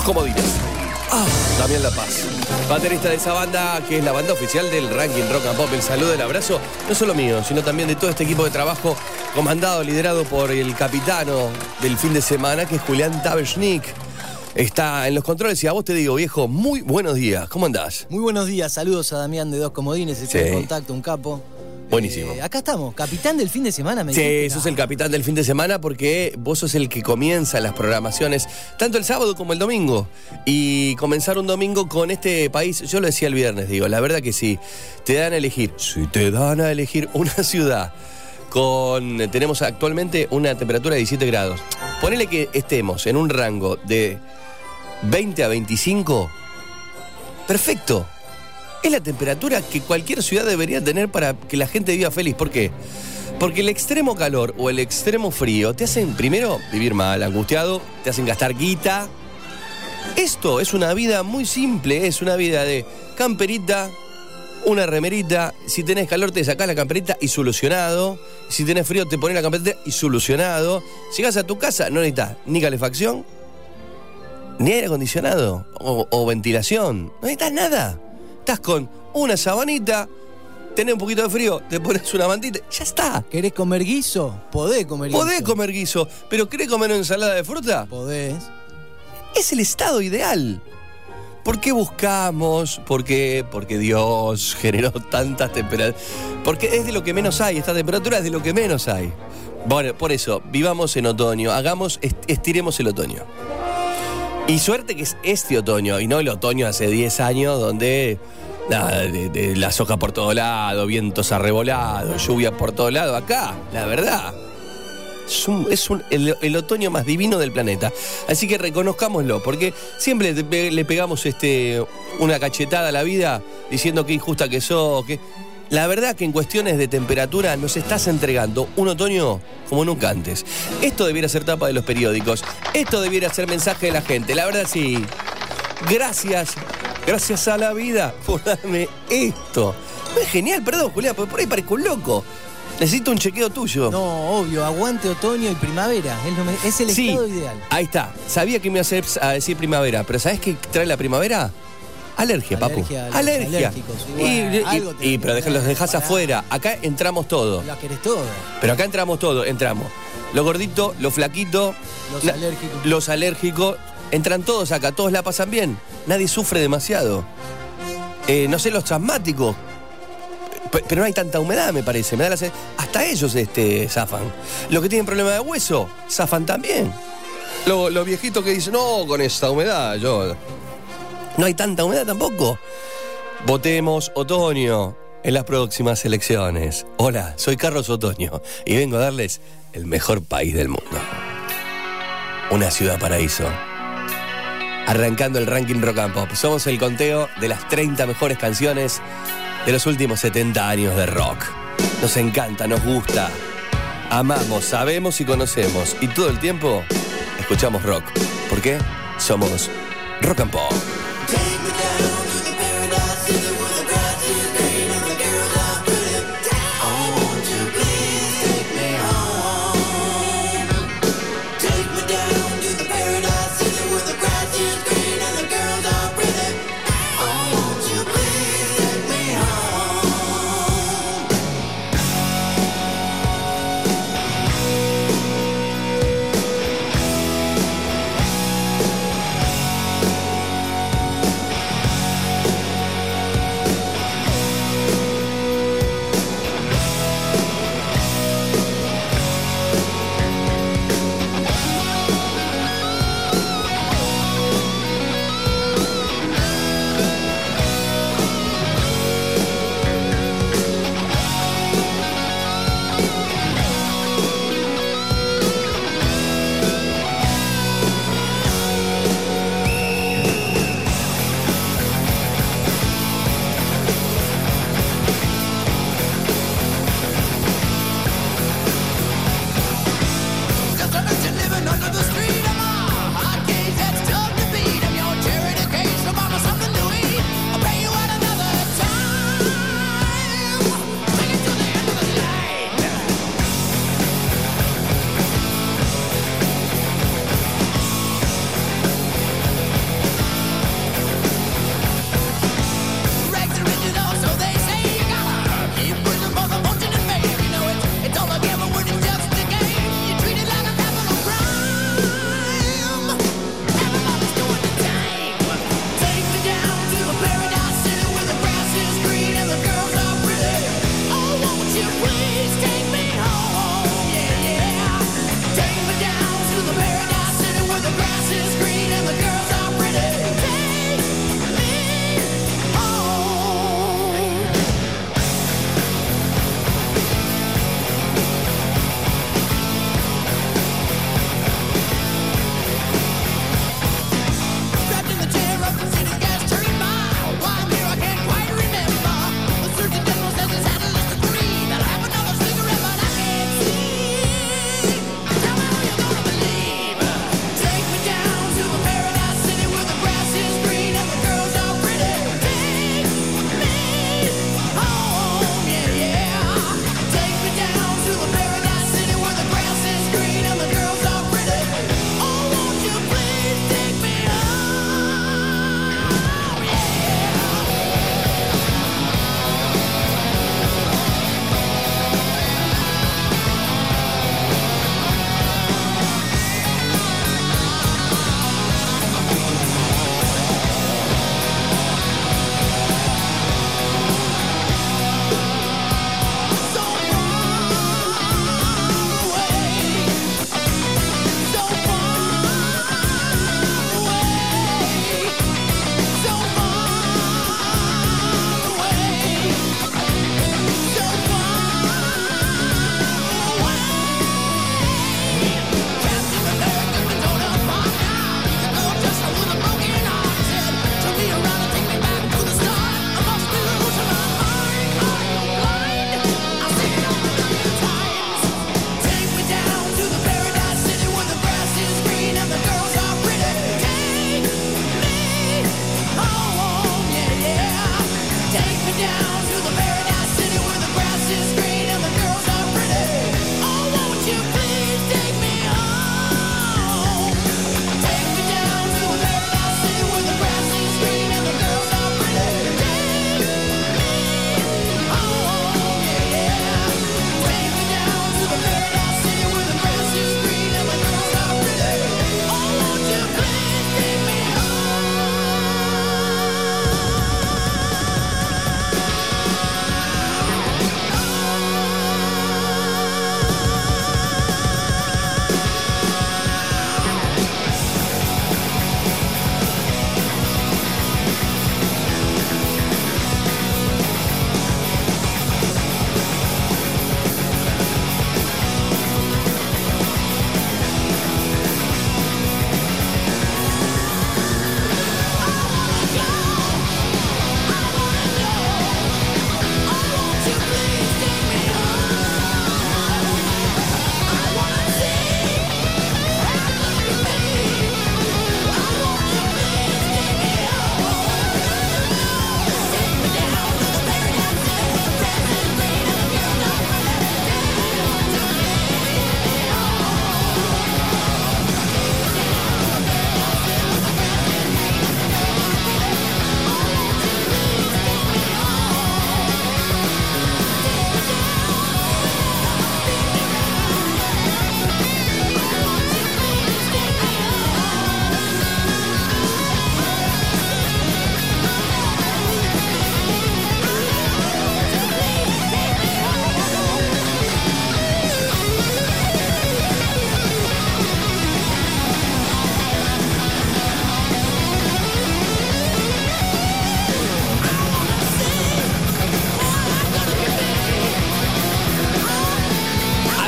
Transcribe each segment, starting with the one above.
comodines. Damián La Paz, baterista de esa banda que es la banda oficial del ranking Rock and Pop. El saludo, el abrazo, no solo mío, sino también de todo este equipo de trabajo comandado, liderado por el capitano del fin de semana, que es Julián Taberschnik. Está en los controles y a vos te digo, viejo, muy buenos días. ¿Cómo andás? Muy buenos días, saludos a Damián de Dos Comodines, está en contacto, un capo. Buenísimo. Acá estamos, capitán del fin de semana, me Sí, dijiste. sos el capitán del fin de semana porque vos sos el que comienza las programaciones, tanto el sábado como el domingo. Y comenzar un domingo con este país, yo lo decía el viernes, digo, la verdad que sí, te dan a elegir, si te dan a elegir una ciudad tenemos actualmente una temperatura de 17 grados. Ponele que estemos en un rango de 20 a 25, perfecto. Es la temperatura que cualquier ciudad debería tener para que la gente viva feliz. ¿Por qué? Porque el extremo calor o el extremo frío te hacen, primero, vivir mal, angustiado, te hacen gastar guita. Esto es una vida muy simple, es una vida de camperita, una remerita. Si tenés calor te sacás la camperita y solucionado. Si tenés frío te pones la camperita y solucionado. Llegás a tu casa, no necesitas ni calefacción, ni aire acondicionado o ventilación. No necesitas nada. Estás con una sabanita, tenés un poquito de frío, te pones una mantita, ya está. ¿Querés comer guiso? Podés comer guiso. Podés comer guiso, pero ¿querés comer una ensalada de fruta? Podés. Es el estado ideal. ¿Por qué buscamos? ¿Por qué? Porque Dios generó tantas temperaturas. Porque es de lo que menos hay, esta temperatura es de lo que menos hay. Bueno, por eso, vivamos en otoño, estiremos el otoño. Y suerte que es este otoño, y no el otoño hace 10 años, donde nada, de las hojas por todo lado, vientos arrebolados, lluvia por todo lado. Acá, la verdad, es el otoño más divino del planeta. Así que reconozcámoslo, porque siempre le pegamos una cachetada a la vida diciendo qué injusta que sos, que... La verdad que en cuestiones de temperatura nos estás entregando un otoño como nunca antes. Esto debiera ser tapa de los periódicos. Esto debiera ser mensaje de la gente. La verdad sí. Gracias a la vida por darme esto. No es genial, perdón, Julián, porque por ahí parezco un loco. Necesito un chequeo tuyo. No, obvio, aguante otoño y primavera. Es el estado ideal. Ahí está. Sabía que me ibas a decir primavera, pero ¿sabés qué trae la primavera? Alergia, papu. Alergia. Pero los dejás afuera. Acá entramos todos. La querés todo. Pero acá entramos todos. Entramos los gorditos, los flaquitos, los alérgicos. Entran todos acá. Todos la pasan bien. Nadie sufre demasiado. No sé, los asmáticos. Pero no hay tanta humedad, me parece. Hasta ellos zafan. Los que tienen problemas de hueso, zafan también. Los viejitos que dicen, no, con esta humedad, no hay tanta humedad tampoco. Votemos otoño en las próximas elecciones. Hola, soy Carlos Otoño y vengo a darles el mejor país del mundo. Una ciudad paraíso. Arrancando el ranking Rock and Pop. Somos el conteo de las 30 mejores canciones de los últimos 70 años de rock. Nos encanta, nos gusta. Amamos, sabemos y conocemos. Y todo el tiempo escuchamos rock. ¿Por qué? Somos Rock and Pop. Take me down to the paradise city where the grass is green and the girls are pretty. Oh, won't you please take me home? Take me down to the paradise city where the grass is green and the girls are pretty. Oh, won't you please take me home?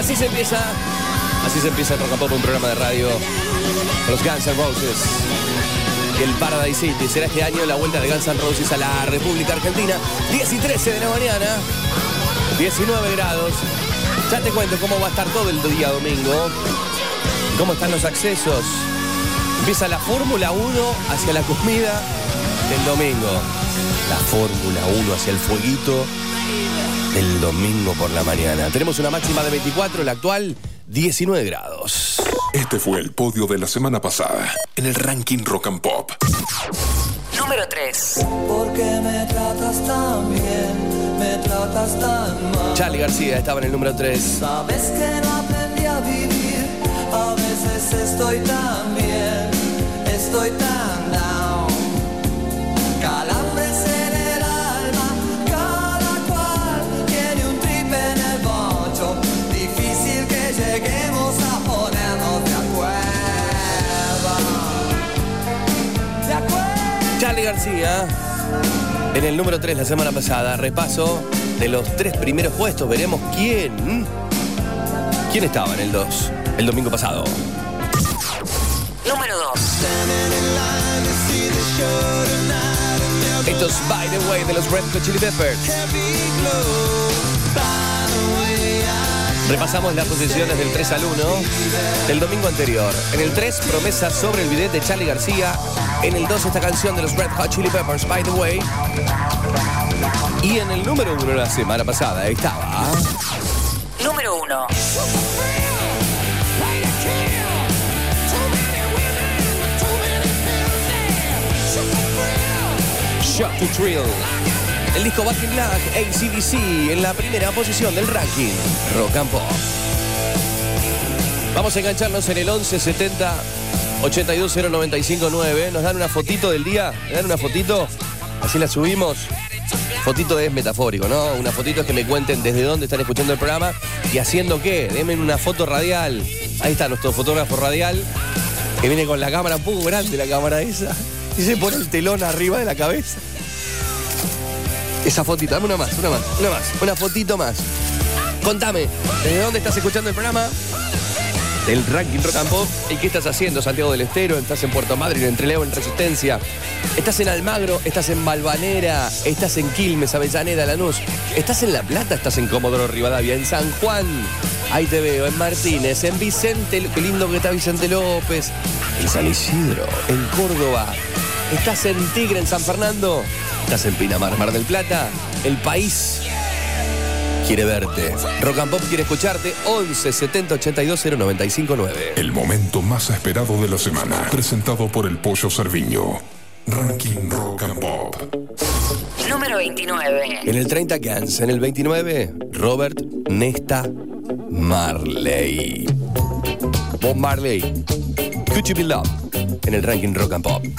Así se empieza el Rock and Pop, un programa de radio con los Guns N' Roses y el Paradise City. Será este año la vuelta de Guns N' Roses a la República Argentina. 10 y 13 de la mañana, 19 grados. Ya te cuento cómo va a estar todo el día domingo, cómo están los accesos. Empieza la Fórmula 1 hacia la comida del domingo. La Fórmula 1 hacia el fueguito del domingo por la mañana. Tenemos una máxima de 24, la actual 19 grados. Este fue el podio de la semana pasada en el ranking Rock and Pop. Número 3. Porque me tratas tan bien, me tratas tan mal. Charly García estaba en el número 3. Sabes que no aprendí a vivir. A veces estoy tan bien, estoy tan down. Calambres en el alma, cada cual tiene un trip en el bocho. Difícil que lleguemos a ponernos de acuerdo. De acuerdo. Charly García en el número 3 la semana pasada. Repaso de los 3 primeros puestos. Veremos quién estaba en el 2 el domingo pasado. Número 2. Esto es By the Way de los Red Hot Chili Peppers. Repasamos las posiciones del 3 al 1 del domingo anterior. En el 3, promesa sobre el bidet de Charly García. En el 2, esta canción de los Red Hot Chili Peppers, By the Way. Y en el número 1 la semana pasada estaba... Número 1. Shock to Thrill. El disco Back in Black, AC/DC, en la primera posición del ranking Rock and Pop. Vamos a engancharnos en el 11 70 82 095 9. Nos dan una fotito del día. ¿Me dan una fotito? Así la subimos. Fotito es metafórico, ¿no? Una fotito es que me cuenten desde dónde están escuchando el programa y haciendo qué. Denme una foto radial. Ahí está nuestro fotógrafo radial, que viene con la cámara un poco grande, la cámara esa, y se pone el telón arriba de la cabeza. Esa fotito, dame una fotito más. Contame, ¿desde dónde estás escuchando el programa? El ranking Rock and Pop. ¿Y qué estás haciendo? Santiago del Estero, estás en Puerto Madryn, en Trelew, en Resistencia. Estás en Almagro, estás en Balvanera, estás en Quilmes, Avellaneda, Lanús. Estás en La Plata, estás en Comodoro Rivadavia, en San Juan. Ahí te veo, en Martínez, en Vicente, qué lindo que está Vicente López. En San Isidro, en Córdoba. Estás en Tigre, en San Fernando. Estás en Pinamar, Mar del Plata. El país quiere verte. Rock and Pop quiere escucharte. 11 70 82 095 9. El momento más esperado de la semana, presentado por el Pollo Cerviño. Ranking Rock and Pop. Número 29. En el 30 Guns, en el 29 Robert Nesta Marley. Bob Marley, Could You Be Loved, en el ranking Rock and Pop.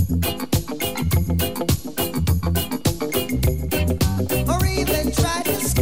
Or even try to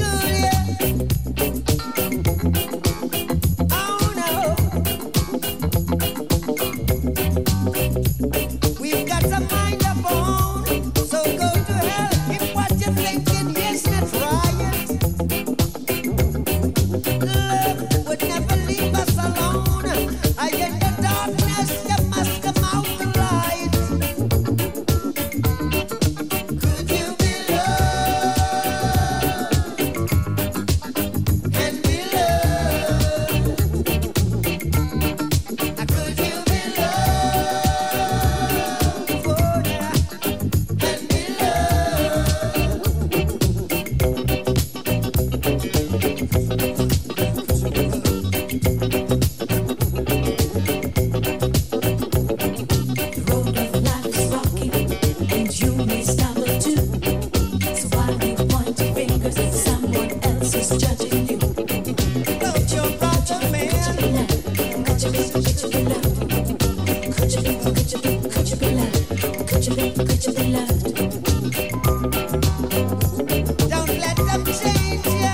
Don't let them change ya.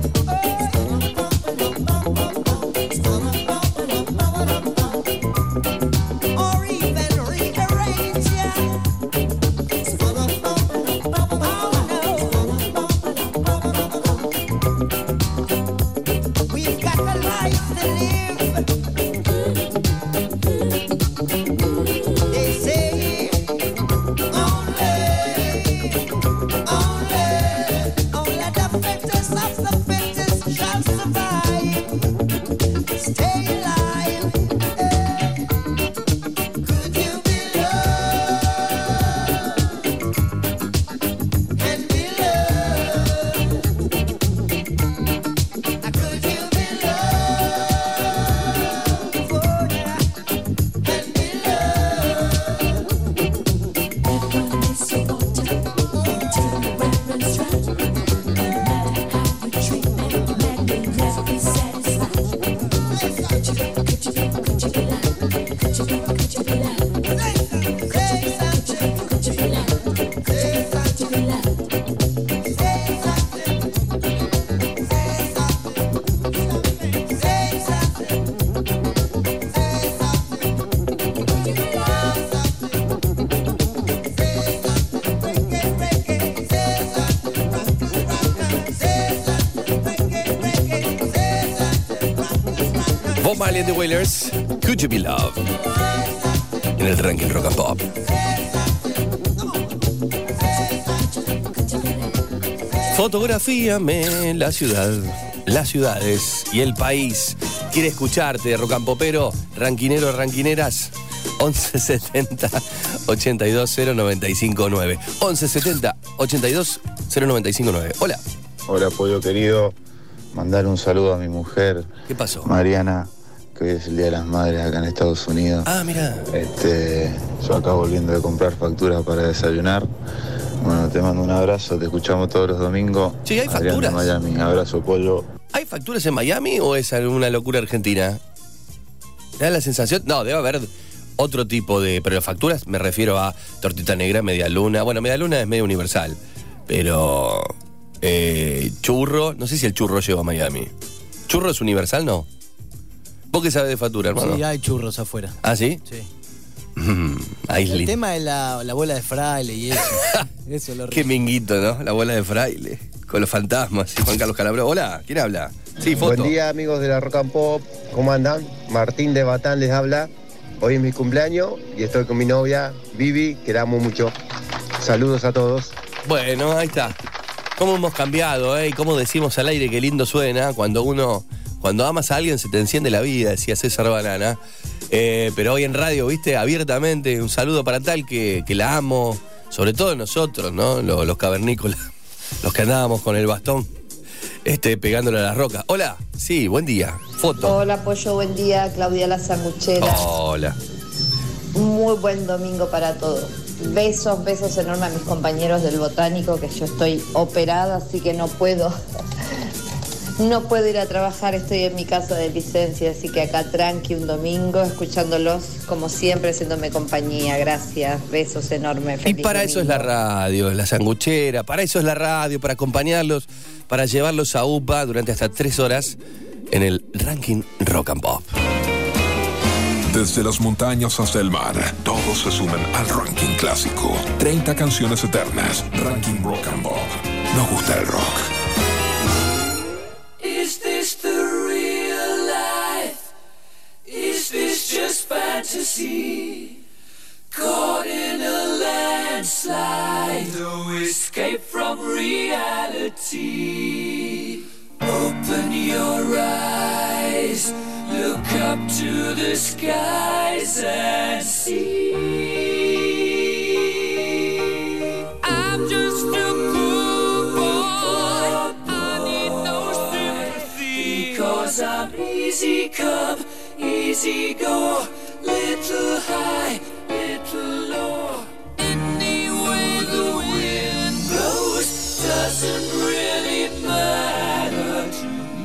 Or even rearrange ya. We've got a life to live. They say only the fittest of the fittest shall survive. Stay alive. Could you be loved and be loved? Could you be loved, oh yeah, and be loved? Bob Marley and the Wailers, Could You Be Loved, en el ranking Rock and Pop. Fotografíame la ciudad, las ciudades y el país. Quiere escucharte, rock and popero, ranquinero, ranquineras. 1170 82 0959. 1170 82 0959. Hola. Hola, pollo querido. Mandar un saludo a mi mujer, ¿Qué pasó? Mariana, que hoy es el Día de las Madres acá en Estados Unidos. Ah, mira. Yo acá volviendo de comprar facturas para desayunar. Bueno, te mando un abrazo, te escuchamos todos los domingos. Sí, hay Adrián de facturas. Miami, abrazo, pollo. ¿Hay facturas en Miami o es alguna locura argentina? ¿Te da la sensación? No, debe haber otro tipo de... Pero facturas me refiero a tortita negra, media luna. Bueno, media luna es medio universal. Pero... churro, no sé si el churro llegó a Miami. ¿Churro es universal? No. ¿Vos qué sabés de factura, hermano? Sí, hay churros afuera. ¿Ah, sí? Sí. Ahí es El lindo. tema es la bola de fraile y eso. Eso es lo Qué minguito, ¿no? La bola de fraile. Con los fantasmas. Y Juan Carlos Calabro. Hola, ¿quién habla? Sí, foto. Buen día, amigos de la Rock and Pop. ¿Cómo andan? Martín de Batán les habla. Hoy es mi cumpleaños y estoy con mi novia, Vivi, que la amo mucho. Saludos a todos. Bueno, ahí está. Cómo hemos cambiado, ¿eh? Y cómo decimos al aire qué lindo suena. Cuando amas a alguien se te enciende la vida, decía César Banana. Pero hoy en radio, viste, abiertamente, un saludo para tal que la amo. Sobre todo nosotros, ¿no? Los cavernícolas. Los que andábamos con el bastón, pegándole a las rocas. Hola, sí, buen día. Foto. Hola, Pollo, buen día. Claudia La Sanguchera. Hola. Muy buen domingo para todos. Besos enormes a mis compañeros del Botánico, que yo estoy operada, así que no puedo ir a trabajar, estoy en mi casa de licencia, así que acá tranqui un domingo, escuchándolos como siempre, haciéndome compañía. Gracias, besos enormes. Y Feliz para eso es la domingo. radio, la sanguchera, para eso es la radio, para acompañarlos, para llevarlos a UPA durante hasta 3 horas en el ranking Rock and Pop. Desde las montañas hasta el mar, todos se suman al ranking clásico. 30 canciones eternas. Ranking Rock and Pop. Nos gusta el rock. Is this the real life? Is this just fantasy? Caught in a landslide, no escape from reality. Open your eyes, look up to the skies and see. I'm just a poor boy, I need no sympathy, because I'm easy come, easy go, little high, little low. Any way the wind blows doesn't really matter to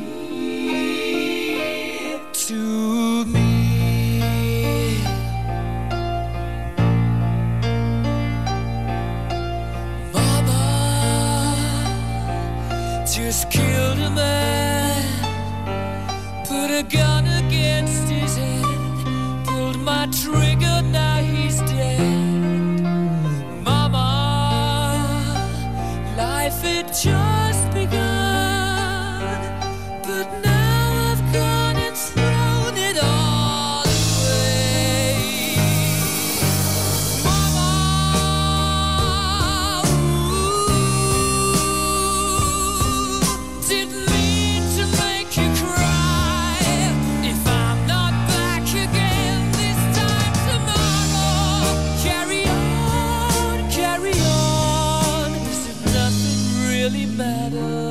me. To me. just killed a man, put a gun against his head, pulled my trigger, now he's dead. Mama, life had just begun, but now I've gone and thrown it all away. Mama, didn't mean to make you cry. If I'm not back again this time tomorrow, carry on, as if nothing really matters.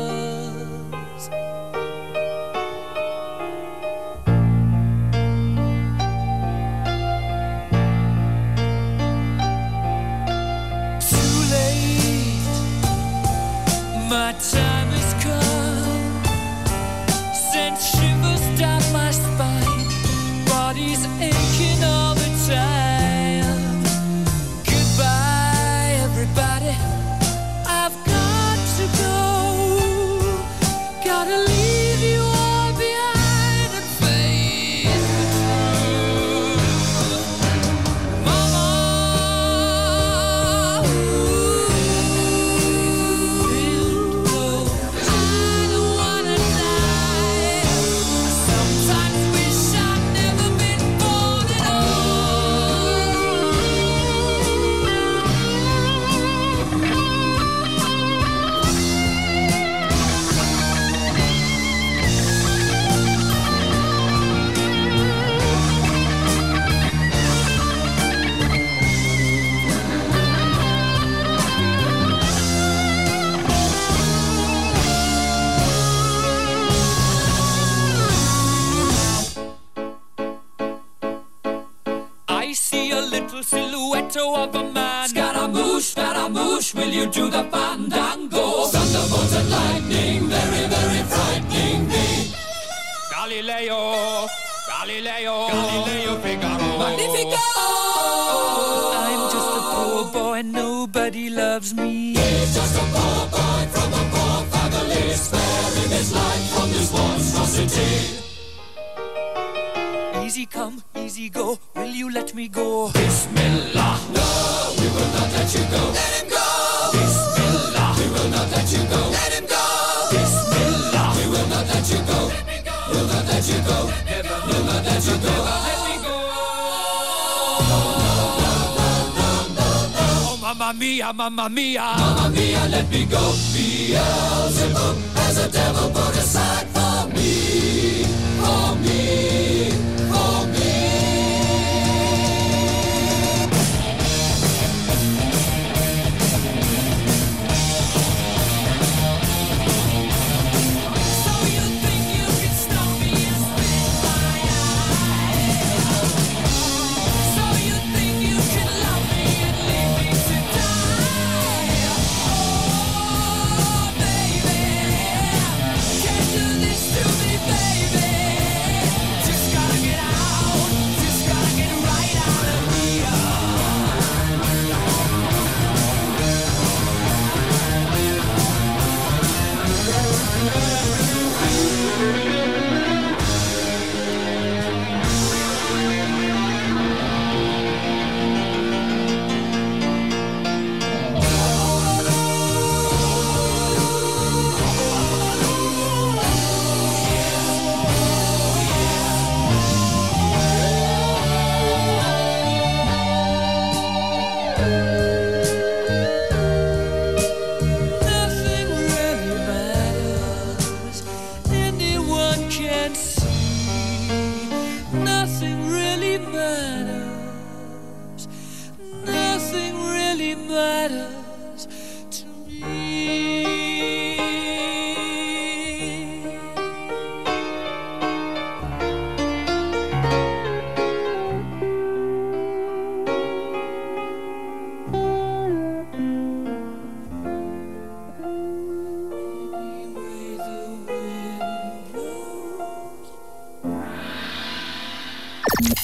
Too late, my time has come, sent shivers down my spine, body's aching all the time. Goodbye, everybody, I've got to go, gotta leave you all behind and face the truth. Mama, wind blow, I don't wanna die. I sometimes wish I'd never been born at all. I see a little silhouette of a man. Scaramouche, will you do the fandango? Thunderbolts and lightning, very, very frightening me. Galileo, Figaro. Magnifico! I'm just a poor boy, nobody loves me. He's just a poor boy from a poor family, sparing his life from this monstrosity. Easy come, easy go, will you let me go? Bismillah, no, we will not let you go. Let him go! Bismillah, we will not let you go. Let him go! Bismillah, we will not let you go. We'll not let you go. We'll not let you go. Let me go. Oh, mamma mia, mamma mia. Mamma mia, let me go. Beelzebub has a devil put aside for me. For me. For me. So you think you can stop me and spit my eye? So you think you can love me and leave me to die? Oh, baby, can't do this to me, baby. Just gotta get out, just gotta get right out of here. Nothing really matters, anyone can see. Nothing really matters, nothing really matters to me. Anyway, the wind blows.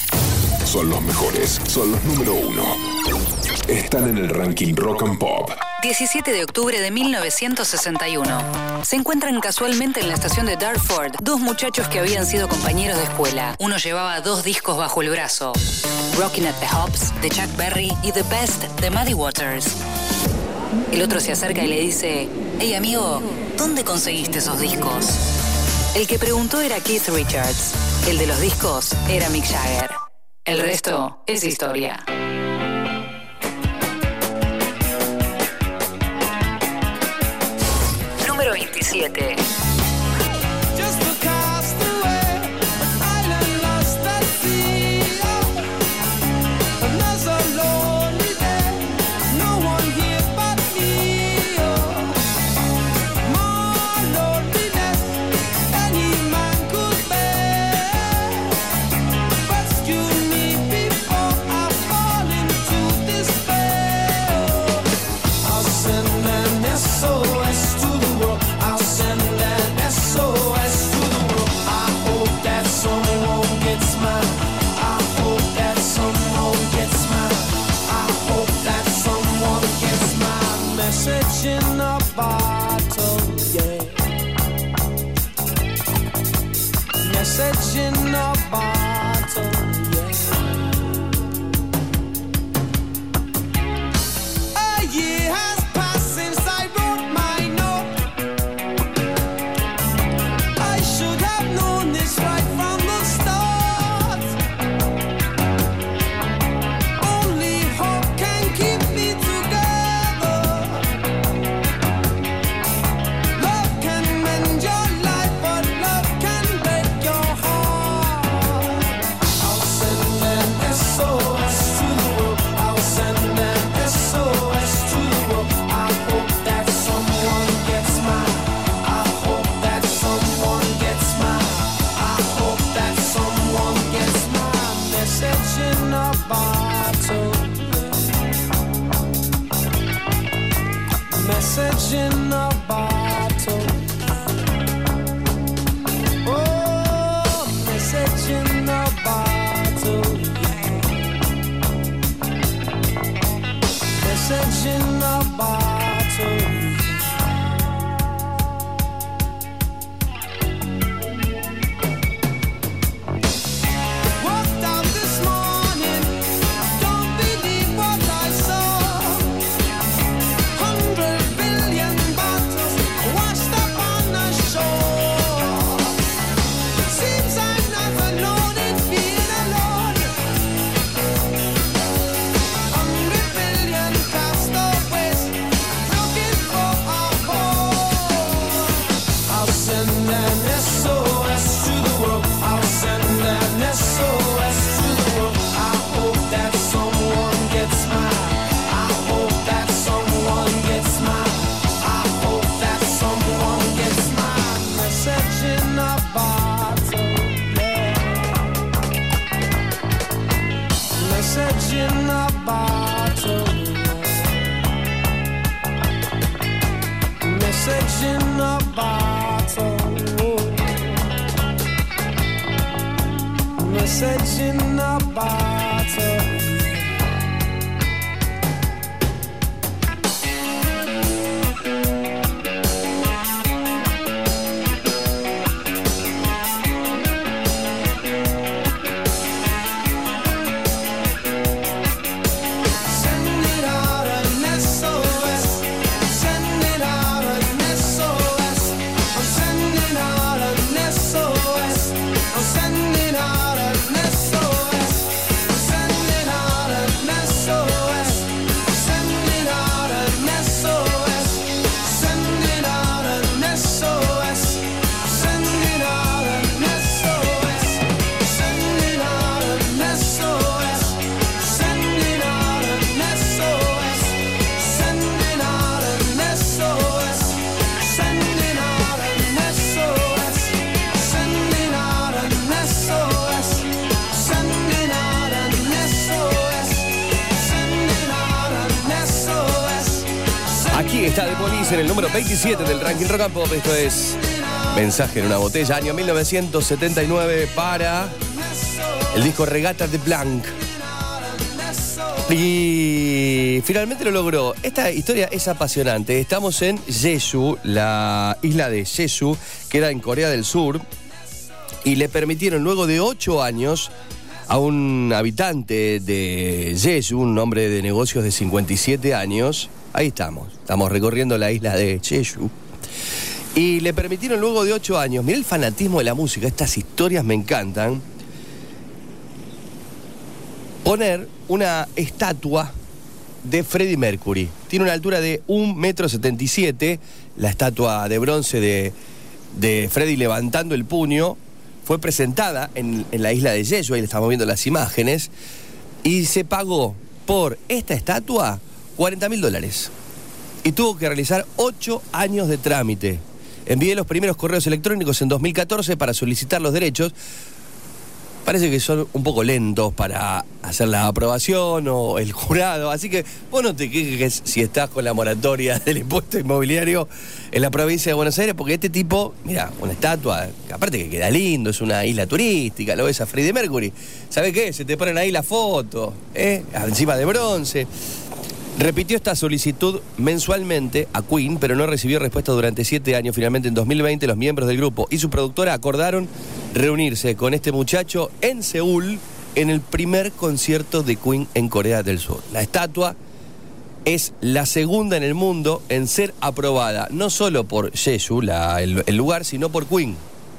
Son los mejores, son los número uno. Están en el ranking Rock and Pop. 17 de octubre de 1961. Se encuentran casualmente en la estación de Dartford dos muchachos que habían sido compañeros de escuela. Uno llevaba 2 discos bajo el brazo: Rockin' at the Hops, de Chuck Berry, y The Best, de Muddy Waters. El otro se acerca y le dice: «Hey amigo, ¿dónde conseguiste esos discos?». El que preguntó era Keith Richards. El de los discos era Mick Jagger. El resto es historia. Número 27. Just a castaway, an island lost at sea. Another lonely day, no one here but me. More loneliness any man could bear. Rescue me before I fall into despair. I'll send an SOS to the world. I'll send an SOS to the world. I hope that someone gets mine. I hope that someone gets mine. I hope that someone gets my message in a bottle, yeah. Message in a bottle, yeah. A year has passed since I wrote my note. I should have known this right from the start. Only hope can keep me together. Love can mend your life, but love can break your heart. I'll send an SOS to the world. I'll send an SOS to the world. I hope that someone gets mine. I hope that someone gets mine. I hope that someone gets my message in a bottle. Message in a bottle. Oh, message in a bottle. Message in a bottle. Walked out this morning, don't believe what I saw. 100 billion bottles washed up on the shore. Seems I'm not alone in being alone. 100 billion castaways looking for a home. I'll send an SOS to the world. I'll send an SOS to the world. I hope that someone gets mine. I hope that someone gets mine. I hope that someone gets mine. Message in a bottle, yeah. Message in a bottle, yeah. Message in a bottle. Message in a bottle. Send it out an SOS. Send it out an SOS. I'm sending out an SOS. I'm sending out an SOS. I'm sending out an SOS. Sending out an SOS. Sending out an SOS. Sending out an SOS. Sending out an SOS. Sending out an SOS. Sending out an SOS. Sending out an SOS. Sending out an SOS. Sending out an SOS. Sending out an SOS. Aquí está The Police en el número 27 del ranking Rock and Pop. Esto es Mensaje en una botella, año 1979, para el disco Regata de Blanc. Y finalmente lo logró. Esta historia es apasionante. Estamos en Jeju, la isla de Jeju, queda en Corea del Sur, y le permitieron luego de 8 años a un habitante de Jeju, un hombre de negocios de 57 años, ahí estamos recorriendo la isla de Jeju, y le permitieron luego de 8 años, mirá el fanatismo de la música, estas historias me encantan, poner una estatua de Freddie Mercury. Tiene una altura de 1,77 m, la estatua de bronce de Freddie levantando el puño. Fue presentada en la isla de Jeju, ahí le estamos viendo las imágenes, y se pagó por esta estatua $40.000. Y tuvo que realizar 8 años de trámite. Envié los primeros correos electrónicos en 2014 para solicitar los derechos. Parece que son un poco lentos para hacer la aprobación o el jurado, así que vos no te quejes si estás con la moratoria del impuesto inmobiliario en la provincia de Buenos Aires, porque este tipo, mira, una estatua, que aparte que queda lindo, es una isla turística, lo ves a Freddie Mercury, ¿sabes qué? Se te ponen ahí la foto, encima de bronce. Repitió esta solicitud mensualmente a Queen, pero no recibió respuesta durante 7 años. Finalmente, en 2020, los miembros del grupo y su productora acordaron reunirse con este muchacho en Seúl en el primer concierto de Queen en Corea del Sur. La estatua es la segunda en el mundo en ser aprobada, no solo por Jeju, el lugar, sino por Queen.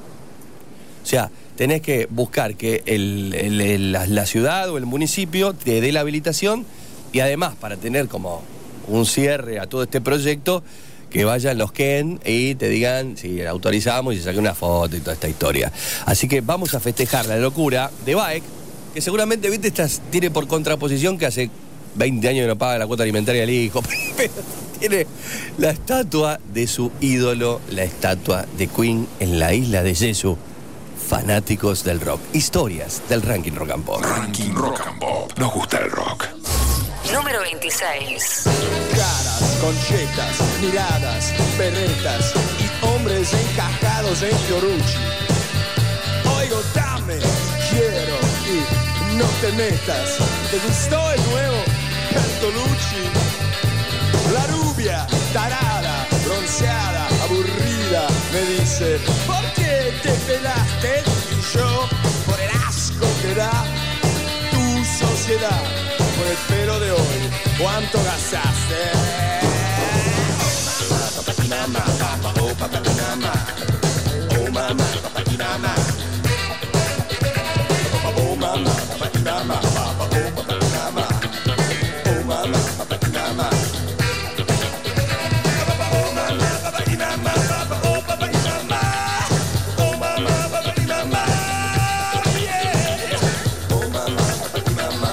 O sea, tenés que buscar que la ciudad o el municipio te dé la habilitación. Y además, para tener como un cierre a todo este proyecto, que vayan los Ken y te digan si autorizamos y se saque una foto y toda esta historia. Así que vamos a festejar la locura de Baek, que seguramente, viste, tiene por contraposición que hace 20 años que no paga la cuota alimentaria del hijo, pero tiene la estatua de su ídolo, la estatua de Queen en la isla de Jeju. Fanáticos del rock. Historias del Ranking Rock and Pop. Ranking Rock and Pop. Nos gusta el rock. Número 26. Caras, conchetas, miradas, berretas y hombres encajados en Fiorucci. Oigo, dame, quiero y no te metas. ¿Te gustó el nuevo Bertolucci? La rubia, tarada, bronceada, aburrida, me dice: ¿por qué te pelaste? Y yo, por el asco que da tu sociedad. Por el pelo de hoy, ¿cuánto gastaste? Oh mamá, oh papinama, oh mamá, papinama, oh mamá, papinama, oh papinama, oh mamá, papinama, oh mamá, papinama, oh papinama, oh mamá, papinama, yeah, oh mamá, papinama.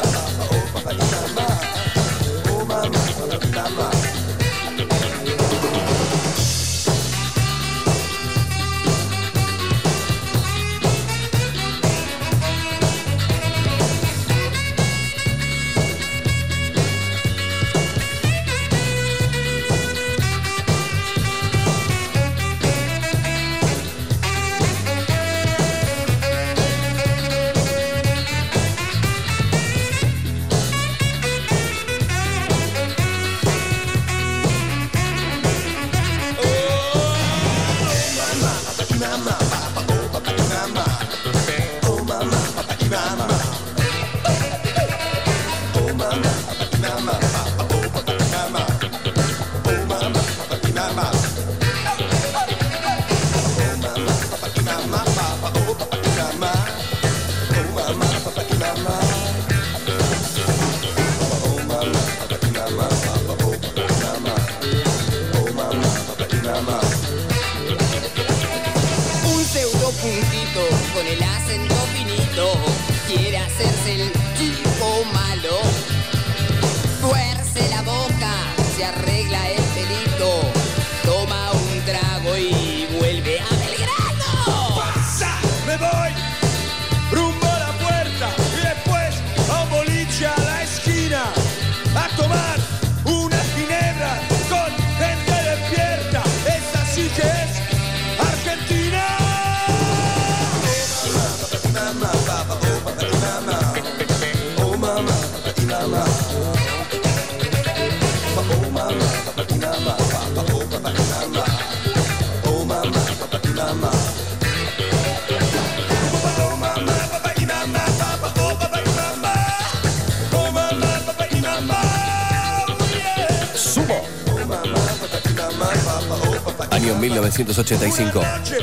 Año 1985.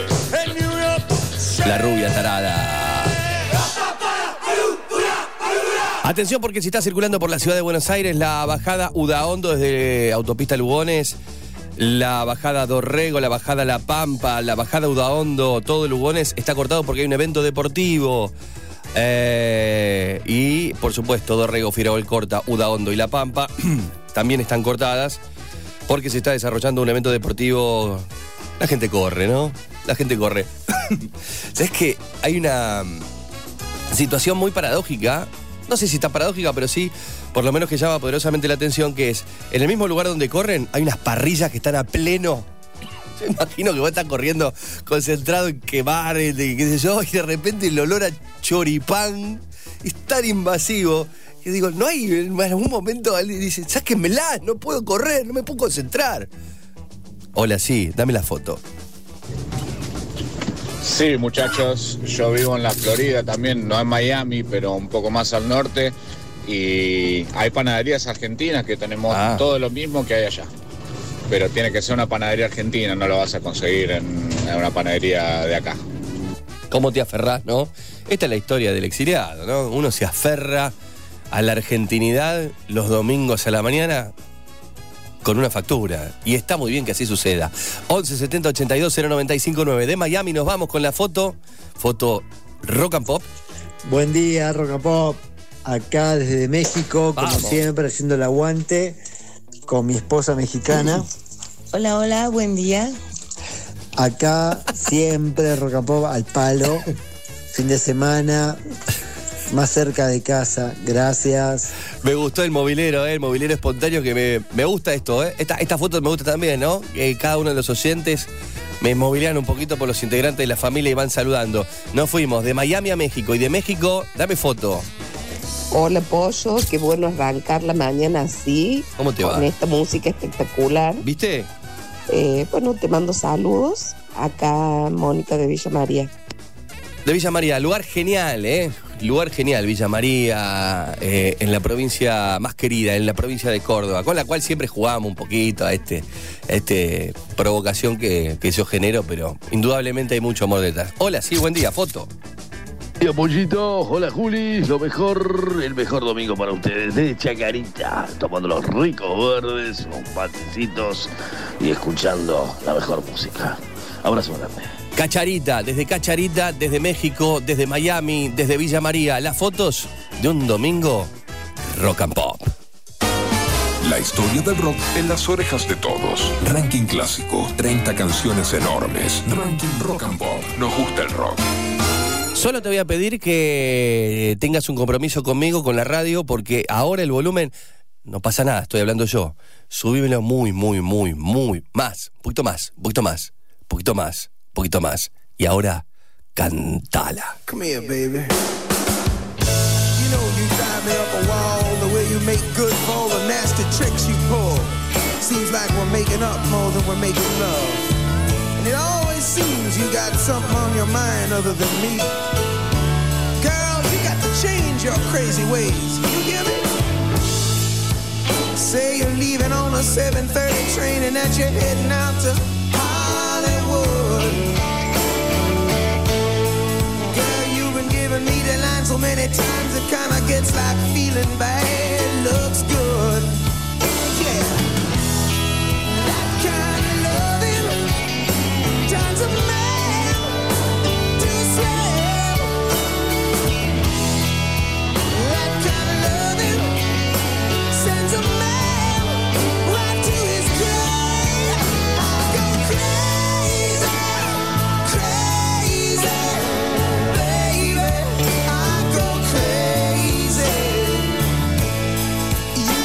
La rubia tarada. Atención porque si está circulando por la ciudad de Buenos Aires, la bajada Udaondo desde Autopista Lugones, la bajada Dorrego, la bajada La Pampa, la bajada Udaondo, todo Lugones está cortado porque hay un evento deportivo. Y por supuesto Dorrego, Firagol Corta, Udaondo y La Pampa también están cortadas porque se está desarrollando un evento deportivo. La gente corre, ¿no? La gente corre. ¿Sabes que hay una situación muy paradójica? No sé si está paradójica, pero sí, por lo menos que llama poderosamente la atención, que es, en el mismo lugar donde corren, hay unas parrillas que están a pleno. Yo imagino que vos estás corriendo concentrado en quemar, qué sé yo, y de repente el olor a choripán es tan invasivo que digo, no hay, en algún momento alguien dice, sáquenmela, no puedo correr, no me puedo concentrar. Hola, sí, dame la foto. Sí, muchachos, yo vivo en la Florida también, no en Miami, pero un poco más al norte, y hay panaderías argentinas que tenemos todo lo mismo que hay allá. Pero tiene que ser una panadería argentina, no lo vas a conseguir en una panadería de acá. ¿Cómo te aferrás, no? Esta es la historia del exiliado, ¿no? Uno se aferra a la argentinidad los domingos a la mañana con una factura. Y está muy bien que así suceda. 11 70 82 095 9. De Miami nos vamos con la foto. Foto Rock and Pop. Buen día, Rock and Pop. Acá desde México, como siempre, haciendo el aguante con mi esposa mexicana. Hola, hola, buen día. Acá siempre Rock and Pop al palo. Fin de semana, más cerca de casa. Gracias. Me gustó el movilero espontáneo, que me gusta esto, ¿eh? Esta foto me gusta también, ¿no? Cada uno de los oyentes me movilean un poquito por los integrantes de la familia y van saludando. Nos fuimos de Miami a México y de México, dame foto. Hola, Pollo, qué bueno arrancar la mañana así. ¿Cómo te va? Con esta música espectacular. ¿Viste? Bueno, te mando saludos. Acá, Mónica de Villa María. De Villa María, lugar genial, ¿eh? Lugar genial, Villa María, en la provincia más querida, en la provincia de Córdoba, con la cual siempre jugamos un poquito a este provocación que yo genero, pero indudablemente hay mucho amor detrás. Hola, sí, buen día, foto. Hola, Pollito, hola, Juli, el mejor domingo para ustedes, de Chacarita, tomando los ricos verdes, con patecitos y escuchando la mejor música. Abrazo grande. Cacharita, desde México, desde Miami, desde Villa María, las fotos de un domingo Rock and Pop. La historia del rock en las orejas de todos. Ranking clásico, 30 canciones enormes. Ranking Rock and Pop. Nos gusta el rock. Solo te voy a pedir que tengas un compromiso conmigo, con la radio, porque ahora el volumen, no pasa nada, estoy hablando yo. Subímelo muy, más, un poquito más. Y ahora, cantala. Come here, baby. You know you drive me up a wall, the way you make good for all the nasty tricks you pull. Seems like we're making up more than we're making love. And it always seems you got something on your mind other than me. Girl, you got to change your crazy ways. You hear me? Say you're leaving on a 7:30 train and that you're heading out to Hollywood. Girl, you've been giving me the line so many times it kinda gets like feeling bad looks good. Yeah. That kind of loving turns a man to a slave. That kind of loving sends a man right to his grave. I go crazy, baby. I go crazy. You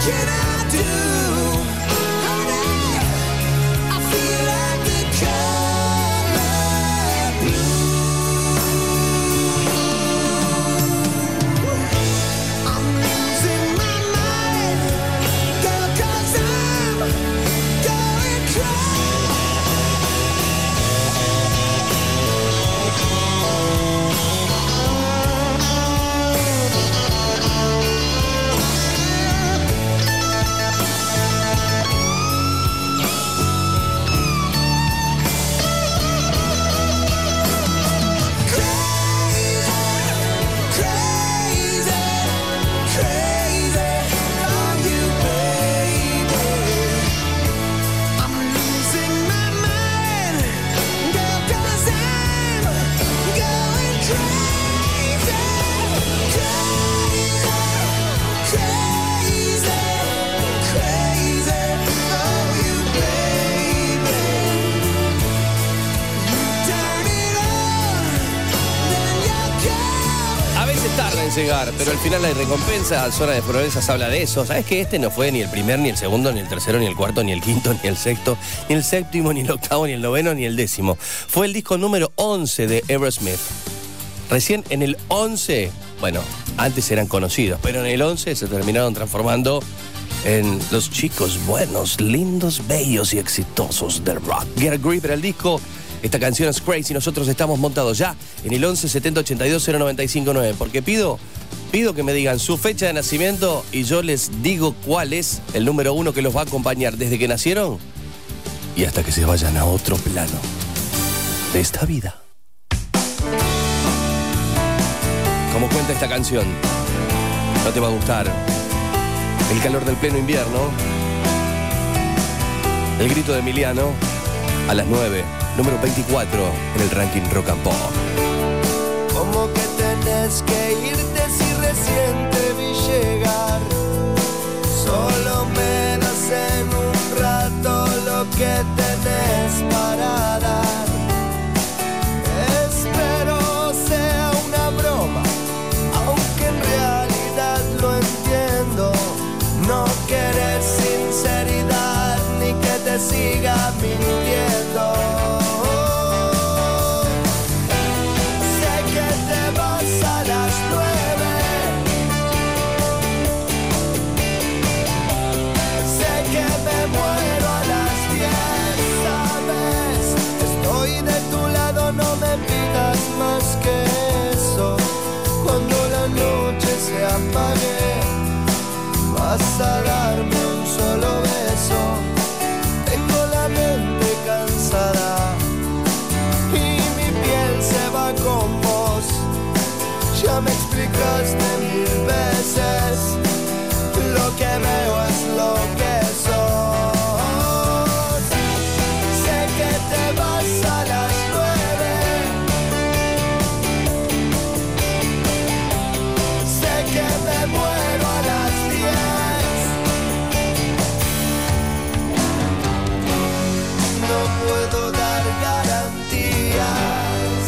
can I do? Honey, I feel like the color blue. I'm losing my mind, girl, 'cause I'm going crazy. A veces tarda en llegar, pero al final la recompensa. Zona de Proezas habla de eso. ¿Sabes que este no fue ni el primer, ni el segundo, ni el tercero, ni el cuarto, ni el quinto, ni el sexto, ni el séptimo, ni el octavo, ni el noveno, ni el décimo? Fue el disco número 11 de Aerosmith. Recién en el 11, bueno, antes eran conocidos, pero en el 11 se terminaron transformando en los chicos buenos, lindos, bellos y exitosos del rock. Get a Grip era el disco. Esta canción es Crazy. Nosotros estamos montados ya en el 11 70 82 0959. Porque pido que me digan su fecha de nacimiento y yo les digo cuál es el número 1 que los va a acompañar desde que nacieron y hasta que se vayan a otro plano de esta vida. Como cuenta esta canción, no te va a gustar. El calor del pleno invierno. El grito de Emiliano a las 9. Número 24 en el ranking Rock and Pop. Como que tenés que irte si recién te vi llegar. Solo me das en un rato lo que tenés para dar. Espero sea una broma, aunque en realidad lo entiendo. No querés sinceridad ni que te siga mintiendo. Más que eso, cuando la noche se apague, vas a darme un solo beso. Tengo la mente cansada y mi piel se va con vos. Ya me explicaste 1000 veces, lo que veo es lo que sos. Sé que te vas a las 9. Que me muero a las 10. No puedo dar garantías.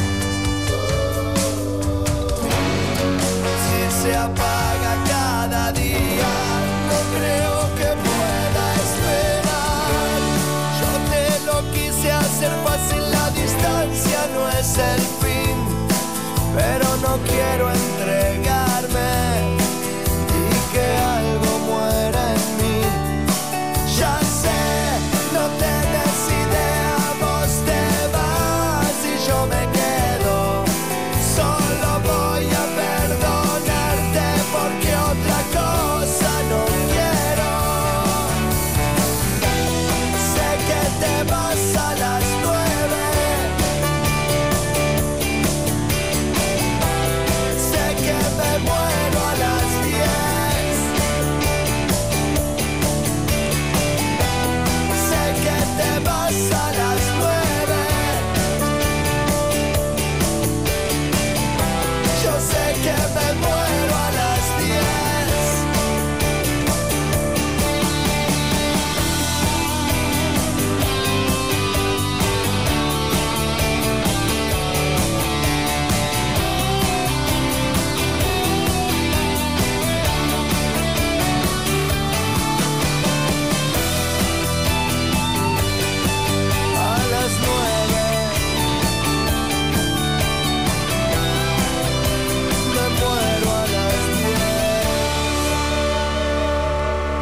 Si se apaga cada día, no creo que pueda esperar. Yo te lo quise hacer fácil, la distancia no es el fin, pero no quiero entregarme y que algo muera en mí. Ya sé, no tenés idea, vos te vas y yo me quedo. Solo voy a perdonarte porque otra cosa no quiero. Sé que te vas a las 9. Sé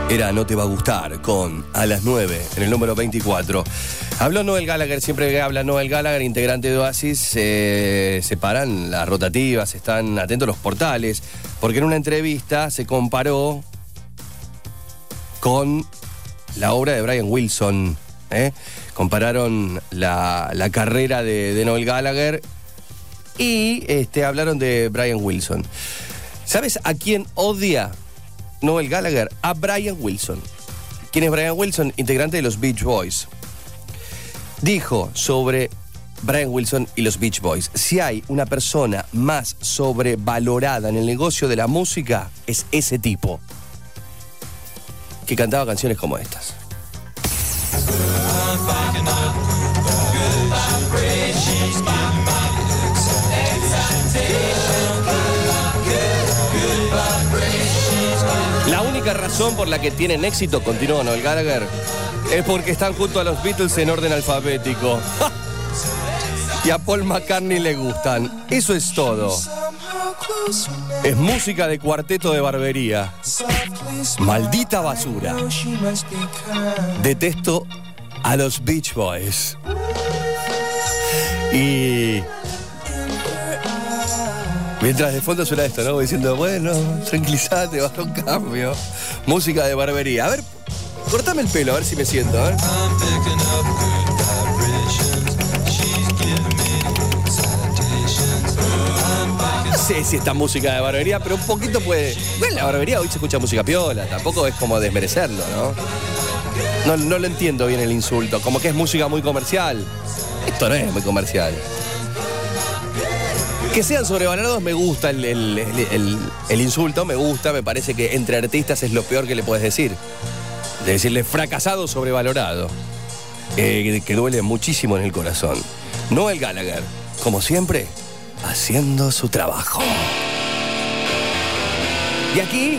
Era No Te Va a Gustar, con A las 9, en el número 24. Habló Noel Gallagher, siempre que habla Noel Gallagher, integrante de Oasis, se paran las rotativas, están atentos los portales, porque en una entrevista se comparó con la obra de Brian Wilson. Compararon la carrera de Noel Gallagher y hablaron de Brian Wilson. ¿Sabes a quién odia Noel Gallagher? A Brian Wilson. ¿Quién es Brian Wilson? Integrante de los Beach Boys. Dijo sobre Brian Wilson y los Beach Boys: si hay una persona más sobrevalorada en el negocio de la música, es ese tipo, que cantaba canciones como estas. La única razón por la que tienen éxito, continuó Noel Gallagher, es porque están junto a los Beatles en orden alfabético. Y a Paul McCartney le gustan. Eso es todo. Es música de cuarteto de barbería. Maldita basura. Detesto a los Beach Boys. Y mientras de fondo suena esto, ¿no? Diciendo, bueno, tranquilízate, baja un cambio. Música de barbería. A ver, cortame el pelo, a ver si me siento, a ver. No sé si esta música de barbería, pero un poquito puede... Bueno, la barbería hoy se escucha música piola, tampoco es como desmerecerlo, ¿no? No lo entiendo bien el insulto, como que es música muy comercial. Esto no es muy comercial. Que sean sobrevalorados me gusta el insulto, me gusta, me parece que entre artistas es lo peor que le puedes decir. De decirle fracasado, sobrevalorado. Que duele muchísimo en el corazón. Noel Gallagher, como siempre, haciendo su trabajo. Y aquí,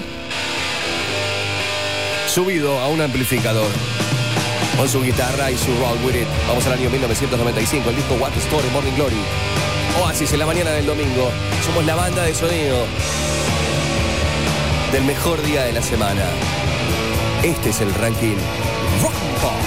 subido a un amplificador, con su guitarra y su Roll With It. Vamos al año 1995, el disco What Story, Morning Glory. Oasis en la mañana del domingo. Somos la banda de sonido del mejor día de la semana. Este es el ranking Rock and Pop.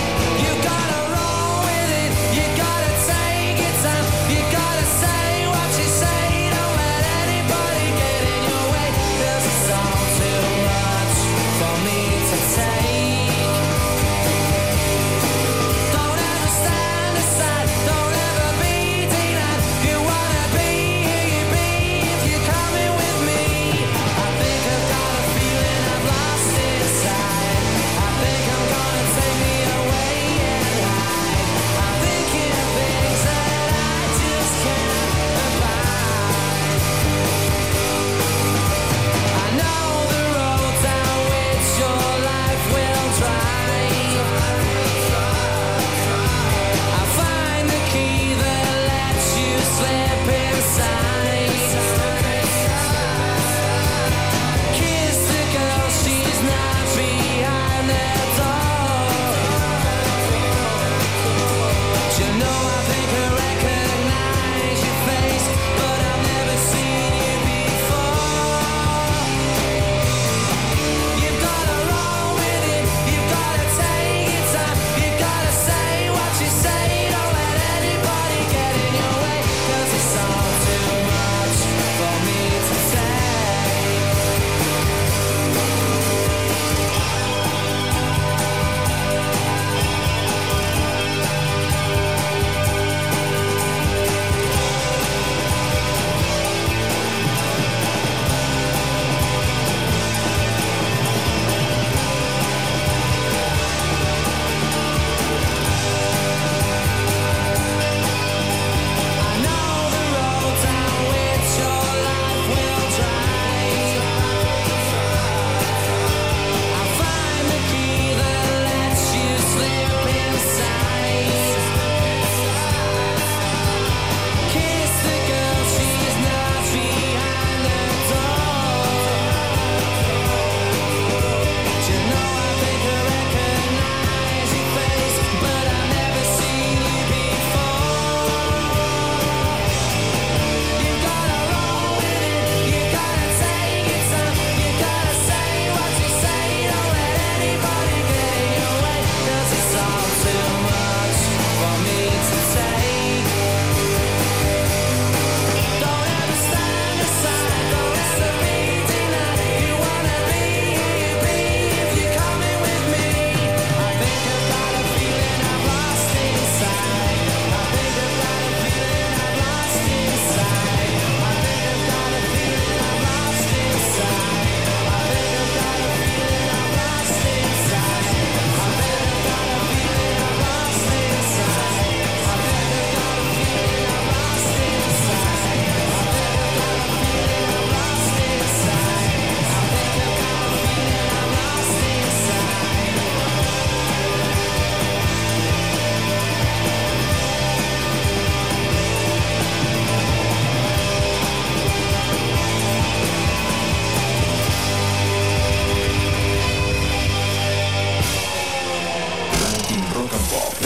Take me away.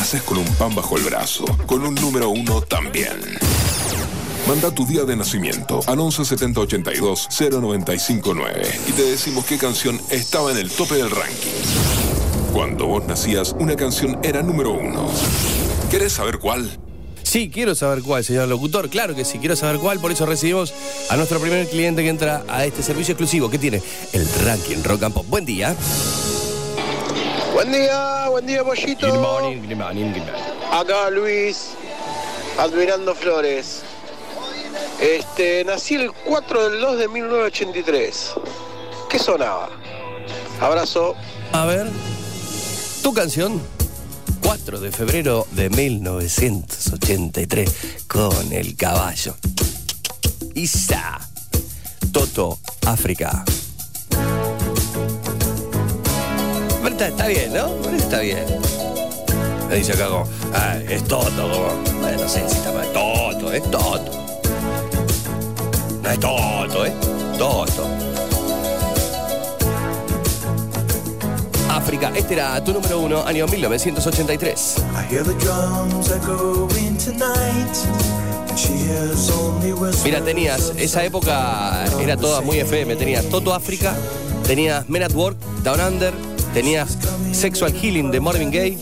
naces con un pan bajo el brazo, con un número 1 también. Manda tu día de nacimiento al 11 70 82 0959 y te decimos qué canción estaba en el tope del ranking. Cuando vos nacías, una canción era número 1. ¿Querés saber cuál? Sí, quiero saber cuál, señor locutor. Claro que sí, quiero saber cuál. Por eso recibimos a nuestro primer cliente que entra a este servicio exclusivo que tiene el ranking Rock and Pop. Buen día. Buen día, Pollito. Good morning, good morning, good morning. Acá Luis, admirando flores. Nací el 4 del 2 de 1983. ¿Qué sonaba? Abrazo. A ver, tu canción. 4 de febrero de 1983 con el caballo. Isa. Toto, África. Está bien, ¿no? Está bien. Me dice acá como, es Toto, como, bueno, no sé si está mal. Toto, es Toto. No es Toto, Toto. África, este era tu número 1, año 1983. Mira, tenías, esa época era toda muy FM. Tenías Toto África, tenías Men at Work, Down Under, tenías Sexual Healing de Marvin Gaye,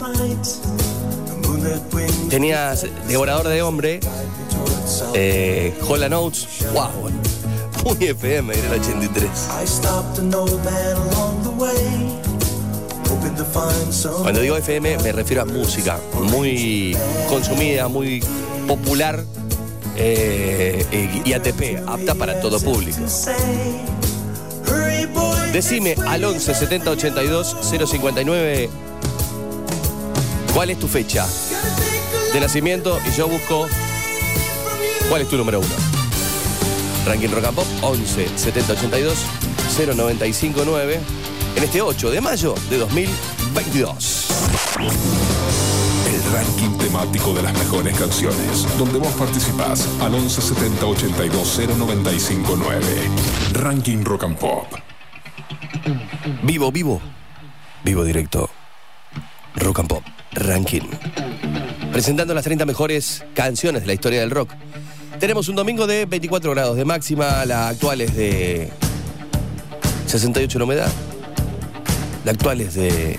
tenías Devorador de Hombre, Hall & Oates, wow, muy FM era el 83. Cuando digo FM me refiero a música muy consumida, muy popular y ATP, apta para todo público. Decime al 11 70 82 059 cuál es tu fecha de nacimiento y yo busco cuál es tu número 1. Ranking Rock and Pop 11 70 82 0959 en este 8 de mayo de 2022. El ranking temático de las mejores canciones, donde vos participás al 11 70 82 0959. Ranking Rock and Pop. Vivo directo. Rock and Pop Ranking. Presentando las 30 mejores canciones de la historia del rock. Tenemos un domingo de 24 grados de máxima, la actual es de 68 en humedad. La actual es de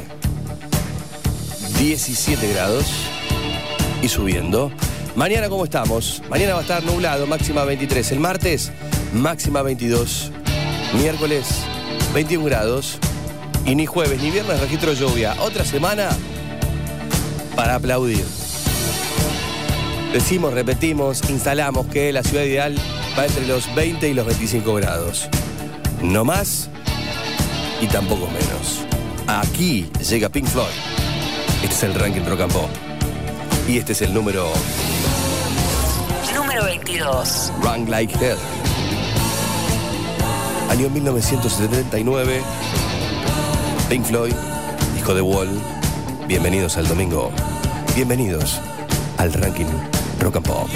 17 grados y subiendo. Mañana, ¿cómo estamos? Mañana va a estar nublado, máxima 23. El martes, máxima 22. Miércoles, 21 grados. Y ni jueves ni viernes registro lluvia. Otra semana para aplaudir. Decimos, repetimos, instalamos que la ciudad ideal va entre los 20 y los 25 grados. No más y tampoco menos. Aquí llega Pink Floyd. Este es el ranking Rock and Pop. Y este es el número 22. Run Like Hell. Año 1979. Pink Floyd, disco de Wall. Bienvenidos al domingo. Bienvenidos al ranking Rock and Pop.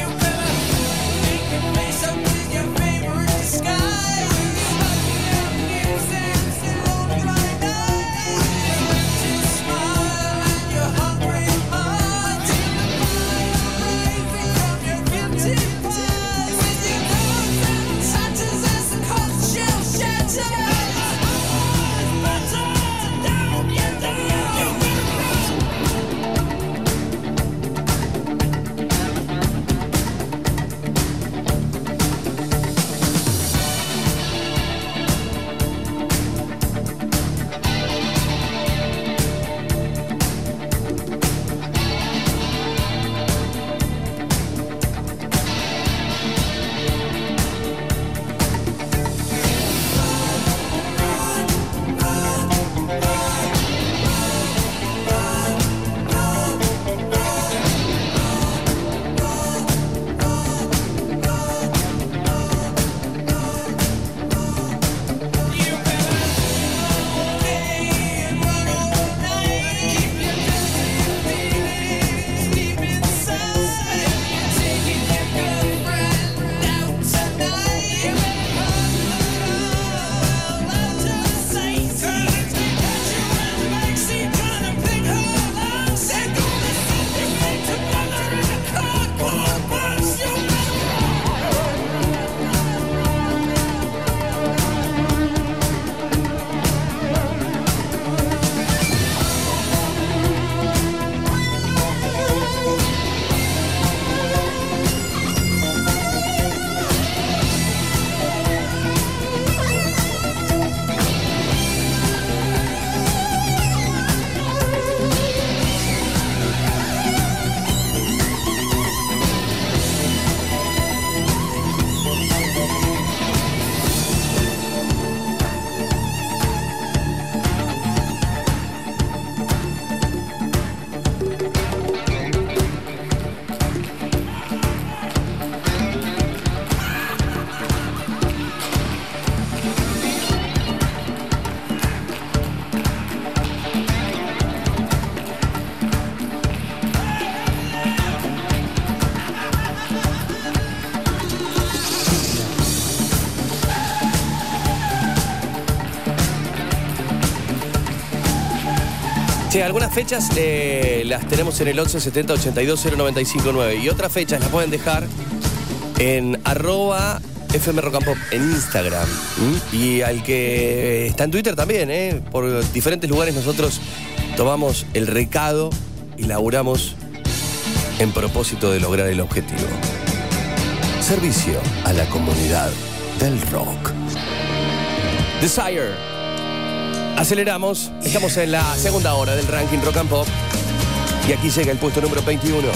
Sí, algunas fechas las tenemos en el 11 70 82 095 9 y otras fechas las pueden dejar en @FM Rock and Pop en Instagram. Y al que está en Twitter también, por diferentes lugares nosotros tomamos el recado y laburamos en propósito de lograr el objetivo. Servicio a la comunidad del rock. Desire. Aceleramos, estamos en la segunda hora del ranking Rock and Pop y aquí llega el puesto número 21.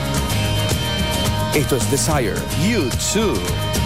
Esto es Desire, U2.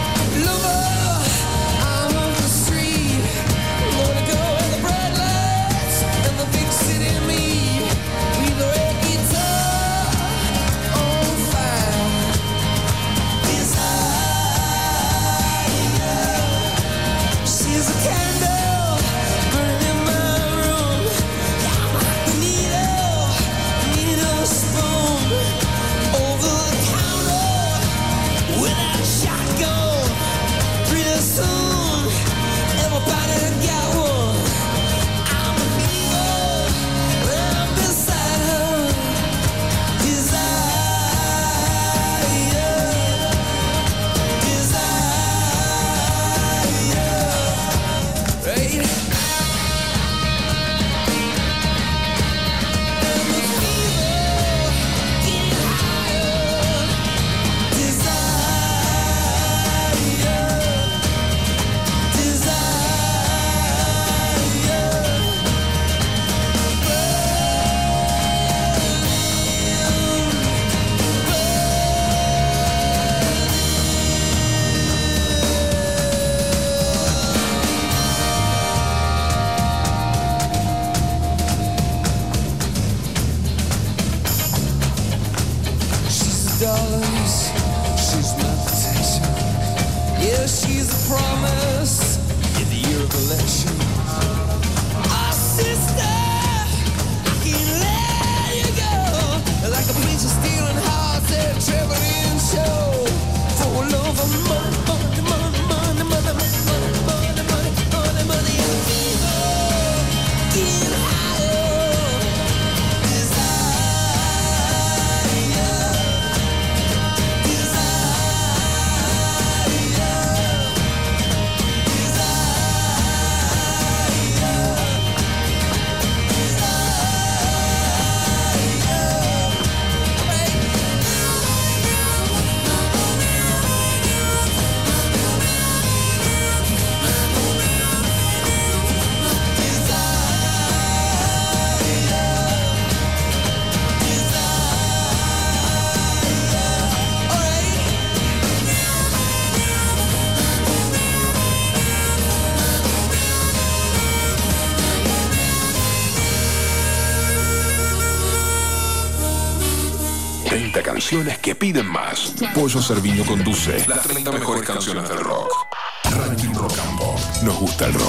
Canciones que piden más. Pollo Cerviño conduce las 30 mejores canciones del rock. Ranking Rock and Pop. Nos gusta el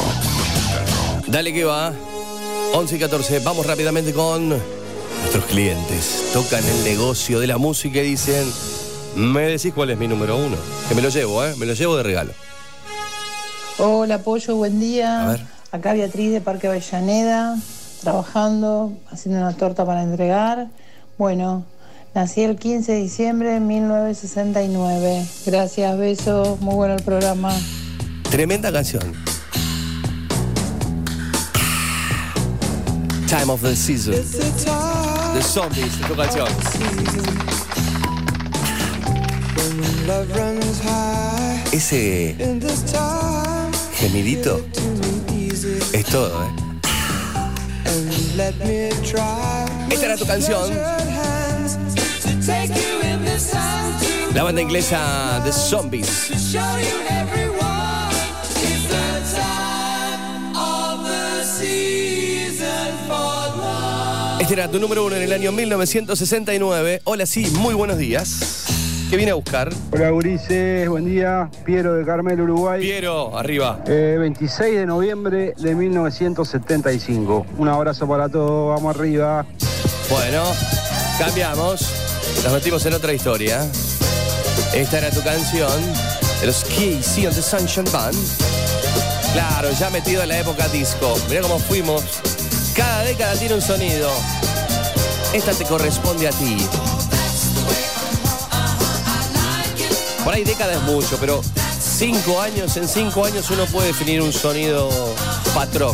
rock. Dale que va. 11 y 14. Vamos rápidamente con nuestros clientes. Tocan el negocio de la música y dicen: me decís cuál es mi número 1. Que me lo llevo, me lo llevo de regalo. Hola, Pollo, buen día. A ver. Acá Beatriz de Parque Avellaneda, trabajando, haciendo una torta para entregar. Bueno, nací el 15 de diciembre de 1969. Gracias, besos, muy bueno el programa. Tremenda canción. Time of the Season. The Zombies, es tu canción. Ese gemidito es todo, Esta era tu canción. La banda inglesa The Zombies. Este era tu número 1 en el año 1969. Hola, sí, muy buenos días. ¿Qué viene a buscar? Hola, gurises, buen día. Piero de Carmel, Uruguay. Piero, arriba. 26 de noviembre de 1975. Un abrazo para todos, vamos arriba. Bueno, cambiamos. Nos metimos en otra historia. Esta era tu canción de los KC and the Sunshine Band. Claro, ya metido en la época disco. Mirá cómo fuimos cada Cada década tiene un sonido. Esta te corresponde a ti. Por ahí década es mucho, pero 5 años, en 5 años uno puede definir un sonido patrón.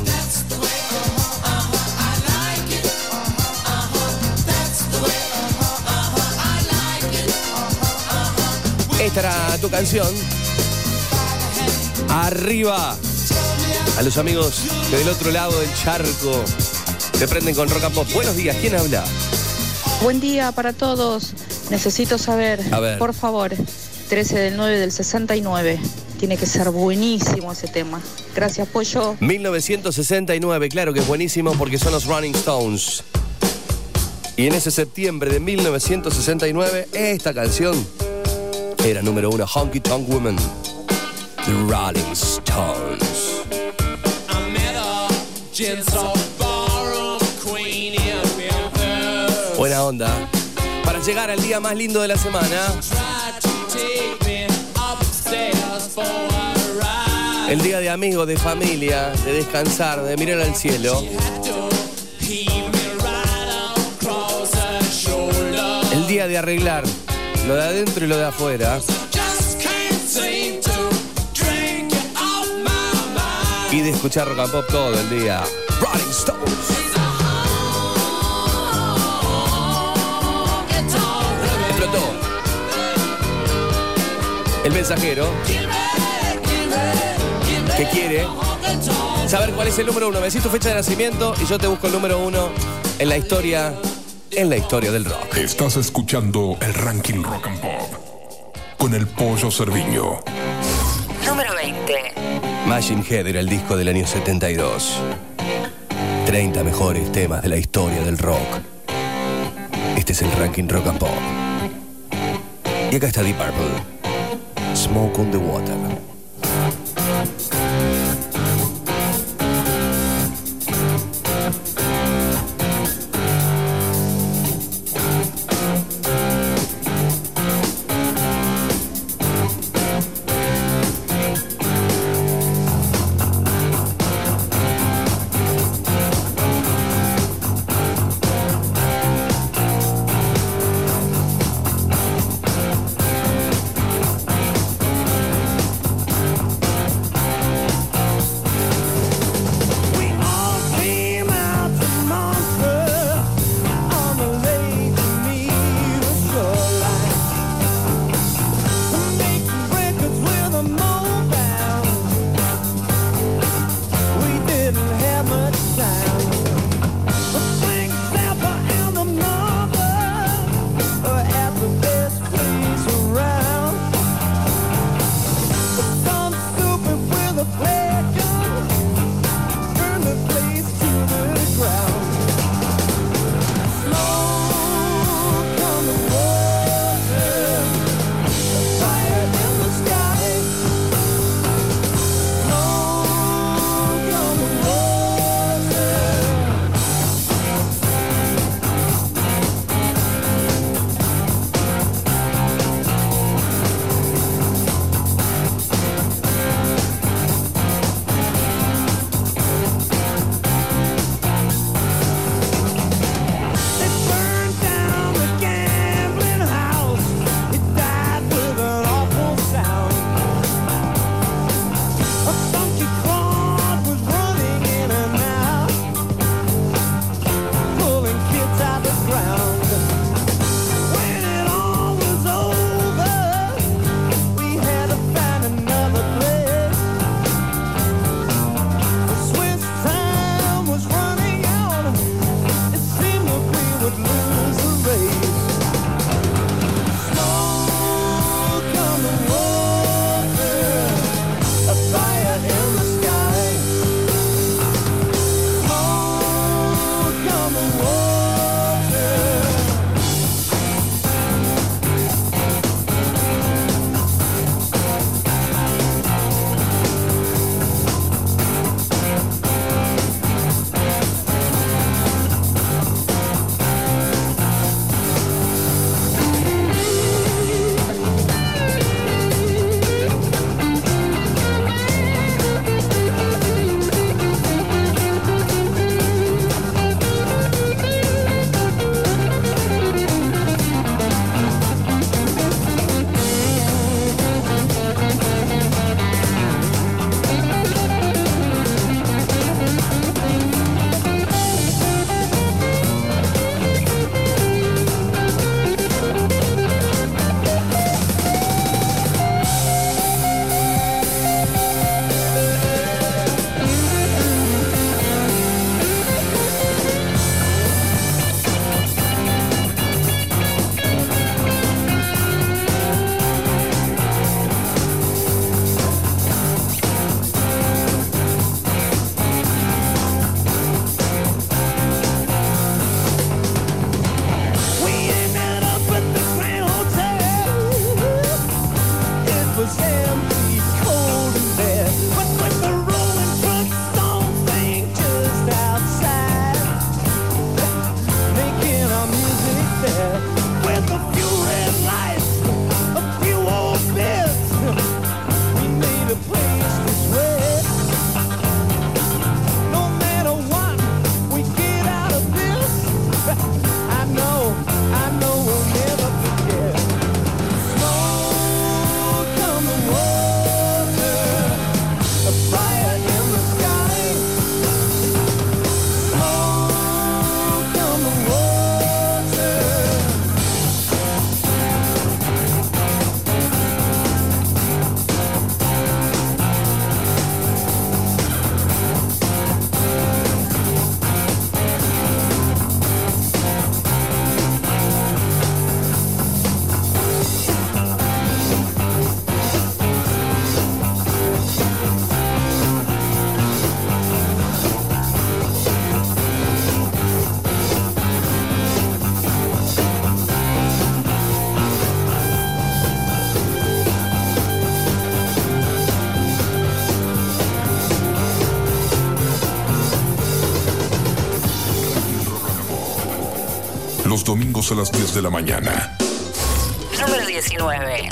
Esta era tu canción. Arriba a los amigos que del otro lado del charco se prenden con Rock and Pop. Buenos días, ¿quién habla? Buen día para todos. Necesito saber, A ver. por favor, 13 del 9 del 69. Tiene que ser buenísimo ese tema. Gracias, Pollo. 1969, claro que es buenísimo porque son los Rolling Stones. Y en ese septiembre de 1969, esta canción era número 1, Honky Tonk Woman, The Rolling Stones. Buena onda. Para llegar al día más lindo de la semana. El día de amigos, de familia, de descansar, de mirar al cielo. El día de arreglar lo de adentro y lo de afuera. Y de escuchar Rock and Pop todo el día. Rolling Stones. Explotó. El mensajero que quiere saber cuál es el número 1. Me decís tu fecha de nacimiento y yo te busco el número 1 en la historia del rock. Estás escuchando el ranking Rock and Pop con el Pollo Cerviño. Número 20. Machine Head era el disco del año 72. 30 mejores temas de la historia del rock. Este es el ranking Rock and Pop. Y acá está Deep Purple. Smoke on the Water. Los domingos a las 10 de la mañana. Número 19.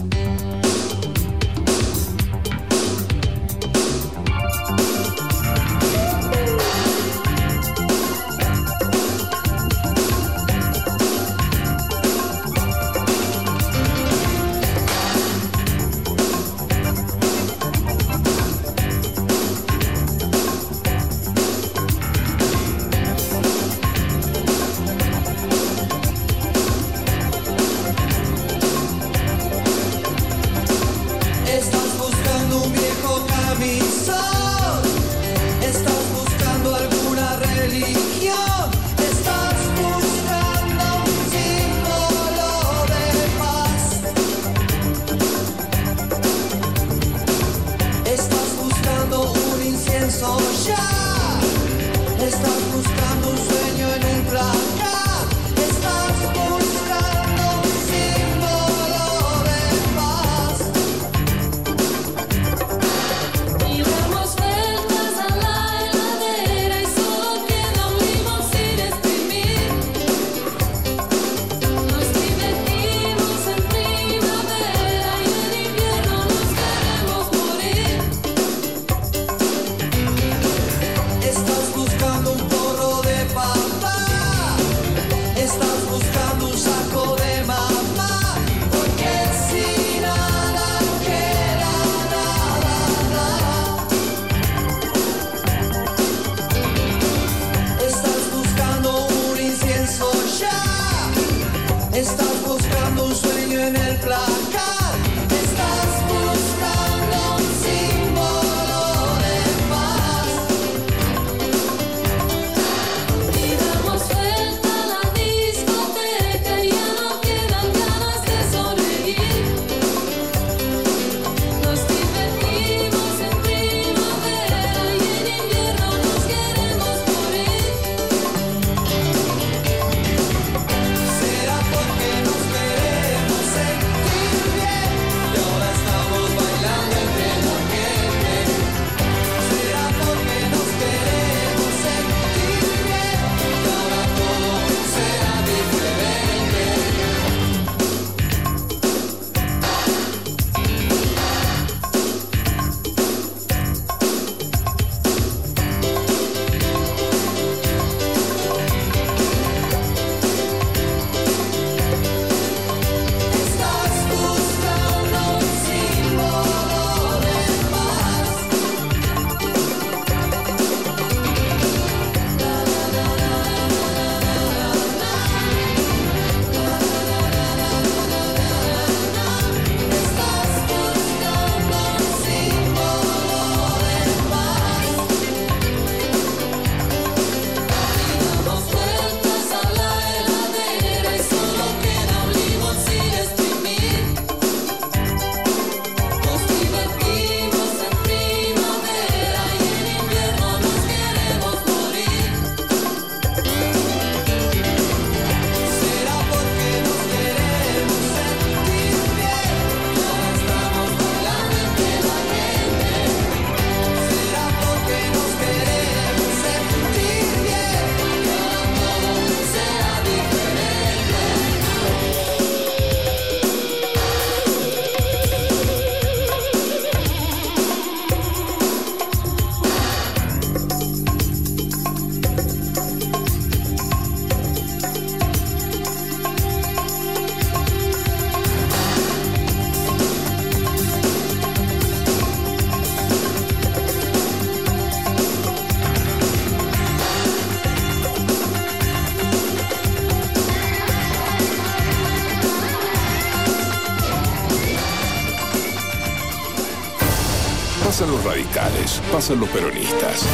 Pasan los radicales, pasan los peronistas.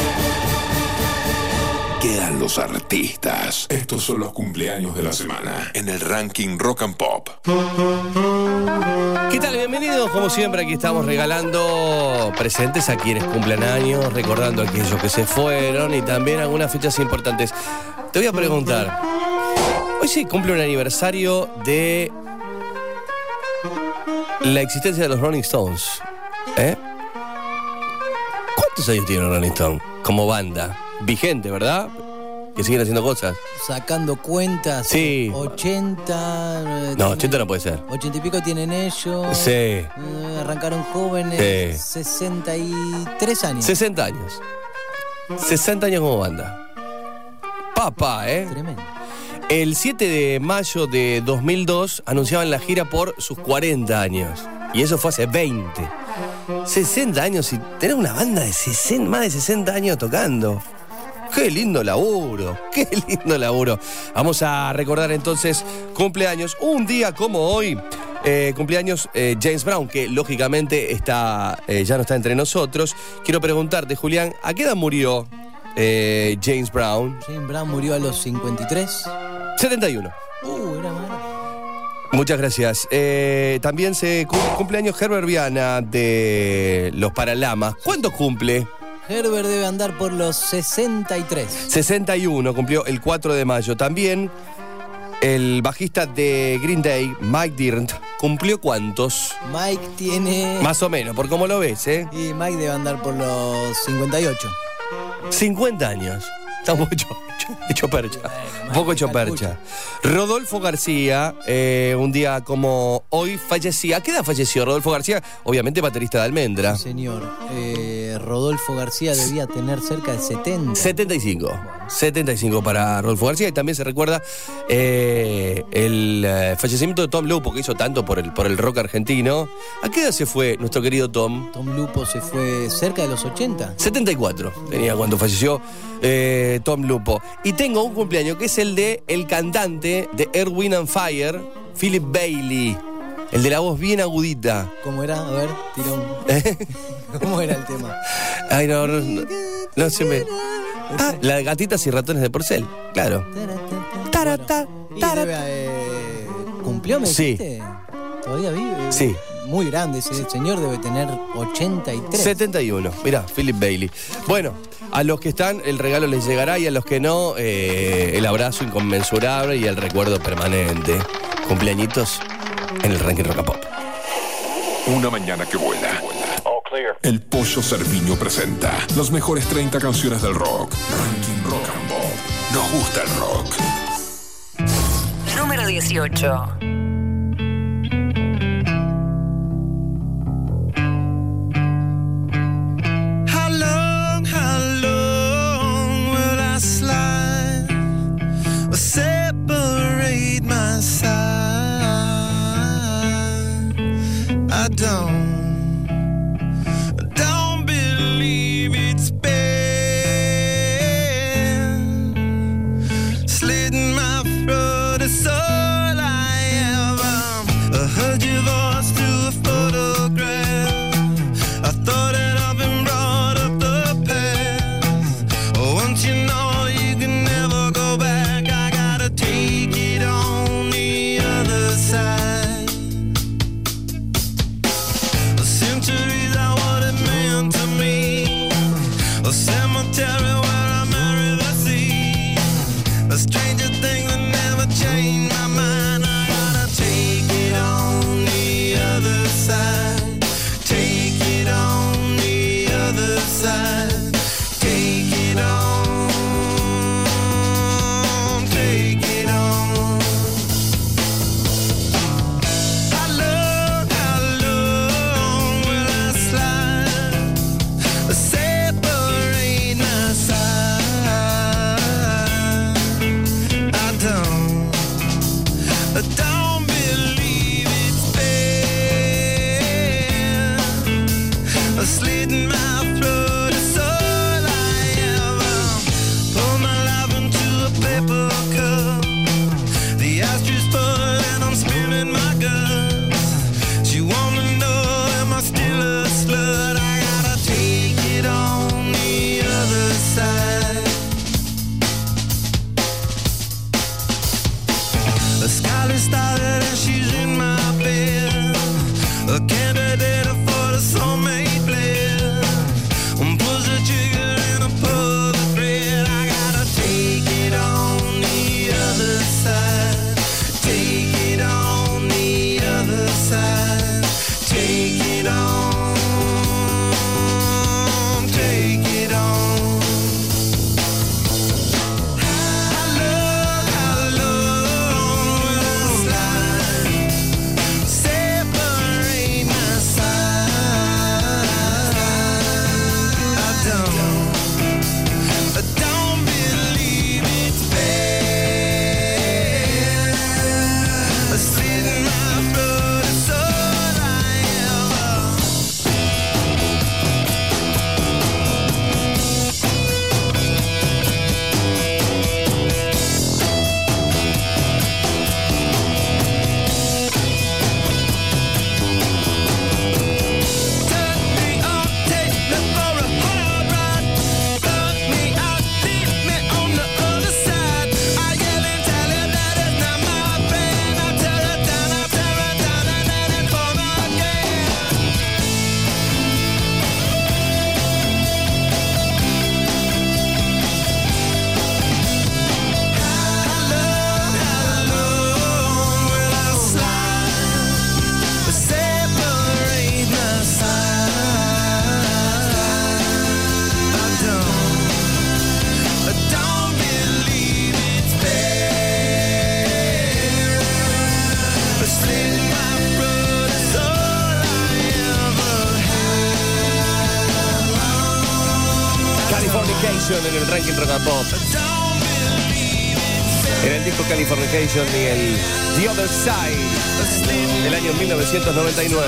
Quedan los artistas. Estos son los cumpleaños de la semana en el ranking Rock and Pop. ¿Qué tal? Bienvenidos. Como siempre, aquí estamos regalando presentes a quienes cumplen años, recordando a aquellos que se fueron y también algunas fechas importantes. Te voy a preguntar, hoy se cumple un aniversario de la existencia de los Rolling Stones. ¿Cuántos años tiene Rolling Stone como banda? Vigente, ¿verdad? que siguen haciendo cosas. Sacando cuentas. Sí. 80. No, 80 no puede ser. 80 y pico tienen ellos. Sí. Arrancaron jóvenes. Sí. 63 años. 60 años. 60 años como banda. Papá, Tremendo. El 7 de mayo de 2002 anunciaban la gira por sus 40 años. Y eso fue hace 20. 60 años y tener una banda de más de 60 años tocando. ¡Qué lindo laburo! ¡Qué lindo laburo! Vamos a recordar entonces cumpleaños. Un día como hoy, cumpleaños James Brown, que lógicamente ya no está entre nosotros. Quiero preguntarte, Julián, ¿a qué edad murió James Brown? James Brown murió a los 53. 71. Era malo. Muchas gracias. También se cumpleaños Herbert Viana de Los Paralamas. ¿Cuánto cumple? Herbert debe andar por los 63. 61, cumplió el 4 de mayo. También el bajista de Green Day, Mike Dirnt, ¿cumplió cuántos? Mike tiene... Más o menos, por cómo lo ves, ¿eh? Y Mike debe andar por los 58. 50 años. Estamos hecho percha. Un poco hecho percha. Rodolfo García, un día como hoy fallecía. ¿A qué edad falleció Rodolfo García? Obviamente baterista de Almendra. Sí, señor. Rodolfo García debía tener cerca de 70. 75. 75 para Rodolfo García. Y también se recuerda el fallecimiento de Tom Lupo, que hizo tanto por el rock argentino. ¿A qué edad se fue nuestro querido Tom? Tom Lupo se fue cerca de los 80. 74 tenía cuando falleció Tom Lupo. Y tengo un cumpleaños que es el de el cantante de Earth, Wind and Fire, Philip Bailey. El de la voz bien agudita. ¿Cómo era? A ver, tirón. ¿Cómo era el tema? Ay, no se me... Ah, la de Gatitas y Ratones de Porcel, claro. ¿Cumplió, me Sí. dijiste? ¿Todavía vive? Sí. Muy grande, ese señor debe tener 83. 71, mirá, Philip Bailey. Bueno, a los que están el regalo les llegará y a los que no, el abrazo inconmensurable y el recuerdo permanente. Cumpleañitos en el Ranking Rock and Pop. Una mañana que vuela. El Pollo Cerviño presenta las mejores 30 canciones del rock. Ranking Rock and Pop. Nos gusta el rock. Número 18. How long will I slide or separate my side? I don't believe it's been slitting my throat. It's all I ever heard your voice through a photograph. I thought that I've been brought up the past. Once you know you can never go back, I gotta take it on the other side. Centuries are what it meant to me. A cemetery where I marry the sea. A stranger thing that never changed my mind. I gotta take it on the other side. Take it on the other side. Take it on. Take it on. How long will I slide? Separate my side. I don't believe it's been slitting my throat. It's all I ever pour my life into a paper cup. The ashtray full and I'm spilling my guts. She wanna know, am I still a slut? I gotta take it on the other side. A scarlet started and she's in my bed. A candidate for the soulmate blend. Pulls the trigger and I pull the thread. I gotta take it on the other side. Take it on the other side. Take it on. Take it on. How en el ranking Rock and Pop. En el disco Californication y el The Other Side del año 1999.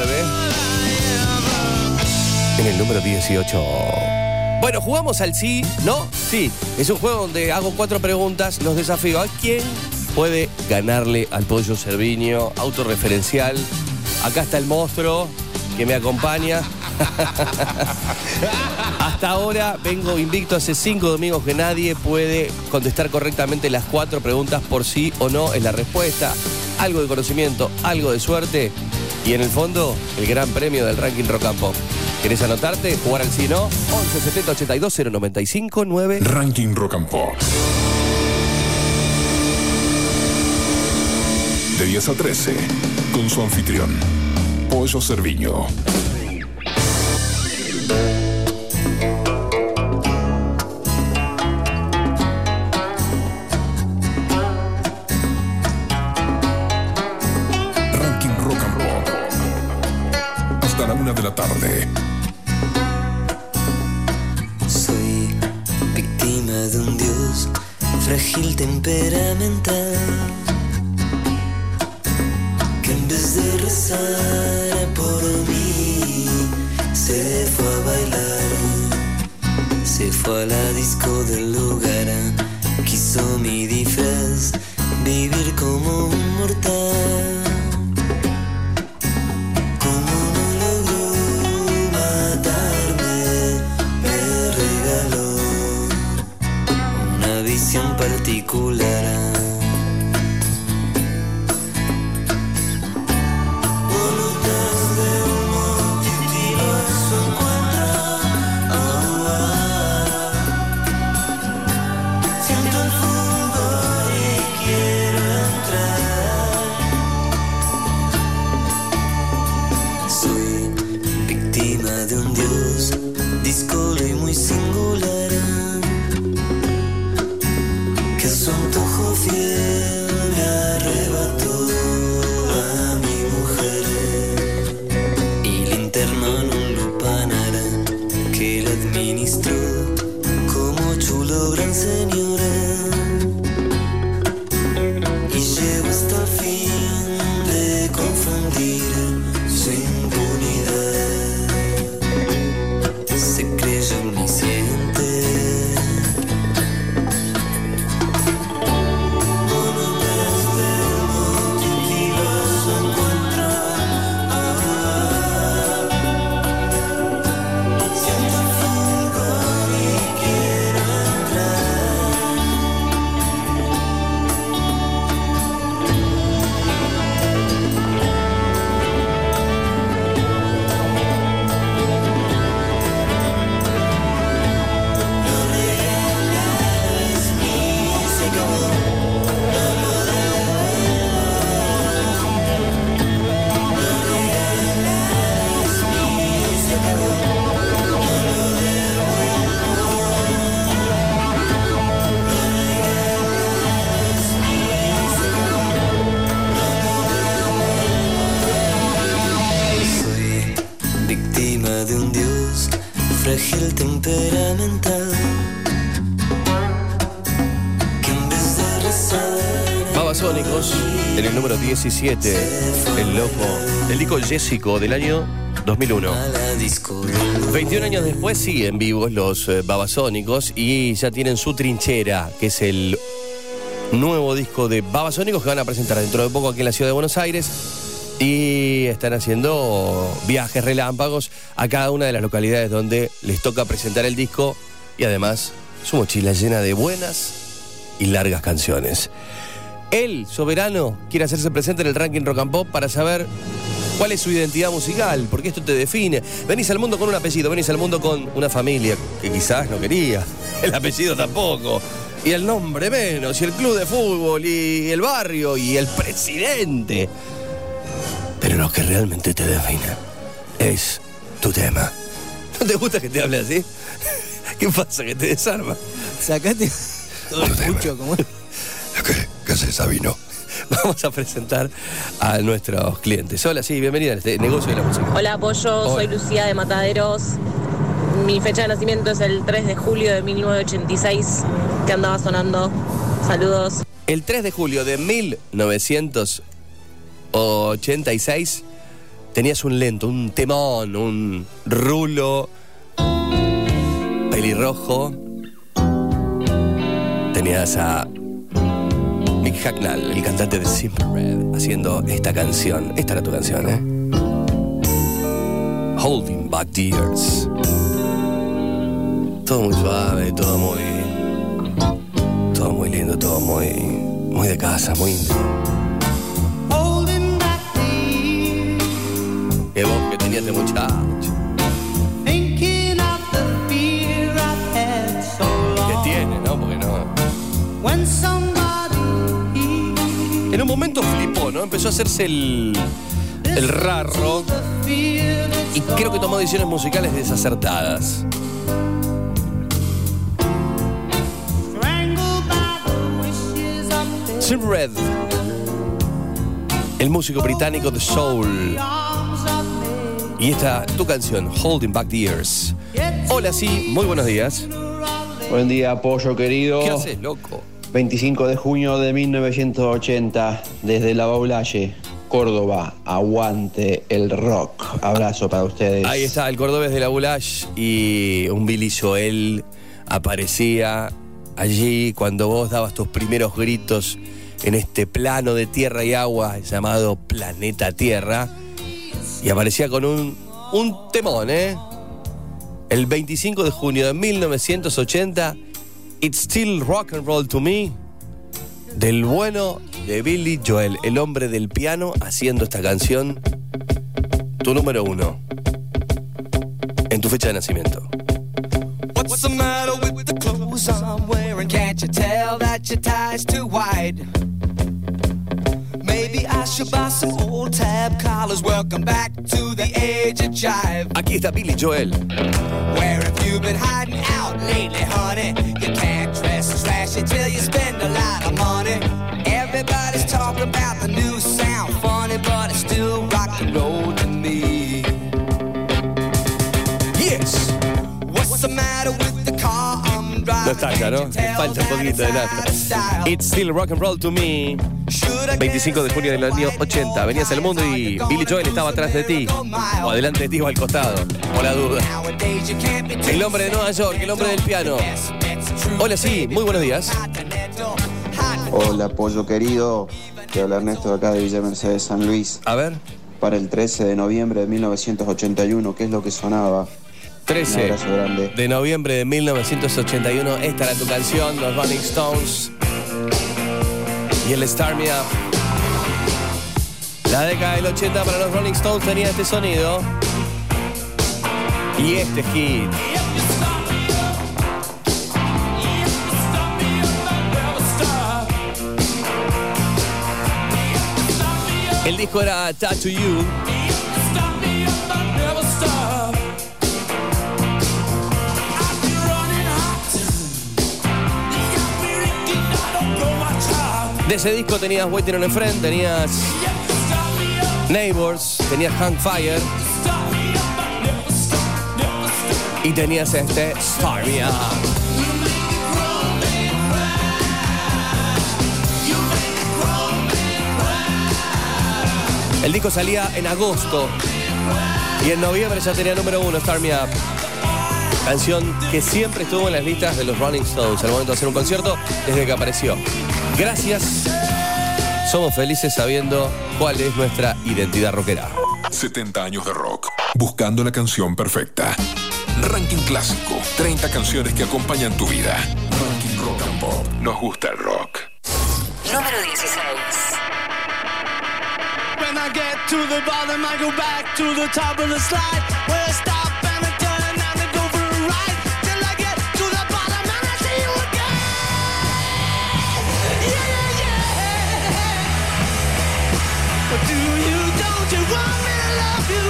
En el número 18. Bueno, jugamos al sí, ¿no? Sí, es un juego donde hago 4 preguntas, los desafío. ¿A quién puede ganarle al Pollo Cerviño? Autorreferencial. Acá está el monstruo que me acompaña. Hasta ahora vengo invicto, hace 5 domingos que nadie puede contestar correctamente las 4 preguntas por sí o no es la respuesta. Algo de conocimiento, algo de suerte y en el fondo el gran premio del ranking Rock and Pop. ¿Querés anotarte? ¿Jugar al sí no? 11 70 82 095 9. Ranking Rock and Pop. De 10 a 13, con su anfitrión, Pollo Cerviño. Ranking Rock and Pop. Hasta la 1 de la tarde. Soy víctima de un dios frágil temperamental que en vez de rezar por mí se fue a bailar, se fue a la disco del lugar, quiso mi disfraz, vivir como un mortal. Como no logró matarme, me regaló una visión particular. Discolo y muy singular, que su antojo fiel me arrebató a mi mujer y le internó en un lupanar que la administró como chulo gran señor y llegó hasta el fin de confundir su impunidad. Se creyó omnisciente. Voluntades del multiverso encuentro. Siento el fulgor y quiero entrar. Soy víctima de un dios frágil temperamental que en vez de rezar Babasónicos, en el número 17, el loco, el disco Jessico del año 2001. 21 años después siguen vivos los Babasónicos y ya tienen su trinchera, que es el nuevo disco de Babasónicos que van a presentar dentro de poco aquí en la ciudad de Buenos Aires. Y están haciendo viajes relámpagos a cada una de las localidades donde les toca presentar el disco. Y además, su mochila llena de buenas y largas canciones. El soberano quiere hacerse presente en el ranking Rock and Pop para saber cuál es su identidad musical, porque esto te define. Venís al mundo con un apellido, venís al mundo con una familia que quizás no quería, el apellido tampoco, y el nombre menos, y el club de fútbol, y el barrio, y el presidente. Pero lo que realmente te define es tu tema. ¿No te gusta que te hable así? ¿Qué pasa? ¿Que te desarma? Sacate todo el pucho como... ¿Qué haces, Sabino? Vamos a presentar a nuestros clientes. Hola, sí, bienvenida a este negocio de la música. Hola, Pollo, soy Lucía de Mataderos. Mi fecha de nacimiento es el 3 de julio de 1986, que andaba sonando. Saludos. El 3 de julio de 1986 tenías un lento, un temón, un rulo pelirrojo. Tenías a Mick Hucknall, el cantante de Simple Red, haciendo esta canción. Esta era tu canción, ¿eh? Holding Back Tears. Todo muy suave, todo muy lindo, todo muy de casa, muy íntimo. Qué voz que tenía este muchacho. ¿Qué tiene, no? Porque no. En un momento flipó, ¿no? Empezó a hacerse el rarro. Y creo que tomó decisiones musicales desacertadas. Simple Red, el músico británico de soul. Y esta, tu canción, Holding Back the Years. Hola, sí, muy buenos días. Buen día, Pollo querido. ¿Qué haces, loco? 25 de junio de 1980, desde La Baulalle, Córdoba. Aguante el rock. Abrazo para ustedes. Ahí está, el cordobés de La Baulalle y un Billy Joel aparecía allí cuando vos dabas tus primeros gritos en este plano de tierra y agua llamado Planeta Tierra. Y aparecía con un temón, ¿eh? El 25 de junio de 1980, It's Still Rock and Roll to Me, del bueno de Billy Joel, el hombre del piano, haciendo esta canción, tu número 1, en tu fecha de nacimiento. What's the matter with the clothes I'm wearing? Can't you tell that your tie's too wide? Maybe I should buy some old tab collars. Welcome back to the age of jive. Aquí está Billy Joel. Where have you been hiding out lately, honey? You can't dress trashy till you spend a lot of money. Everybody's talking about the new sound, funny, but it's still rock and roll to me. Yes. What's the matter with the car I'm driving? No está acá, ¿no? Falta un poquito de nafta. It's Still Rock and Roll to Me. 25 de junio del año 80. Venías al mundo y Billy Joel estaba atrás de ti. O adelante de ti o al costado. Por la duda. El hombre de Nueva York, el hombre del piano. Hola, sí, muy buenos días. Hola, Pollo querido. Te habla Ernesto de acá de Villa Mercedes, San Luis. A ver. Para el 13 de noviembre de 1981, ¿qué es lo que sonaba? 13 Un abrazo grande. de noviembre de 1981. Esta era tu canción, los Rolling Stones. Y el Start Me Up. La década del 80 para los Rolling Stones tenía este sonido. Y este hit. El disco era Tattoo You. De ese disco tenías Waiting on a Friend, tenías Neighbors, tenías Hang Fire y tenías este Start Me Up. El disco salía en agosto y en noviembre ya tenía número 1, Start Me Up. Canción que siempre estuvo en las listas de los Rolling Stones al momento de hacer un concierto desde que apareció. Gracias. Somos felices sabiendo cuál es nuestra identidad rockera. 70 años de rock. Buscando la canción perfecta. Ranking clásico. 30 canciones que acompañan tu vida. Ranking Rock and Pop. Nos gusta el rock. Número 16. When I get to the bottom, I go back to the top of the slide. Where I stop and I turn and I go for a ride. Till I get to the bottom and I see you again. Yeah, yeah, yeah. But do you, don't you want me to love you?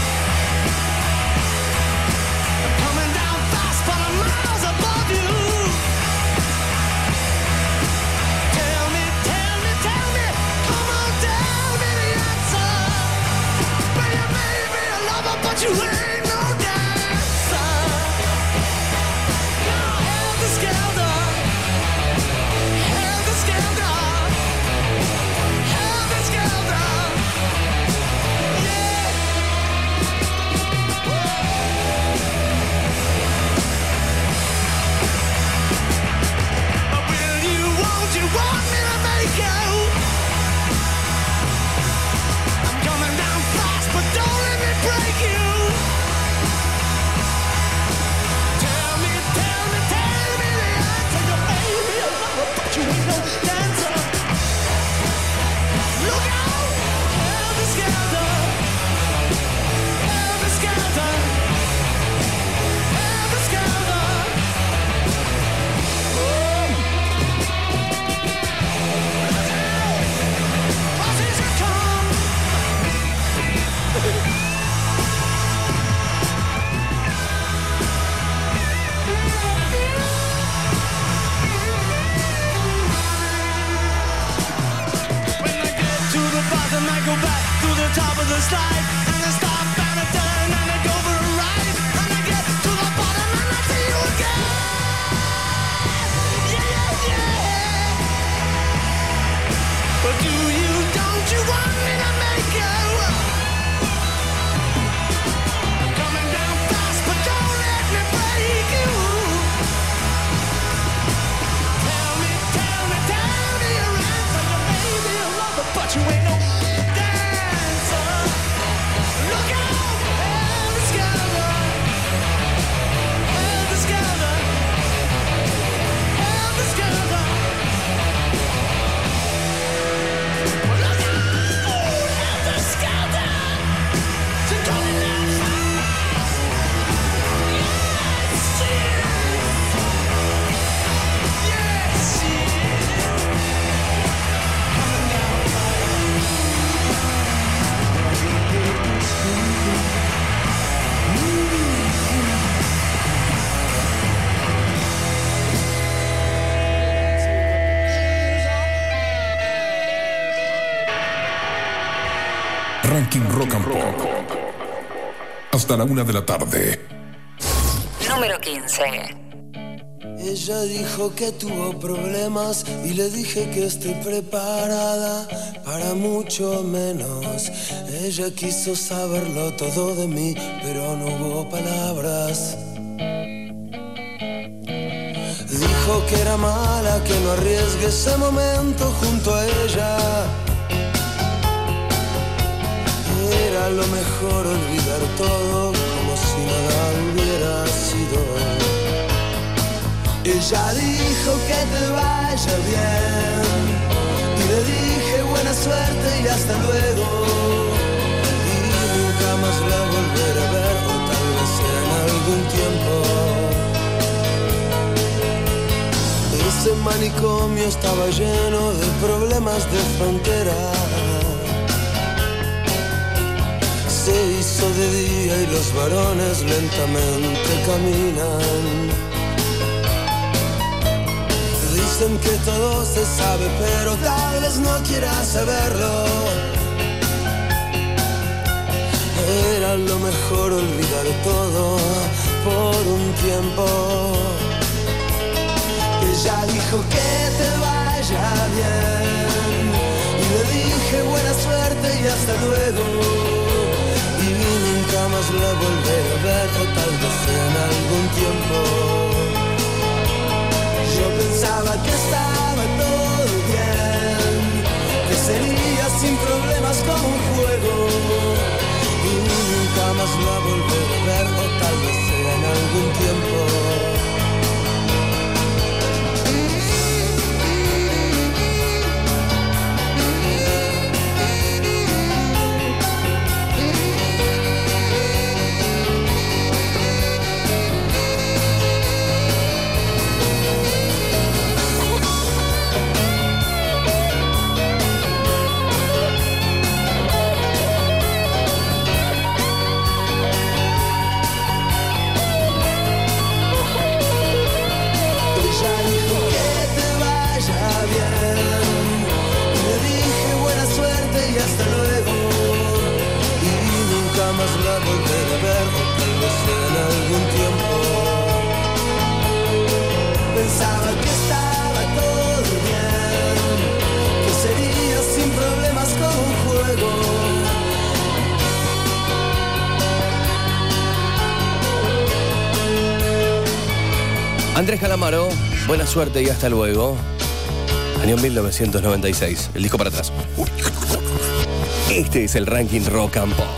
I'm coming down fast, but I'm miles above you. Tell me, tell me, tell me, come on, tell me the answer. Well, you may be a lover, but you ain't no dancer. make you. I'm coming down fast, but don't let me break you. Tell me the answer, your baby, but you ain't no dancer. Look out, helter skelter, helter skelter, helter skelter. And I go back to the top of the slide, and I stop and I turn and I go for a ride, and I get to the bottom and I see you again. Yeah, yeah, yeah. But don't you want me to make you? I'm coming down fast, but don't let me break you. Tell me your answer, you baby, I love it, but you ain't no. Ranking Rock and Pop. Hasta la 1 de la tarde. Número 15. Ella dijo que tuvo problemas y le dije que estoy preparada para mucho menos. Ella quiso saberlo todo de mí, pero no hubo palabras. Dijo que era mala, que no arriesgue ese momento junto a ella. Era lo mejor olvidar todo como si nada hubiera sido. Ella dijo que te vaya bien y le dije buena suerte y hasta luego. Y nunca más la volveré a ver, o tal vez en algún tiempo. Ese manicomio estaba lleno de problemas de frontera. Se hizo de día y los varones lentamente caminan. Dicen que todo se sabe, pero tal vez no quieras saberlo. Era lo mejor olvidar todo por un tiempo. Ella dijo que te vaya bien y le dije buena suerte y hasta luego. Nunca más la volveré a ver, o tal vez en algún tiempo. Yo pensaba que estaba todo bien, que sería sin problemas como un juego. Y nunca más la volveré a ver, o tal vez en algún tiempo. Andrés Calamaro, buena suerte y hasta luego. Año 1996, el disco para atrás. Este es el ranking Rock and Pop.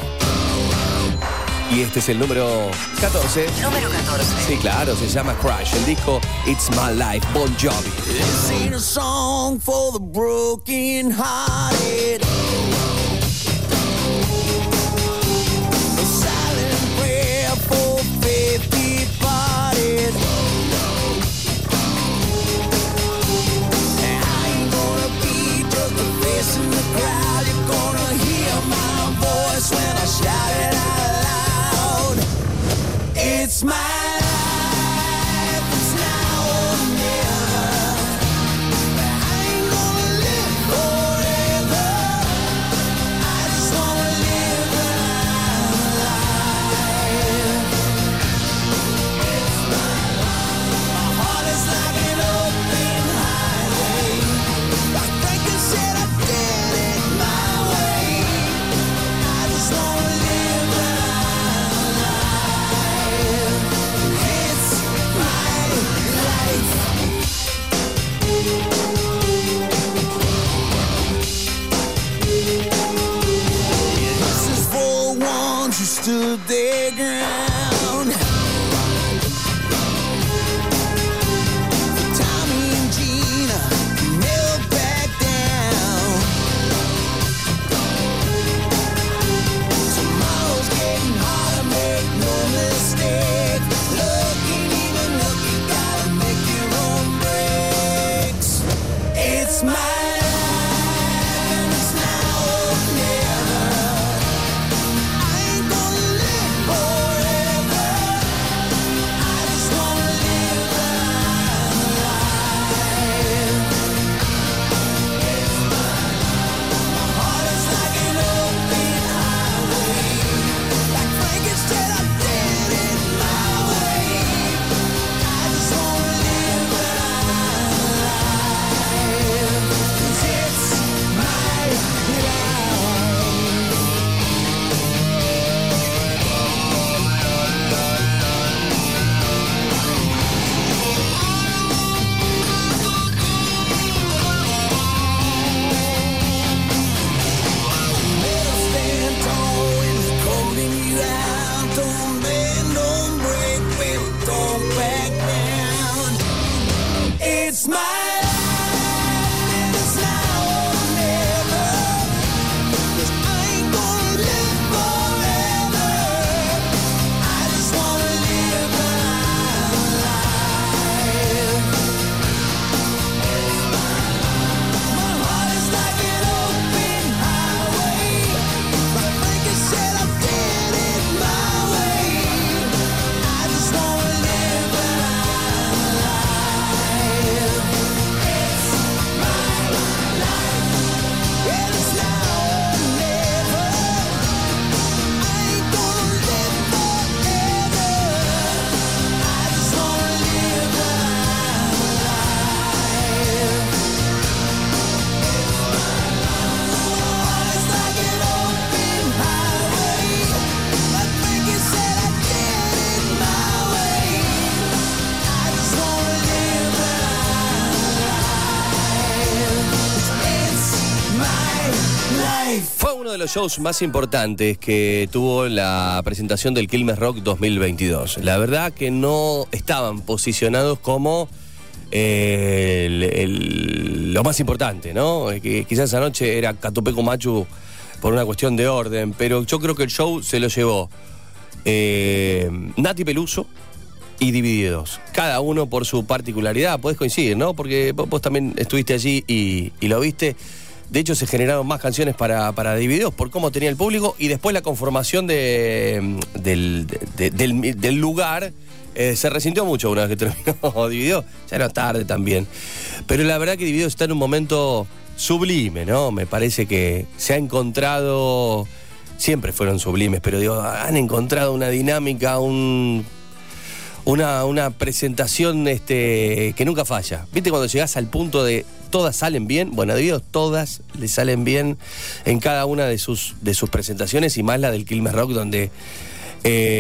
Y este es el número 14. Número 14. Sí, claro, se llama Crash. El disco It's My Life, Bon Jovi. This ain't a song for the broken hearted. A silent prayer for faith departed. And I ain't gonna be just a face in the crowd. You're gonna hear my voice when I shout it out loud. It's my life, it's now or never. I ain't gonna live forever. I just wanna live my life. It's my life. My heart is like an open highway. Like Franklin said, I did it my way. I just wanna live my life. It's my life. This is for ones who stood their ground. For Tommy and Gina, who never back down. Tomorrow's getting harder, make no mistake. Look ain't even look, you gotta make your own breaks. It's my life, and it's now or never. I ain't gonna live forever. I just wanna live my life. My heart is like an open highway. Like Franklin said, I did it my way. I just wanna live my life. 'Cause it's my life. Better stand tall when they're calling you out. Don't bend, don't break, baby, don't back down. It's my life, and it's now or never. 'Cause I ain't gonna live forever. I just wanna live my life. My heart is like an open highway. Like Franklin said, I did it my way. I just wanna live my life. It's my life, and it's now or never. I ain't gonna live forever. I just wanna live my life. It's like an open highway. Like Franklin said, I did it my way. I just wanna live my life. It's my life. Fue uno de los shows más importantes que tuvo la presentación del Quilmes Rock 2022. La verdad que no estaban posicionados como lo más importante, ¿no? Que quizás anoche era Catupecu Machu por una cuestión de orden, pero yo creo que el show se lo llevó Nati Peluso y Divididos, cada uno por su particularidad. Podés coincidir, ¿no? Porque vos también estuviste allí y lo viste. De hecho, se generaron más canciones para Divididos por cómo tenía el público y después la conformación del lugar. Se resintió mucho una vez que terminó Divididos. Ya era tarde también. Pero la verdad que Divididos está en un momento sublime, ¿no? Me parece que se ha encontrado. Siempre fueron sublimes, pero digo, han encontrado una dinámica, una presentación que nunca falla. ¿Viste cuando llegás al punto de todas salen bien? Bueno, a Divididos todas le salen bien en cada una de sus presentaciones, y más la del Quilmes Rock, donde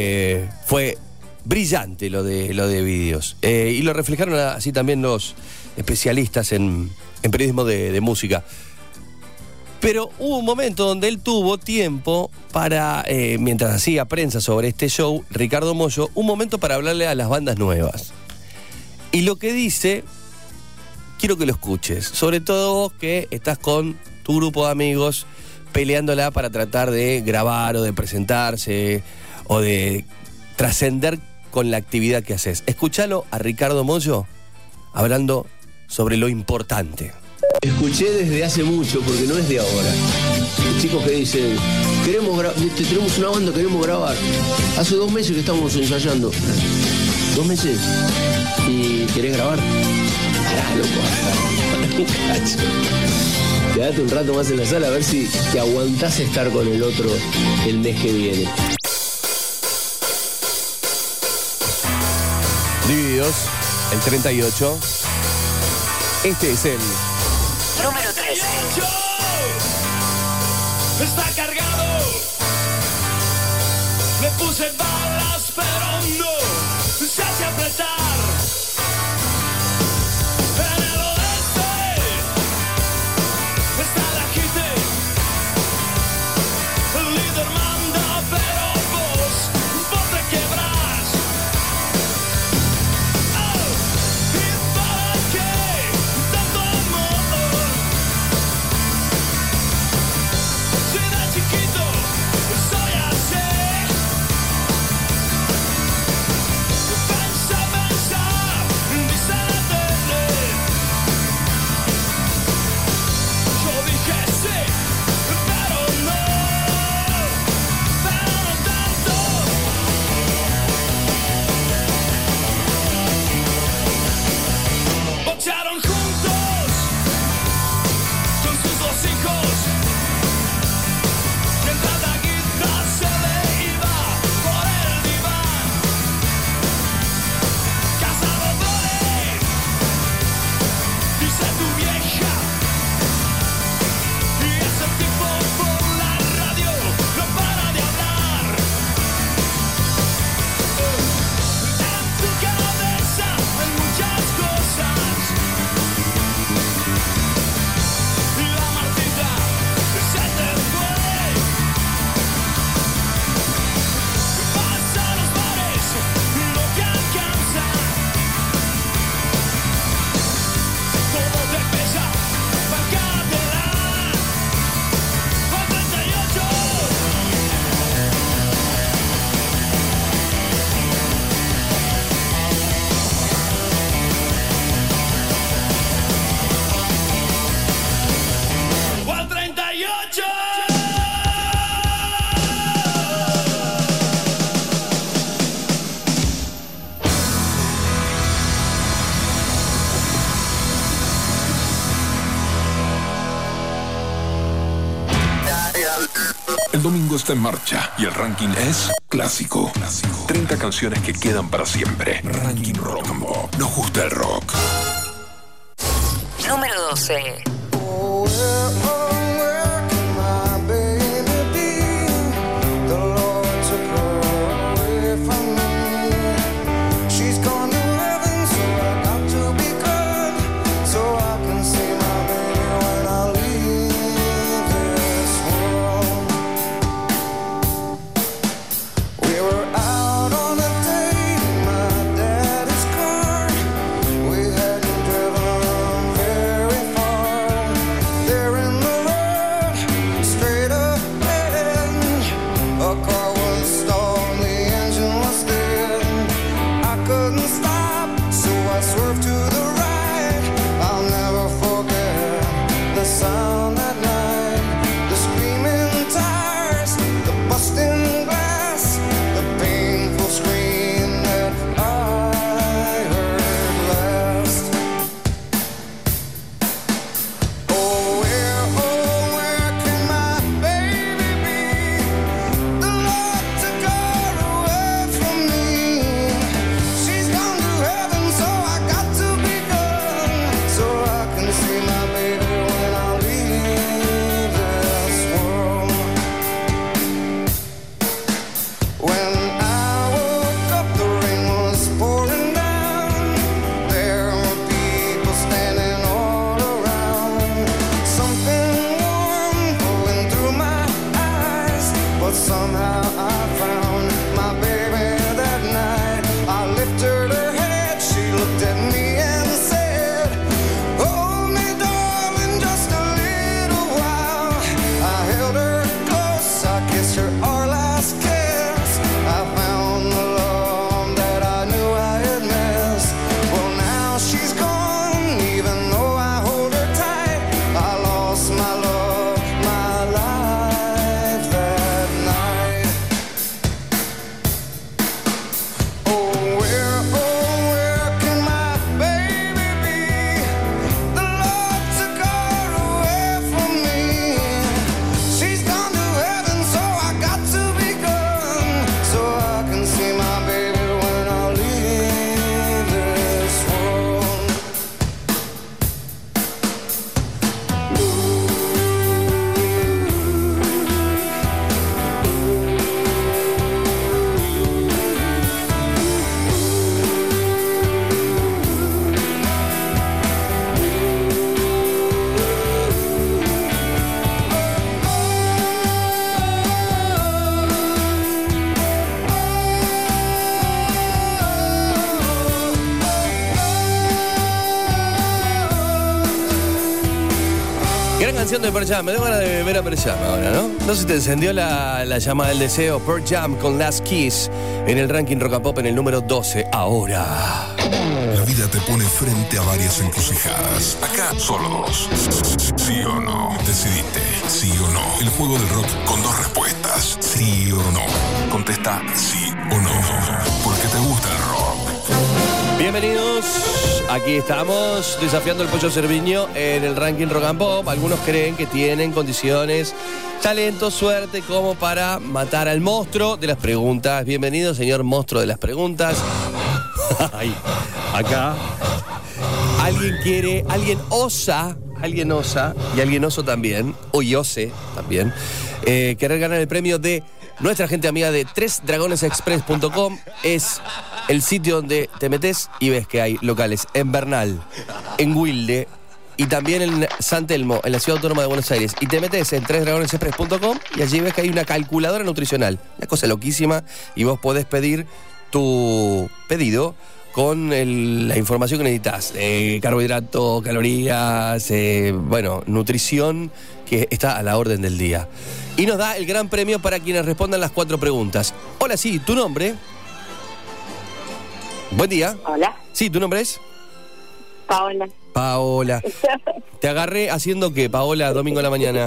fue brillante lo de Divididos. Y lo reflejaron así también los especialistas en periodismo de música. Pero hubo un momento donde él tuvo tiempo para, mientras hacía prensa sobre este show, Ricardo Mollo, un momento para hablarle a las bandas nuevas. Y lo que dice, quiero que lo escuches, sobre todo vos que estás con tu grupo de amigos peleándola para tratar de grabar o de presentarse o de trascender con la actividad que haces. Escuchalo a Ricardo Mollo hablando sobre lo importante. Escuché desde hace mucho, porque no es de ahora. Chicos que dicen, tenemos una banda, queremos grabar. Hace 2 meses que estamos ensayando. 2 meses. ¿Y querés grabar? Pará, loco, hasta. Quédate un rato más en la sala a ver si te aguantás estar con el otro el mes que viene. Divididos, el 38. Este es el número 13. Está cargado. Le puse balas, pero no se hace apretar. En el oeste está la gente. El líder manda, pero vos te quebrás. Oh, ¿y para qué tanto amor? Si de chiquito soy así. Dice la tele. Yo dije sí, pero no tanto. Boxearon juntos con sus 2 hijos. Mientras la guita se le iba por el diván. Casado Dolly, dice tu vieja. Y ese tipo por la radio no para de hablar. En tu cabeza hay muchas cosas. Y la Martita se te fue. Vas a los bares, no te alcanza. Todo te pesa, bancátela. Con 38. O al 38. El domingo está en marcha y el ranking es clásico. 30 canciones que quedan para siempre. Ranking Rock and Pop. Nos gusta el rock. Número 12. See my baby when I leave. Gran canción de Pearl Jam. Me dio ganas de ver a Pearl Jam ahora, ¿no? No se te encendió la llama del deseo. Pearl Jam con Last Kiss en el ranking Rock and Pop en el número 12. Ahora. La vida te pone frente a varias encrucijadas. Acá solo dos. ¿Sí o no? Decidiste. ¿Sí o no? El juego del rock con dos respuestas. ¿Sí o no? Contesta sí o no. Porque te gusta el rock. Bienvenidos. Aquí estamos desafiando el Pollo Cerviño en el ranking Rock and Pop. Algunos creen que tienen condiciones, talento, suerte como para matar al monstruo de las preguntas. Bienvenido, señor monstruo de las preguntas. Ay, acá. Alguien osa y alguien oso también, o yose también, querer ganar el premio de nuestra gente amiga de 3dragonesexpress.com. Es el sitio donde te metes y ves que hay locales en Bernal, en Wilde y también en San Telmo, en la Ciudad Autónoma de Buenos Aires. Y te metes en 3dragonesexpress.com y allí ves que hay una calculadora nutricional, una cosa loquísima, y vos podés pedir tu pedido con la información que necesitas, carbohidratos, calorías, nutrición, que está a la orden del día. Y nos da el gran premio para quienes respondan las 4 preguntas. Hola, sí, ¿tu nombre? Buen día. Hola. Sí, ¿tu nombre es? Paola. Paola. ¿Te agarré haciendo qué, Paola, domingo a la mañana?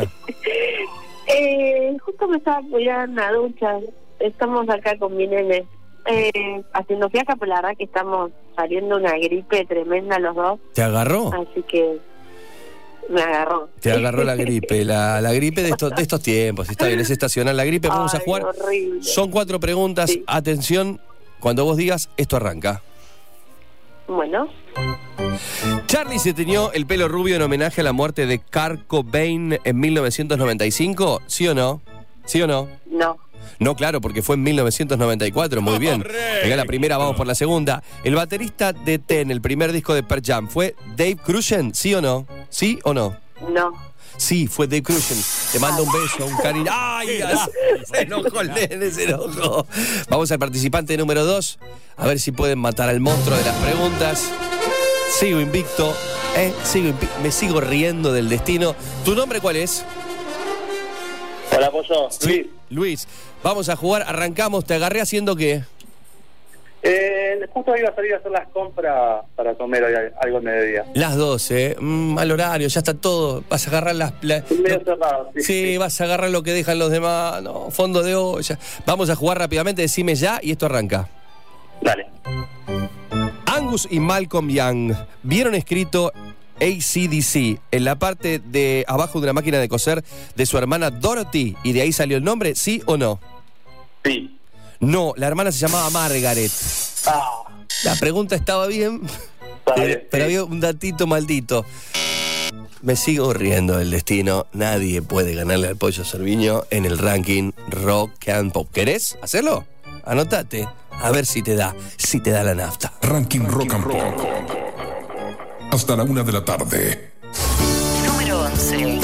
Justo me estaba apoyando en la ducha. Estamos acá con mi nene. Haciendo fiaca, pero la verdad que estamos saliendo una gripe tremenda los dos. ¿Te agarró? Así que me agarró. Te agarró la gripe, la gripe de estos tiempos. Está bien, es estacional la gripe. Vamos a jugar. Horrible. Son 4 preguntas. Sí. Atención, cuando vos digas, esto arranca. Bueno. ¿Charlie se teñió el pelo rubio en homenaje a la muerte de Kurt Cobain en 1995? ¿Sí o no? ¿Sí o no? No. No, claro, porque fue en 1994, muy bien. Venga la primera, vamos por la segunda. ¿El baterista de Ten, el primer disco de Pearl Jam, fue Dave Crushen? ¿Sí o no? ¿Sí o no? No. Sí, fue Dave Crushen. Te mando un beso, un cariño. ¡Ay! Se enojó el nene, se enojó. Vamos al participante número 2. A ver si pueden matar al monstruo de las preguntas. Sigo invicto, me sigo riendo del destino. ¿Tu nombre cuál es? Hola, Pollo. Sí, Luis. Vamos a jugar, arrancamos. ¿Te agarré haciendo qué? Justo iba a salir a hacer las compras para comer hoy algo al mediodía. Las 12, al horario, ya está todo. Vas a agarrar medio cerrado, sí. Sí, vas a agarrar lo que dejan los demás. No, fondo de olla. Vamos a jugar rápidamente, decime ya y esto arranca. Dale. Angus y Malcolm Young vieron escrito AC/DC en la parte de abajo de una máquina de coser de su hermana Dorothy, y de ahí salió el nombre, ¿sí o no? Sí. No, la hermana se llamaba Margaret. La pregunta estaba bien, pero había un datito maldito. Me sigo riendo del destino. Nadie puede ganarle al Pollo Cerviño en el ranking Rock and Pop. ¿Querés hacerlo? Anótate, a ver si te da la nafta. Ranking Rock and Pop. Hasta la 1 de la tarde. Número 11.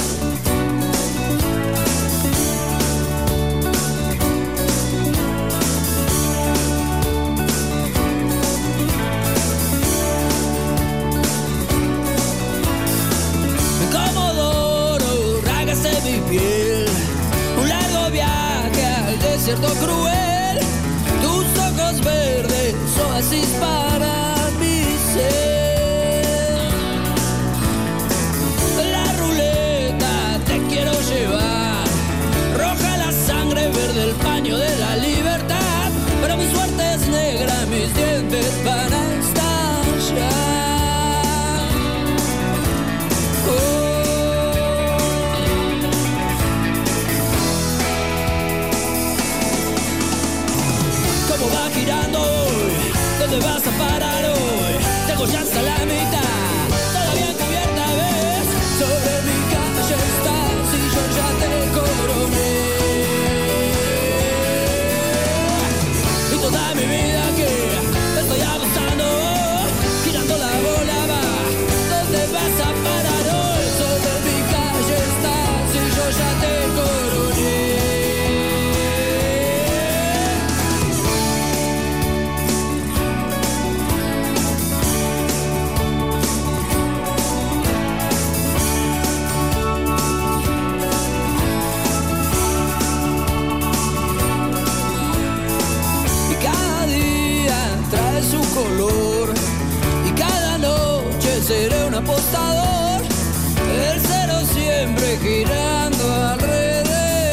Comodoro, rágase mi piel. Un largo viaje al desierto cruel. Tus ojos verdes, oasis para mi ser. La ruleta te quiero llevar. Roja la sangre, verde el paño de la libertad. Pero mi suerte es negra, mis dientes van a estallar. ¿Cómo va girando hoy? ¿Dónde vas a parar hoy? Tengo ya hasta la mitad, todavía cubierta ves. Sobre mi calle estás y yo ya te coroné. Y toda mi vida que estoy apostando, girando la bola va. ¿Dónde vas a parar hoy? Sobre mi calle estás y yo ya te coroné. apostador, el cero siempre girando alrededor.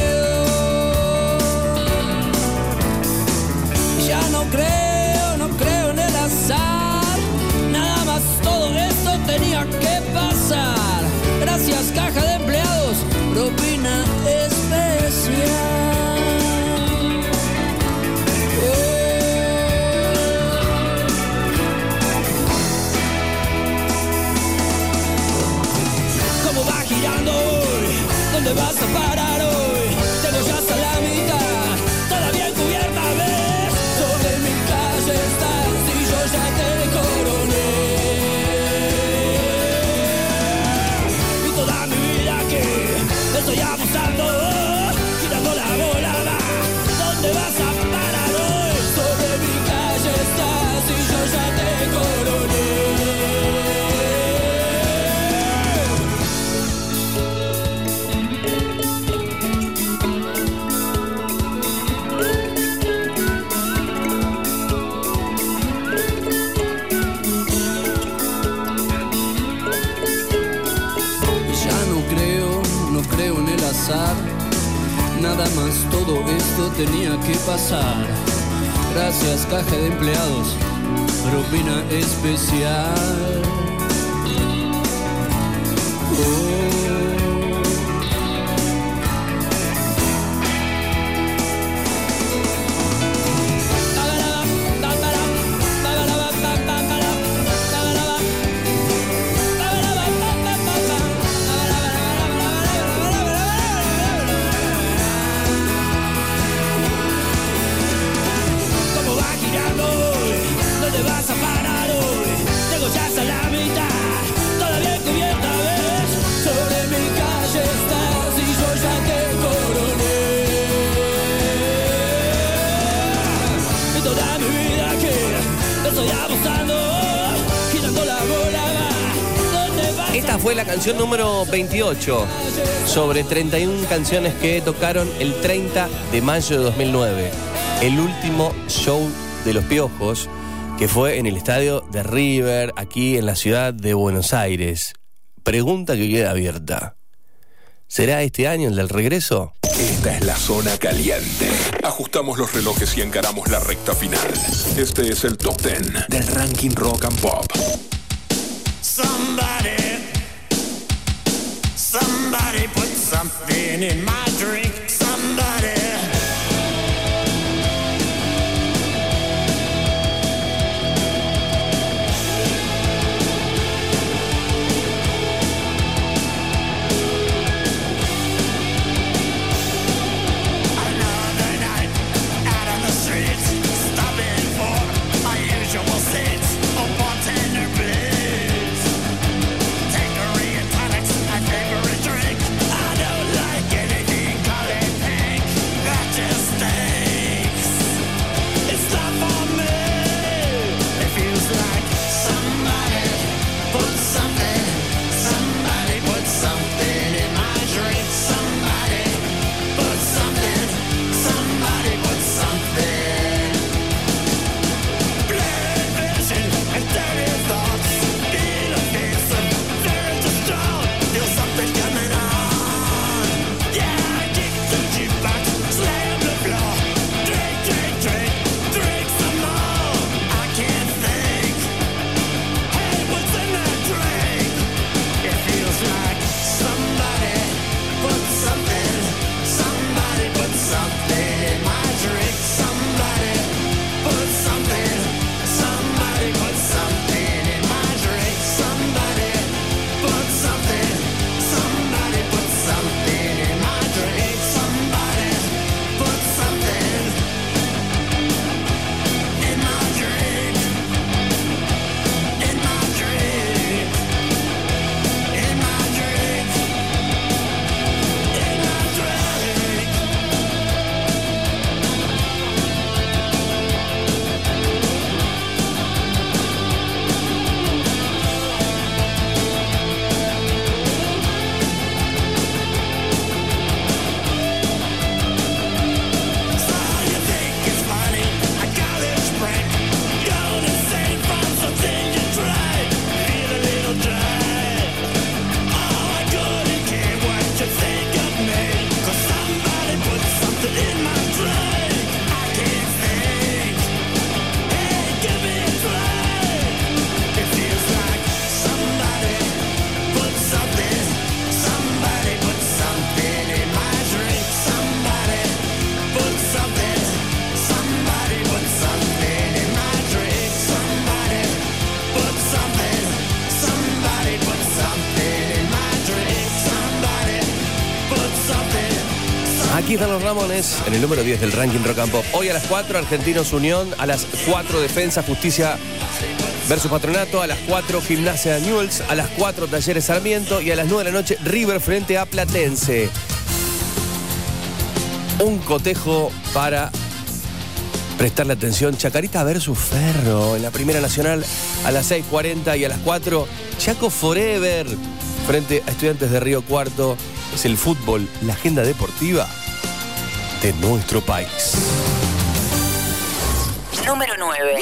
Ya no creo en el azar, nada más todo esto tenía que pasar. Gracias caja de empleados, propina especial. ¿Cómo va girando hoy? ¿Dónde vas a parar hoy? Tengo ya hasta la mitad, todavía encubierta ves. Sobre mi calle estás y yo ya te coroné. Y toda mi vida que estoy abusando, girando la bola va. ¿Dónde vas a parar hoy? Sobre mi calle estás y yo ya te coroné. No creo en el azar, nada más todo esto tenía que pasar. Gracias caja de empleados, propina especial. ¿Cómo va girando hoy? ¿Dónde vas a parar hoy? Tengo ya hasta la mitad, todavía cubierta ves. Sobre mi calle estás y yo ya te coroné. Y toda mi vida que estoy abusando, girando la bola va. ¿Dónde vas? Esta fue la canción número 28 sobre 31 canciones que tocaron el 30 de mayo de 2009. El último show de Los Piojos, que fue en el estadio de River, aquí en la ciudad de Buenos Aires. Pregunta que queda abierta. ¿Será este año el del regreso? Esta es la zona caliente. Ajustamos los relojes y encaramos la recta final. Este es el Top 10 del ranking Rock and Pop. Somebody put something in my drink. Somebody. Another night out on the streets, stopping for my usual seats. A bartender, please. Tangerine and tonics, my favorite drink. I don't like anything colored. Aquí están los Ramones en el número 10 del ranking Rock and Pop. Hoy a las 4, Argentinos Unión. A las 4, Defensa, Justicia versus Patronato. A las 4, Gimnasia Newell's. A las 4, Talleres Sarmiento. Y a las 9 de la noche, River frente a Platense. Un cotejo para prestarle atención. Chacarita versus Ferro en la Primera Nacional a las 6:40 y a las 4, Chaco Forever frente a Estudiantes de Río Cuarto. Es el fútbol, la agenda deportiva de nuestro país. Número 9.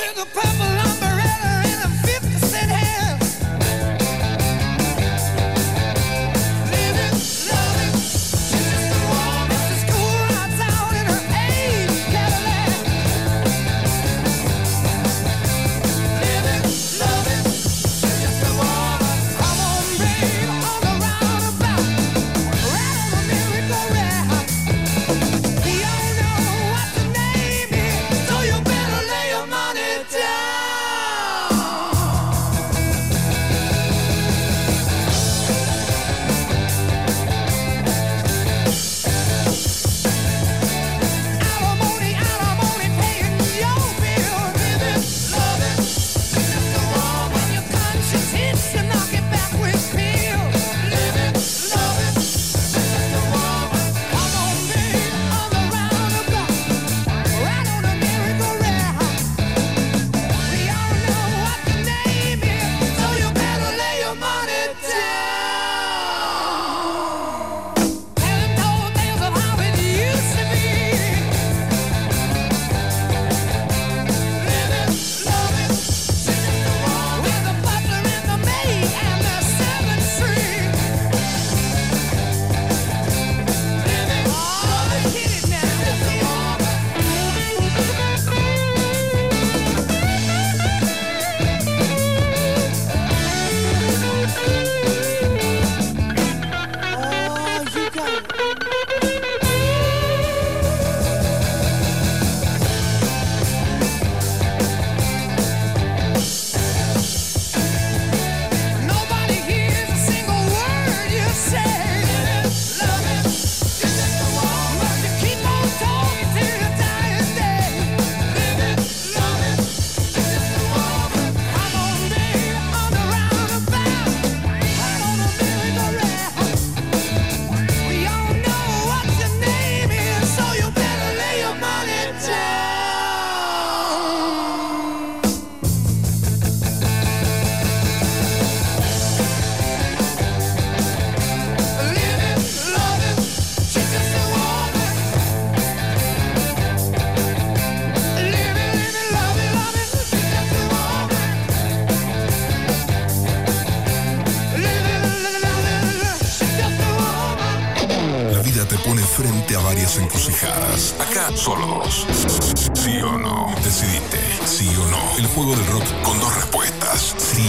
Frente a varias encrucijadas. Acá solo dos. ¿Sí o no? Decidite. ¿Sí o no? El juego del rock con dos respuestas. ¿Sí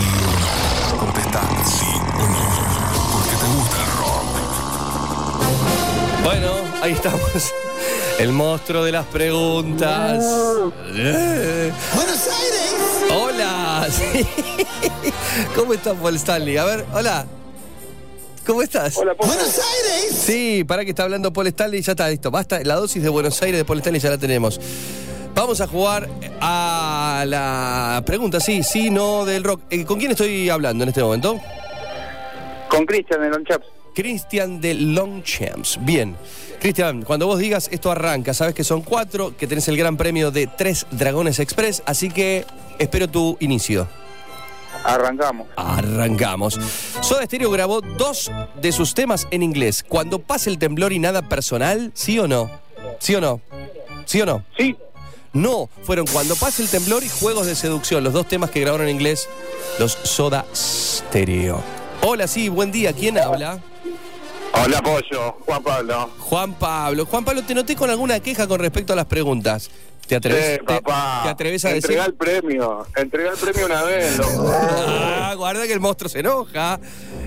o no? Contesta sí o no. Porque te gusta el rock. Bueno, ahí estamos. El monstruo de las preguntas. Buenos Aires. Hola. Sí. ¿Cómo estás, Paul Stanley? A ver, hola. ¿Cómo estás? Hola, Paul. Buenos Aires. Sí, para que está hablando Paul Stanley, ya está listo. Basta, la dosis de Buenos Aires de Paul Stanley ya la tenemos. Vamos a jugar a la pregunta, sí, no del rock. ¿Con quién estoy hablando en este momento? Con Cristian de Longchamps. Cristian de Longchamps. Bien. Cristian, cuando vos digas esto arranca, sabes que son 4, que tenés el gran premio de 3 Dragones Express, así que espero tu inicio. Arrancamos. Soda Stereo grabó 2 de sus temas en inglés. Cuando pase el temblor y nada personal, ¿sí o no? ¿Sí o no? ¿Sí o no? Sí. No, fueron Cuando pase el temblor y Juegos de seducción, los 2 temas que grabaron en inglés los Soda Stereo. Hola, sí, buen día. ¿Quién habla? Hola, Pollo. Juan Pablo. Juan Pablo, te noté con alguna queja con respecto a las preguntas. ¿Te atreves, papá, te atreves a decir? Entrega el premio una vez, loco. Guarda que el monstruo se enoja.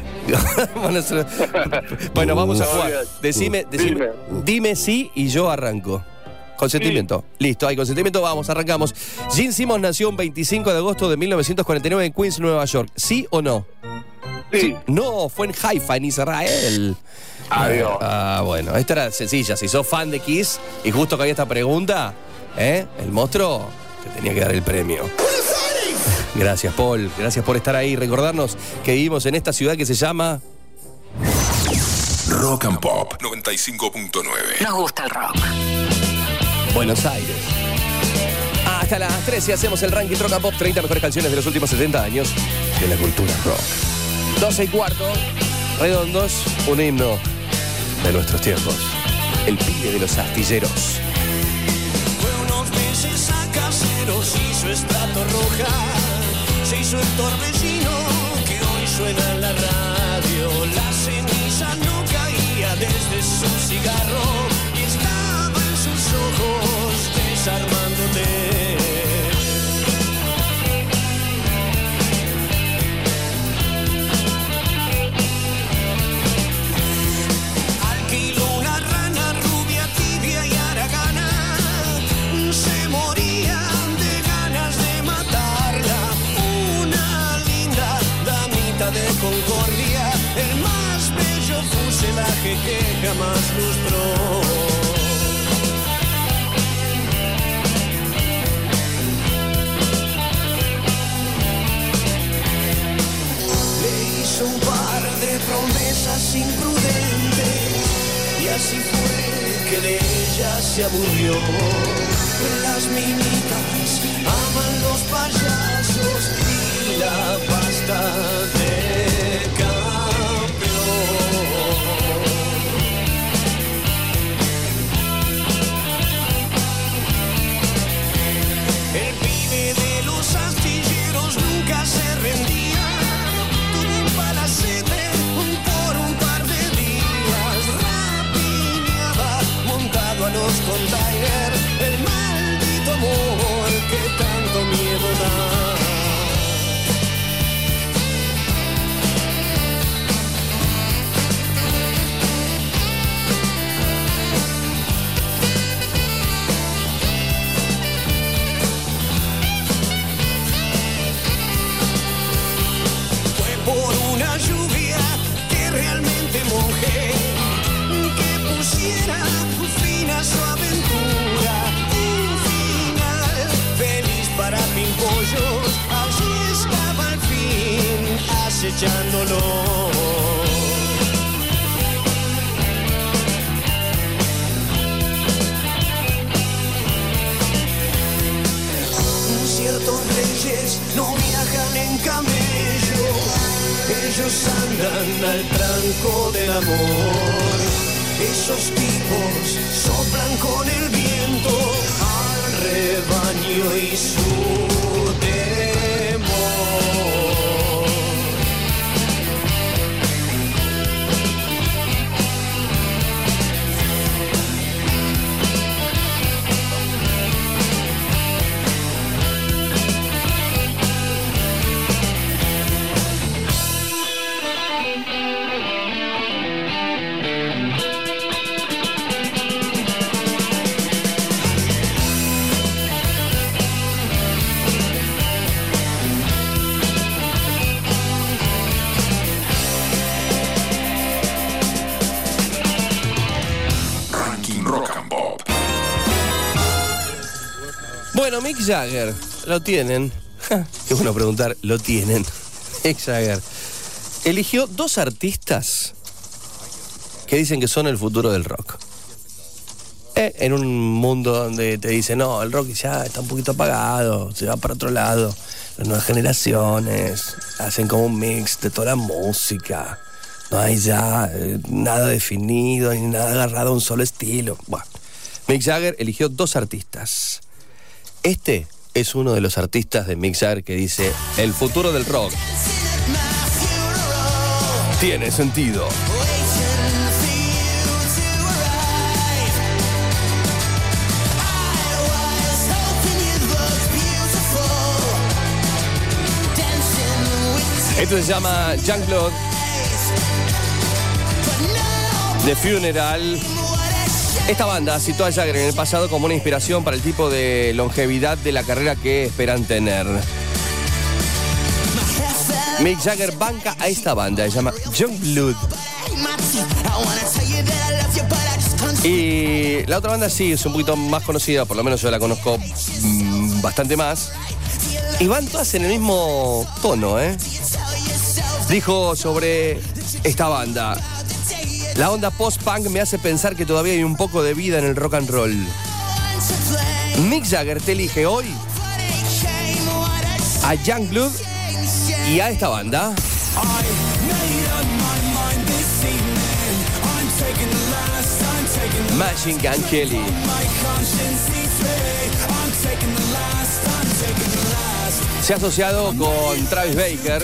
Bueno, vamos a jugar. Dime sí y yo arranco. Consentimiento. Sí. Listo, hay consentimiento, vamos, arrancamos. Gene Simmons nació un 25 de agosto de 1949 en Queens, Nueva York. ¿Sí o no? Sí. No, fue en Haifa, en Israel. Adiós. Bueno, esta era sencilla. Si sos fan de Kiss y justo que había esta pregunta, el monstruo te tenía que dar el premio. Gracias, Paul. Gracias por estar ahí. Recordarnos que vivimos en esta ciudad que se llama Rock and Pop 95.9. Nos gusta el rock. Buenos Aires. Hasta las 13 hacemos el ranking Rock and Pop, 30 mejores canciones de los últimos 70 años de la cultura rock. 12:15, redondos, un himno de nuestros tiempos. El pibe de los astilleros. Fue unos meses a Caseros, hizo estrato roja, se hizo el torbellino que hoy suena en la radio. La ceniza no caía desde su cigarro y estaba en sus ojos desarmándote. Alquiló una rana rubia, tibia y haragana, se morían de ganas de matarla. Una linda damita de Concordia, el más bello fuselaje que jamás lustró. Un par de promesas imprudentes y así fue que de ella se aburrió. Las minitas aman los payasos y la pasta de campeón. El pibe de los astilleros nunca se rendía. Por un par de días rapiñaba montado a los containers, el maldito amor que tanto miedo da. Por una lluvia que realmente mojé, que pusiera fin a su aventura. Un final feliz para Pimpollo, allí estaba al fin acechándolo. Ciertos reyes no viajan en camello, ellos andan al tranco del amor. Esos tipos soplan con el viento al rebaño y su temor. Bueno, Mick Jagger, lo tienen. Qué bueno preguntar, lo tienen. Mick Jagger eligió dos artistas que dicen que son el futuro del rock. En un mundo donde te dicen, no, el rock ya está un poquito apagado, se va para otro lado. Las nuevas generaciones hacen como un mix de toda la música. No hay ya nada definido, ni nada agarrado a un solo estilo. Bueno, Mick Jagger eligió dos artistas. Este es uno de los artistas de Mick Jagger que dice, el futuro del rock tiene sentido. Esto se llama Jean-Claude The Funeral. Esta banda citó a Jagger en el pasado como una inspiración para el tipo de longevidad de la carrera que esperan tener. Mick Jagger banca a esta banda, se llama Youngblood. Y la otra banda sí es un poquito más conocida, por lo menos yo la conozco bastante más. Y van todas en el mismo tono, ¿eh? Dijo sobre esta banda: la onda post-punk me hace pensar que todavía hay un poco de vida en el rock and roll. Mick Jagger te elige hoy a Youngblood y a esta banda. Machine Gun Kelly. Se ha asociado con Travis Baker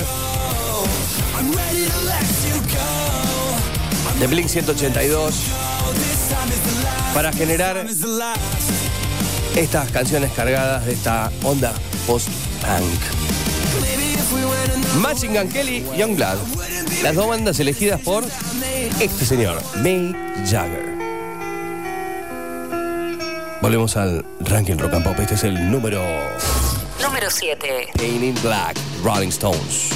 de Blink 182 para generar estas canciones cargadas de esta onda post-punk. Machine Gun Kelly y Youngblood, las dos bandas elegidas por este señor, Mick Jagger. Volvemos al ranking rock and pop. Este es el número 7. Ain't in Black, Rolling Stones.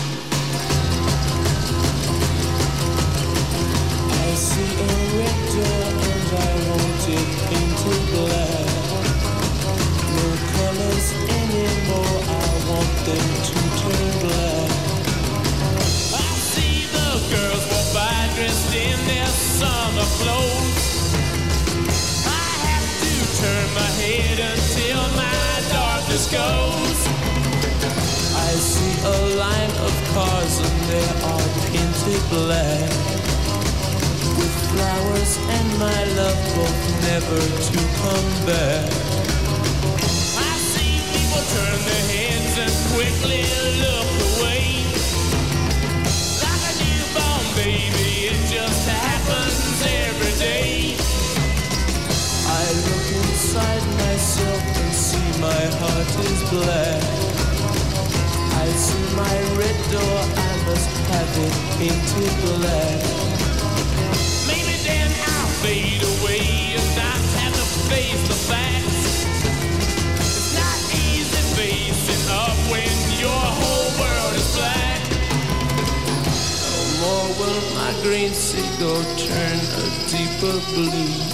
Turn my head until my darkness goes. I see a line of cars and they are painted black, with flowers and my love both never to come back. I see people turn their heads and quickly look away, like a newborn baby, it just happens every day. I look inside myself and see my heart is black. I see my red door, I must have it painted black. Maybe then I'll fade away and not have to face the facts. It's not easy facing up when your whole world is black. No more will my green seagull turn a deeper blue.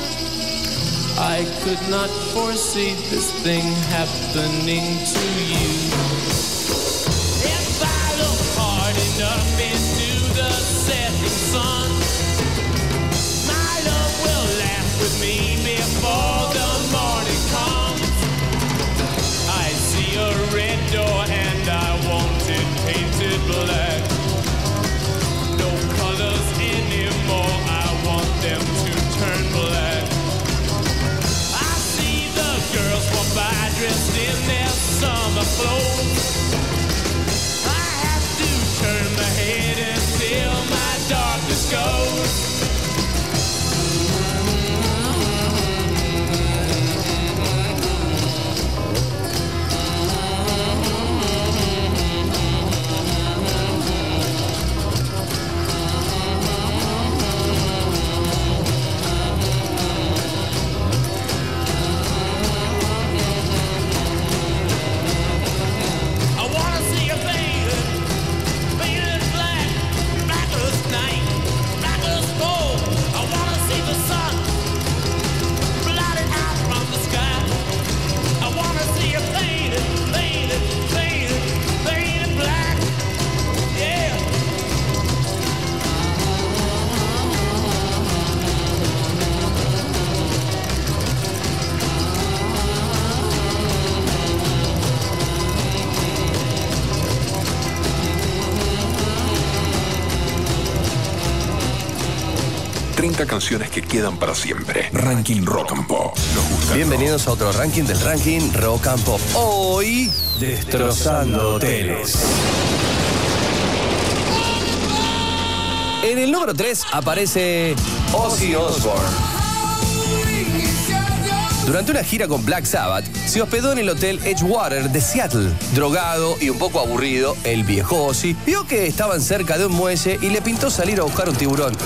I could not foresee this thing happening to you. If I look hard enough into the setting sun, my love will laugh with me before the morning comes. I see a red door and I want it painted black. No colors anymore, I want them to turn black. Girls walk by dressed in their summer clothes. I have to turn my head until my darkness goes. Canciones que quedan para siempre. Ranking Rock and Pop. Nos gusta. Bienvenidos a otro ranking del ranking Rock and Pop. Hoy, destrozando hoteles. En el número 3 aparece Ozzy Osbourne. Durante una gira con Black Sabbath, se hospedó en el hotel Edgewater de Seattle. Drogado y un poco aburrido, el viejo Ozzy vio que estaban cerca de un muelle y le pintó salir a buscar un tiburón.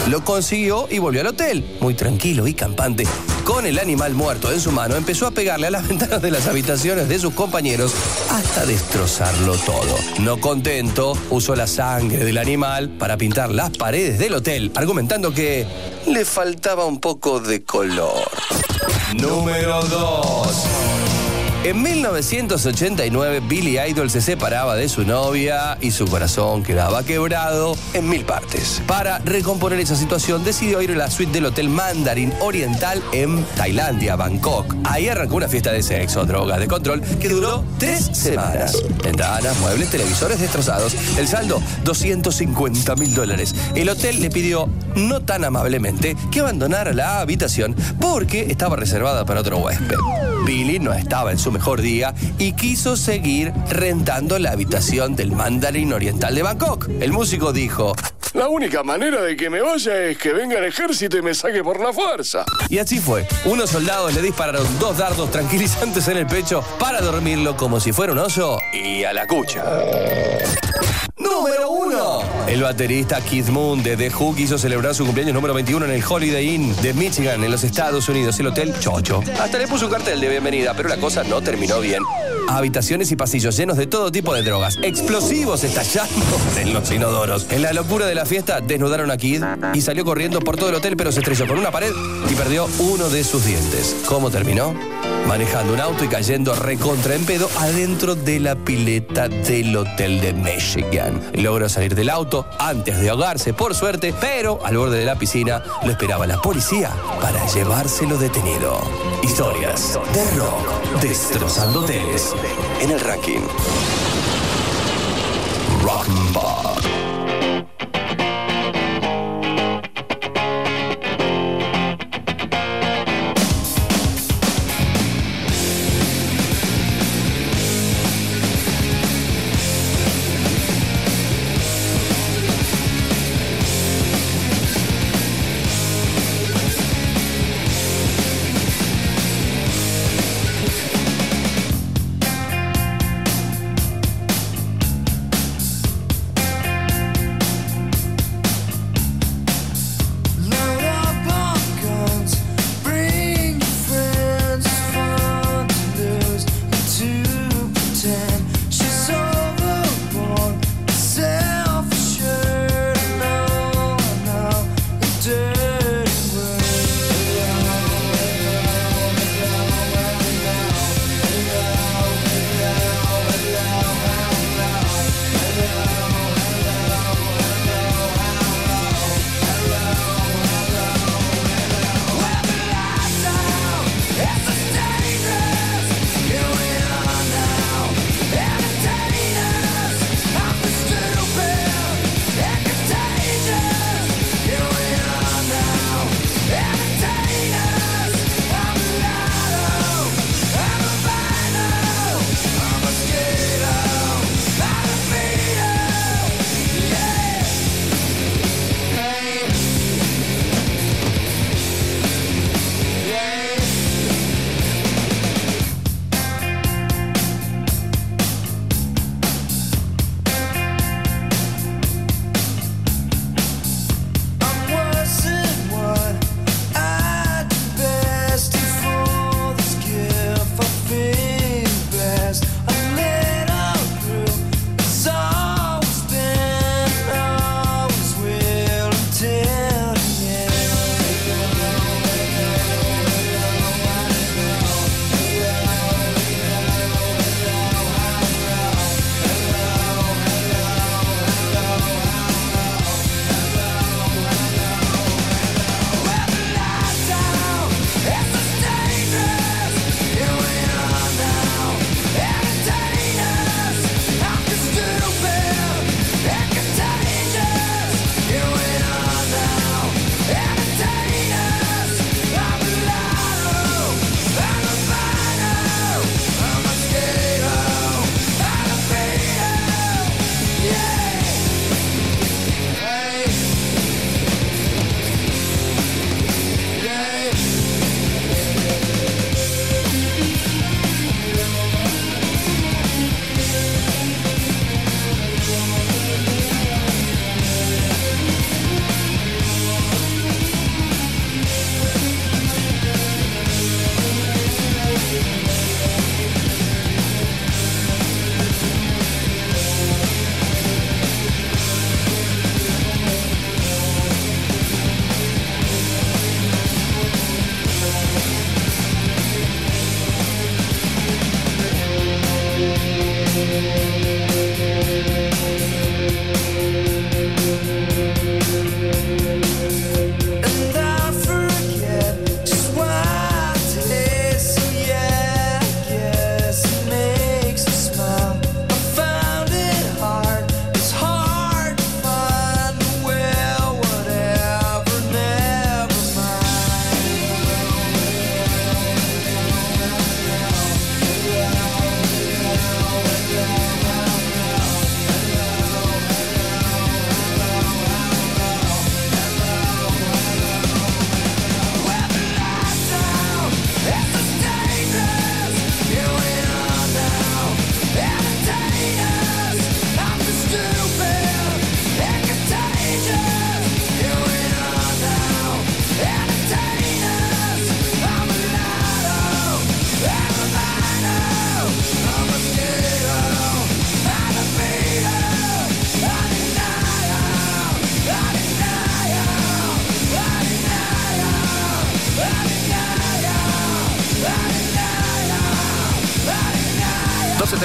Lo consiguió y volvió al hotel, muy tranquilo y campante. Con el animal muerto en su mano, empezó a pegarle a las ventanas de las habitaciones de sus compañeros hasta destrozarlo todo. No contento, usó la sangre del animal para pintar las paredes del hotel, argumentando que le faltaba un poco de color. Número 2. En 1989, Billy Idol se separaba de su novia y su corazón quedaba quebrado en 1000 partes. Para recomponer esa situación, decidió ir a la suite del Hotel Mandarin Oriental en Tailandia, Bangkok. Ahí arrancó una fiesta de sexo, drogas, de control, que duró 3 semanas. Ventanas, muebles, televisores destrozados. El saldo, $250.000. El hotel le pidió, no tan amablemente, que abandonara la habitación porque estaba reservada para otro huésped. Billy no estaba en su mejor día y quiso seguir rentando la habitación del Mandarin Oriental de Bangkok. El músico dijo: la única manera de que me vaya es que venga el ejército y me saque por la fuerza. Y así fue. Unos soldados le dispararon 2 dardos tranquilizantes en el pecho para dormirlo como si fuera un oso y a la cucha. Número 1. El baterista Keith Moon de The Who quiso celebrar su cumpleaños número 21 en el Holiday Inn de Michigan, en los Estados Unidos, el Hotel Chocho. Hasta le puso un cartel de bienvenida, pero la cosa no terminó bien. Habitaciones y pasillos llenos de todo tipo de drogas, explosivos estallando en los inodoros. En la locura de la fiesta, desnudaron a Keith y salió corriendo por todo el hotel, pero se estrelló con una pared y perdió uno de sus dientes. ¿Cómo terminó? Manejando un auto y cayendo recontra en pedo adentro de la pileta del hotel de Michigan. Logró salir del auto antes de ahogarse, por suerte, pero al borde de la piscina lo esperaba la policía para llevárselo detenido. Historias de rock destrozando hoteles en el ranking Rock'n'Ball.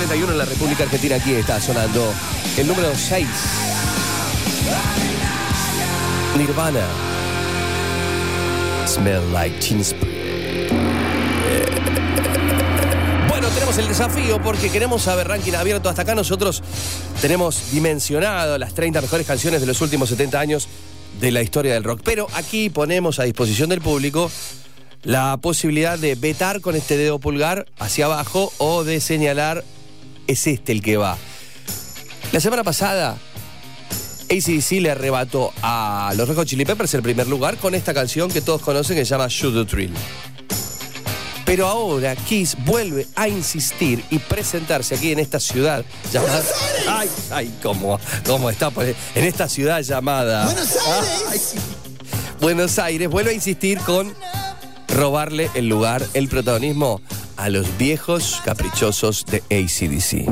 21:41 en la República Argentina. Aquí está sonando el número 6. Nirvana. Smell Like Teen Spirit. Bueno, tenemos el desafío porque queremos saber ranking abierto. Hasta acá nosotros tenemos dimensionado las 30 mejores canciones de los últimos 70 años de la historia del rock. Pero aquí ponemos a disposición del público la posibilidad de vetar con este dedo pulgar hacia abajo o de señalar es este el que va. La semana pasada AC/DC le arrebató a los Red Hot Chili Peppers el primer lugar con esta canción que todos conocen que se llama Shoot the Thrill. Pero ahora Kiss vuelve a insistir y presentarse aquí en esta ciudad llamada... ¡Ay, cómo está! En esta ciudad llamada... ¡Buenos Aires! Buenos Aires vuelve a insistir con robarle el lugar, el protagonismo a los viejos caprichosos de AC/DC.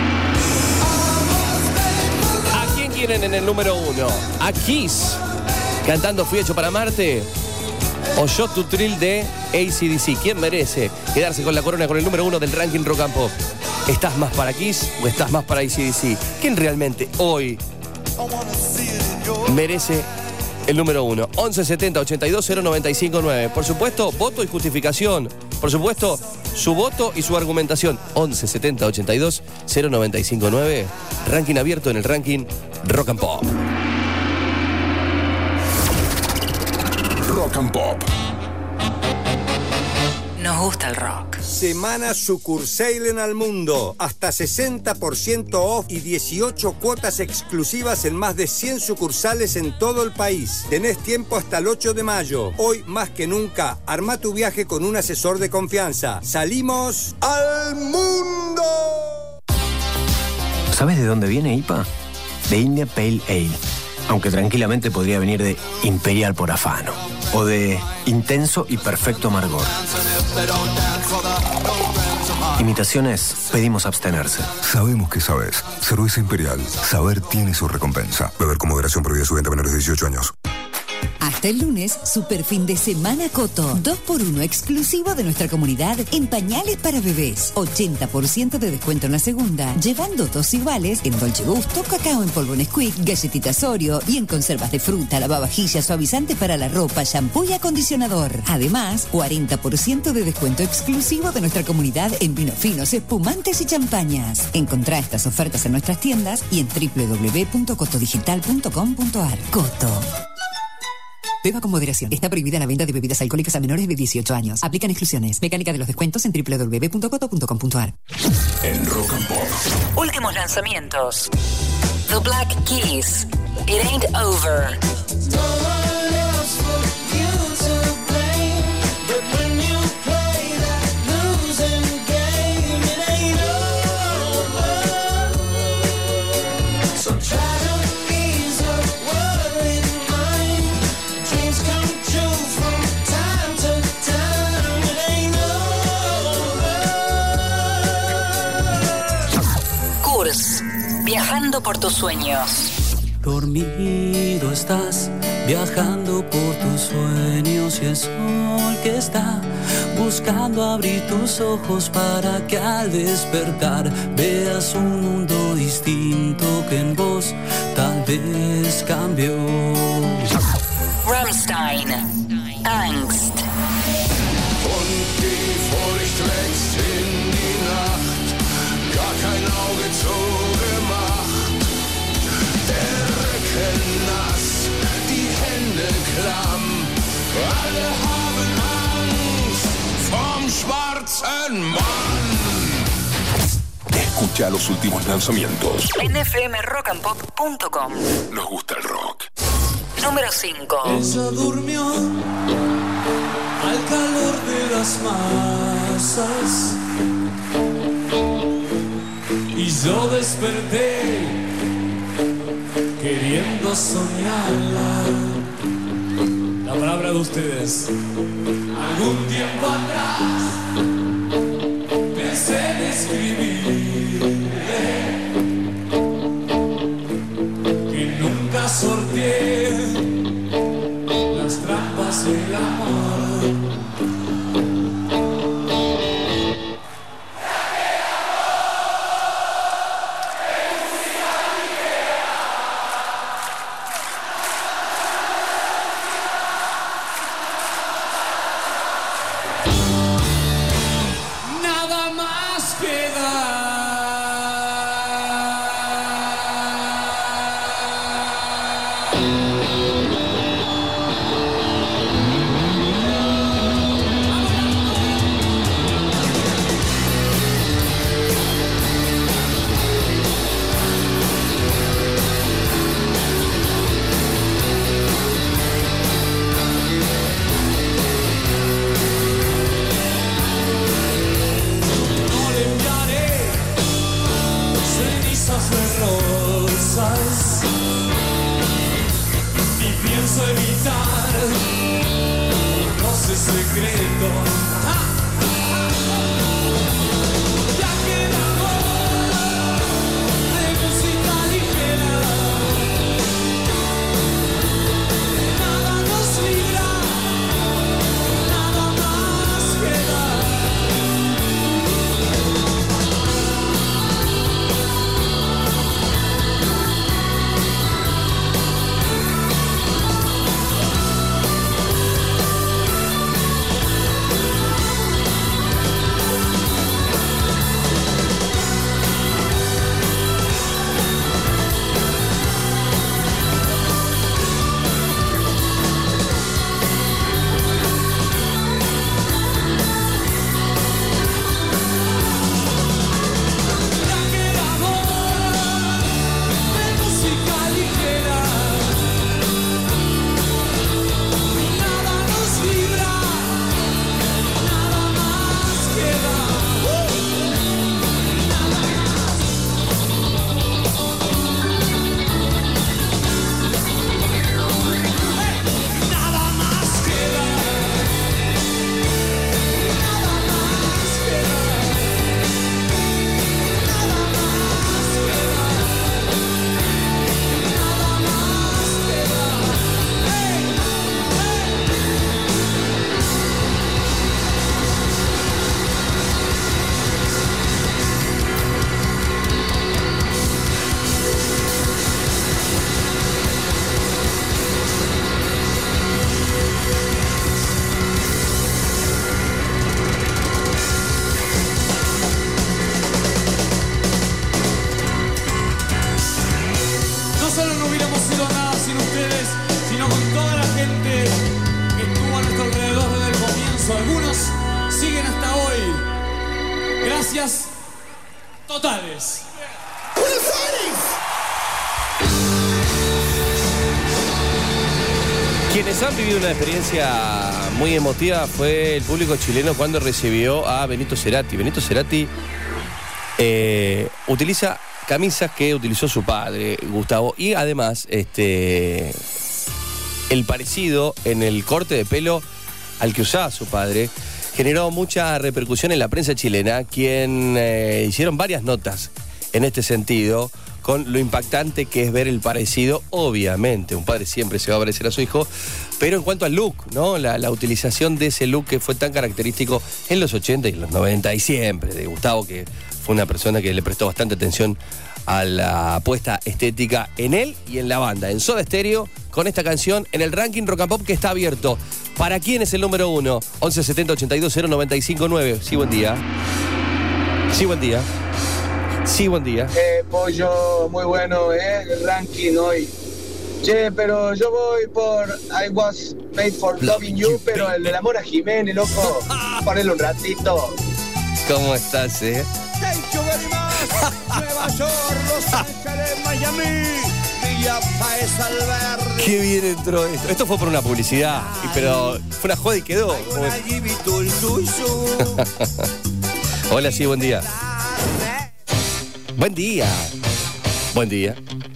¿A quién quieren en el número 1? ¿A Kiss cantando Fui hecho para Marte? ¿O Shoot the Thrill de AC/DC? ¿Quién merece quedarse con la corona con el número 1 del ranking Rock and Pop? ¿Estás más para Kiss o estás más para AC/DC? ¿Quién realmente hoy merece el número 1? 1170 82 095 9. Por supuesto, voto y justificación. Por supuesto, su voto y su argumentación. 1170 82 095 9. Ranking abierto en el ranking Rock and Pop. Rock and Pop. Nos gusta el rock. Semana Sucursalen al Mundo. Hasta 60% off y 18 cuotas exclusivas en más de 100 sucursales en todo el país. Tenés tiempo hasta el 8 de mayo. Hoy más que nunca, arma tu viaje con un asesor de confianza. ¡Salimos al mundo! ¿Sabes de dónde viene IPA? De India Pale Ale. Aunque tranquilamente podría venir de Imperial por afano. O de Intenso y Perfecto Amargor. Imitaciones, pedimos abstenerse. Sabemos que sabes. Cerveza Imperial. Saber tiene su recompensa. Beber con moderación, prohibida su venta a menores de 18 años. Hasta el lunes, super fin de semana Coto. 2x1 exclusivo de nuestra comunidad en pañales para bebés. 80% de descuento en la segunda, llevando 2 iguales en Dolce Gusto, cacao en polvo Nesquik, galletitas Oreo y en conservas de fruta, lavavajillas, suavizante para la ropa, shampoo y acondicionador. Además, 40% de descuento exclusivo de nuestra comunidad en vinos finos, espumantes y champañas. Encontrá estas ofertas en nuestras tiendas y en www.cotodigital.com.ar. Coto. Beba con moderación. Está prohibida la venta de bebidas alcohólicas a menores de 18 años. Aplican exclusiones. Mecánica de los descuentos en www.coto.com.ar. En Rock and Pop. Últimos lanzamientos. The Black Keys. It Ain't Over. Viajando por tus sueños. Dormido estás, viajando por tus sueños y el sol que está buscando abrir tus ojos para que al despertar veas un mundo distinto que en vos tal vez cambió. Rammstein. Angst. Und die Furcht wächst in die Nacht, gar kein Auge zugemacht. Der Rücken nass, die Hände klamm, alle haben Angst vom schwarzen Mann. Escucha los últimos lanzamientos En fmrockandpop.com. Nos gusta el rock. Número 5. Ella durmió al calor de las masas y yo desperté queriendo soñarla. La palabra de ustedes. Algún tiempo atrás pensé en escribirle que nunca sorteé las trampas del amor. consecuencias totales. Quienes han vivido una experiencia muy emotiva fue el público chileno cuando recibió a Benito Cerati. Benito Cerati utiliza camisas que utilizó su padre, Gustavo, y además el parecido en el corte de pelo al que usaba su padre generó mucha repercusión en la prensa chilena, quien hicieron varias notas en este sentido, con lo impactante que es ver el parecido. Obviamente, un padre siempre se va a parecer a su hijo, pero en cuanto al look, ¿no? La utilización de ese look que fue tan característico en los 80 y en los 90 y siempre, de Gustavo, que fue una persona que le prestó bastante atención a la apuesta estética en él y en la banda, en Soda Stereo, con esta canción en el ranking Rock and Pop que está abierto. ¿Para quién es el número 1? 11 70 82 095 9. Sí, buen día. Sí, buen día. Sí, buen día. Pollo, muy bueno, el ranking hoy. Che, pero yo voy por I Was Made for Loving You, pero el del amor a Jiménez, loco. Ponele un ratito. ¿Cómo estás, Thank you very much. Nueva York, Los Ángeles, Miami, Villa Páez Alverde. Qué bien entró esto. Esto fue por una publicidad, pero fue una joda y quedó. Hola, sí, buen día. Buen día. Buen día.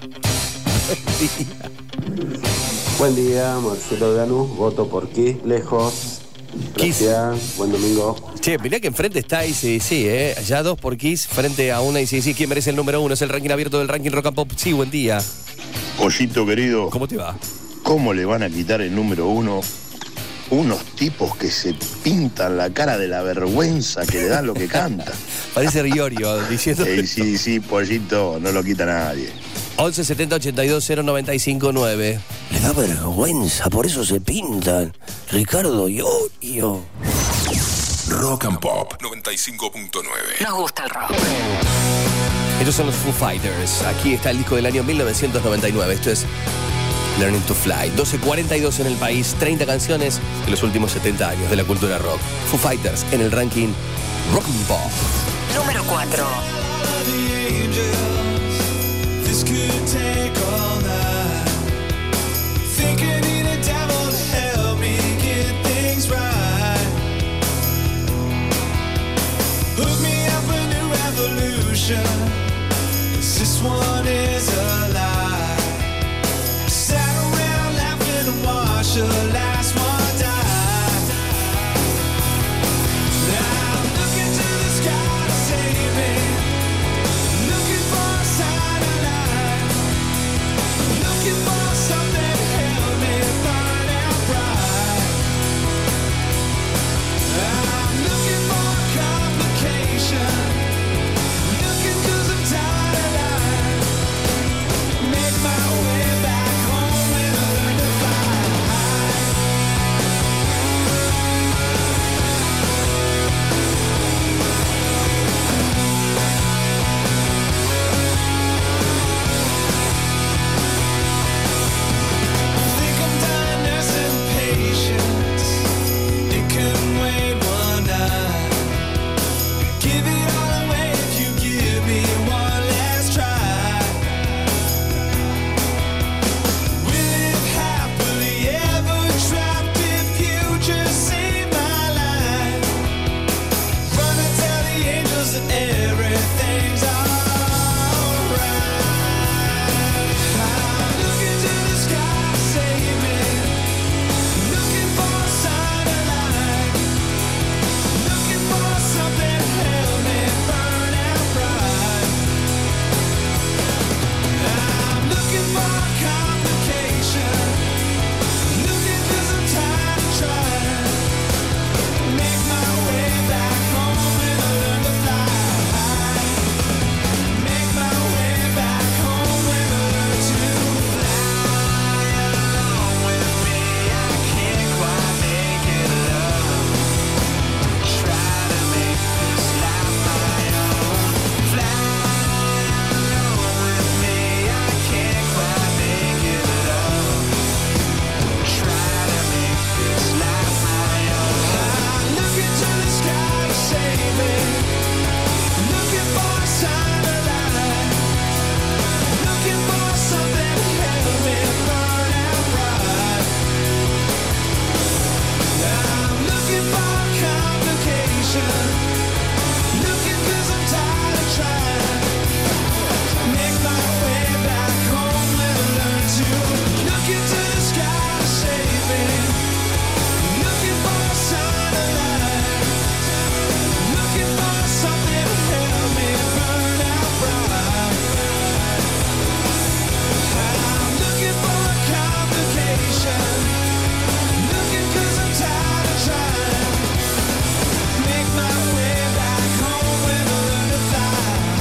Buen día, Marcelo Danus, voto por Kiss, lejos. Gracias, buen domingo. Che, mirá que enfrente está ICDC, Allá 2 por Kiss, frente a una ICDC. ¿Quién merece el número 1? Es el ranking abierto del ranking Rock and Pop. Sí, buen día. Pollito querido. ¿Cómo te va? ¿Cómo le van a quitar el número 1? Unos tipos que se pintan la cara de la vergüenza que le dan lo que canta. Parece Riorio diciendo. Sí, Pollito, no lo quita nadie. 11 70 82 095 9. Le da vergüenza, por eso se pintan. Ricardo Iorio. Rock and Pop 95.9. Nos gusta el rock. Estos son los Foo Fighters. Aquí está el disco del año 1999. Esto es Learning to Fly. 12:42 en el país. 30 canciones de los últimos 70 años de la cultura rock. Foo Fighters en el ranking Rock and Pop. Número 4. This could take all night. Think I need a devil to help me get things right. Hook me up a new revolution, 'cause this one is a lie. Sat around laughing and watched the last one die. Now I'm looking to the sky to save me, looking for a sign of life, looking for something to help me burn out bright. I'm looking for a complication, looking 'cause I'm tired of life. Make my way back home and learn to fly high.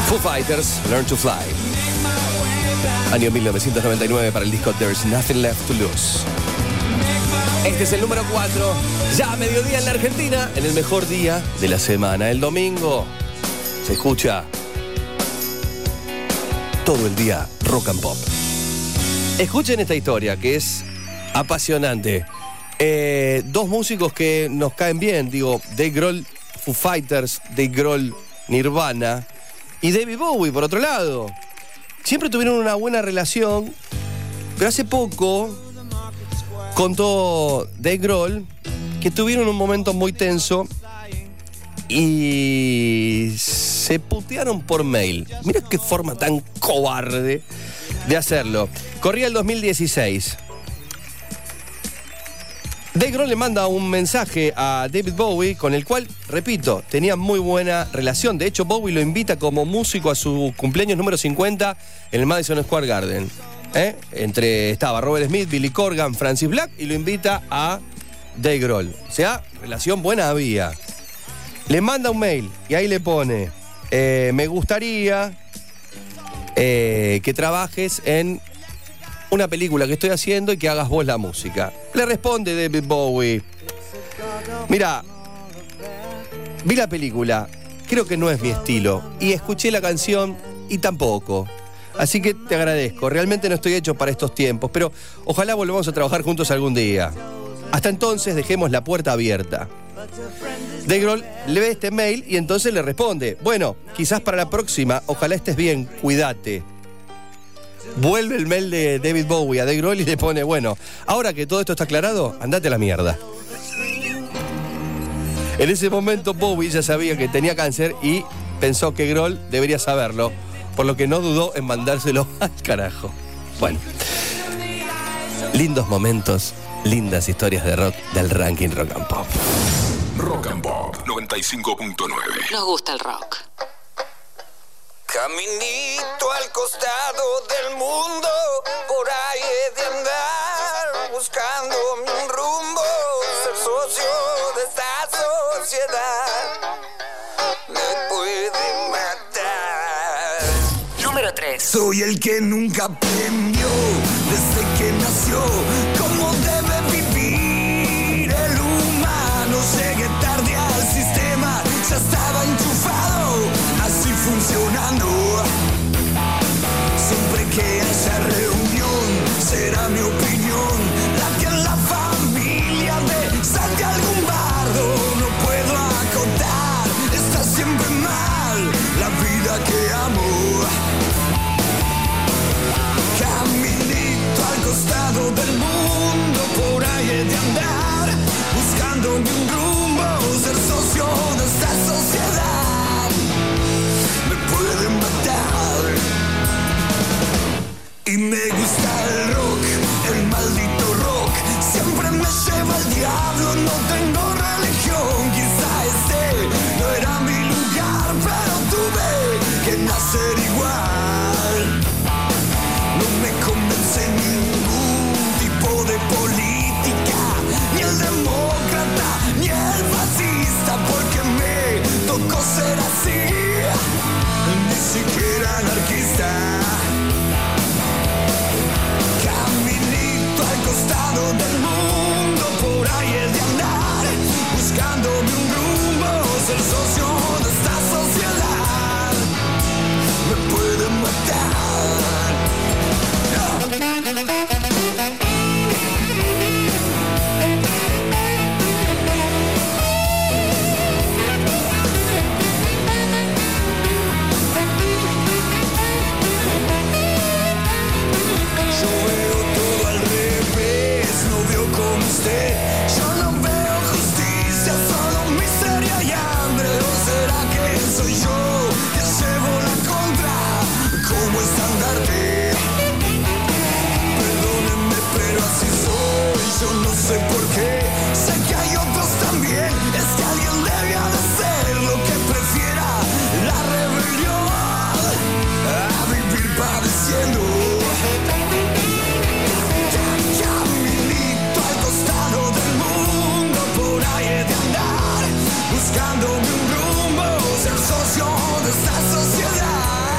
Foo Fighters, Learn to Fly. Año 1999 para el disco There's Nothing Left to Lose. Este es el número 4. Ya a mediodía en la Argentina, en el mejor día de la semana. El domingo se escucha todo el día rock and pop. Escuchen esta historia que es apasionante. Dos músicos que nos caen bien, digo, Dave Grohl, Foo Fighters, Dave Grohl, Nirvana, y David Bowie, por otro lado. Siempre tuvieron una buena relación, pero hace poco contó Dave Grohl que tuvieron un momento muy tenso y se putearon por mail. Mira qué forma tan cobarde de hacerlo. Corría el 2016. Dave Grohl le manda un mensaje a David Bowie con el cual, repito, tenía muy buena relación. De hecho, Bowie lo invita como músico a su cumpleaños número 50 en el Madison Square Garden. Estaba Robert Smith, Billy Corgan, Francis Black, y lo invita a Dave Grohl. O sea, relación buena había. Le manda un mail y ahí le pone, me gustaría que trabajes en una película que estoy haciendo y que hagas vos la música. Le responde David Bowie, mira, vi la película, creo que no es mi estilo, y escuché la canción y tampoco. Así que te agradezco, realmente no estoy hecho para estos tiempos, pero ojalá volvamos a trabajar juntos algún día. Hasta entonces dejemos la puerta abierta. Dave Grohl le ve este mail y entonces le responde, bueno, quizás para la próxima, ojalá estés bien, cuídate. Vuelve el mail de David Bowie a Dave Grohl y le pone, bueno, ahora que todo esto está aclarado, andate a la mierda. En ese momento Bowie ya sabía que tenía cáncer y pensó que Grohl debería saberlo, por lo que no dudó en mandárselo al carajo. Bueno, lindos momentos, lindas historias de rock del ranking Rock and Pop. Rock and Pop 95.9. Nos gusta el rock. Caminito al costado del mundo, por ahí he de andar, buscando un rumbo, ser socio de esta sociedad, me puede matar. Número 3. Soy el que nunca aprendió, desde que nació, cómo debe vivir el humano. Llegué tarde al sistema, ya estaba enchufado, así funcionando. Siempre que haya reunión, será mi opinión la que en la familia me salte algún bardo. No puedo acotar, está siempre mal la vida que amo. Caminito al costado del mundo, por ahí he de andar, buscando un rumbo, ser socio de esta sociedad, me pueden matar. Y me gusta el rock, el maldito rock, siempre me lleva al diablo, no tengo religión. Quizá este no era mi lugar, pero tuve que nacer igual. No me convence ningún tipo de política, ni el demócrata, ni el fascista, porque me tocó ser así, ni siquiera anarquista. Caminito al costado del mundo, por ahí he de andar, buscándome un rumbo, ser socio de esta sociedad, me pueden matar. Yo no veo justicia, solo miseria y hambre. ¿O será que soy yo que llevo la contra como estandarte? Perdónenme, pero así soy, yo no sé por qué. Sé que hay otros también, es que alguien debía de ser lo que prefiera la rebelión a vivir padeciendo. Buscándome un rumbo, ser socio de esta sociedad,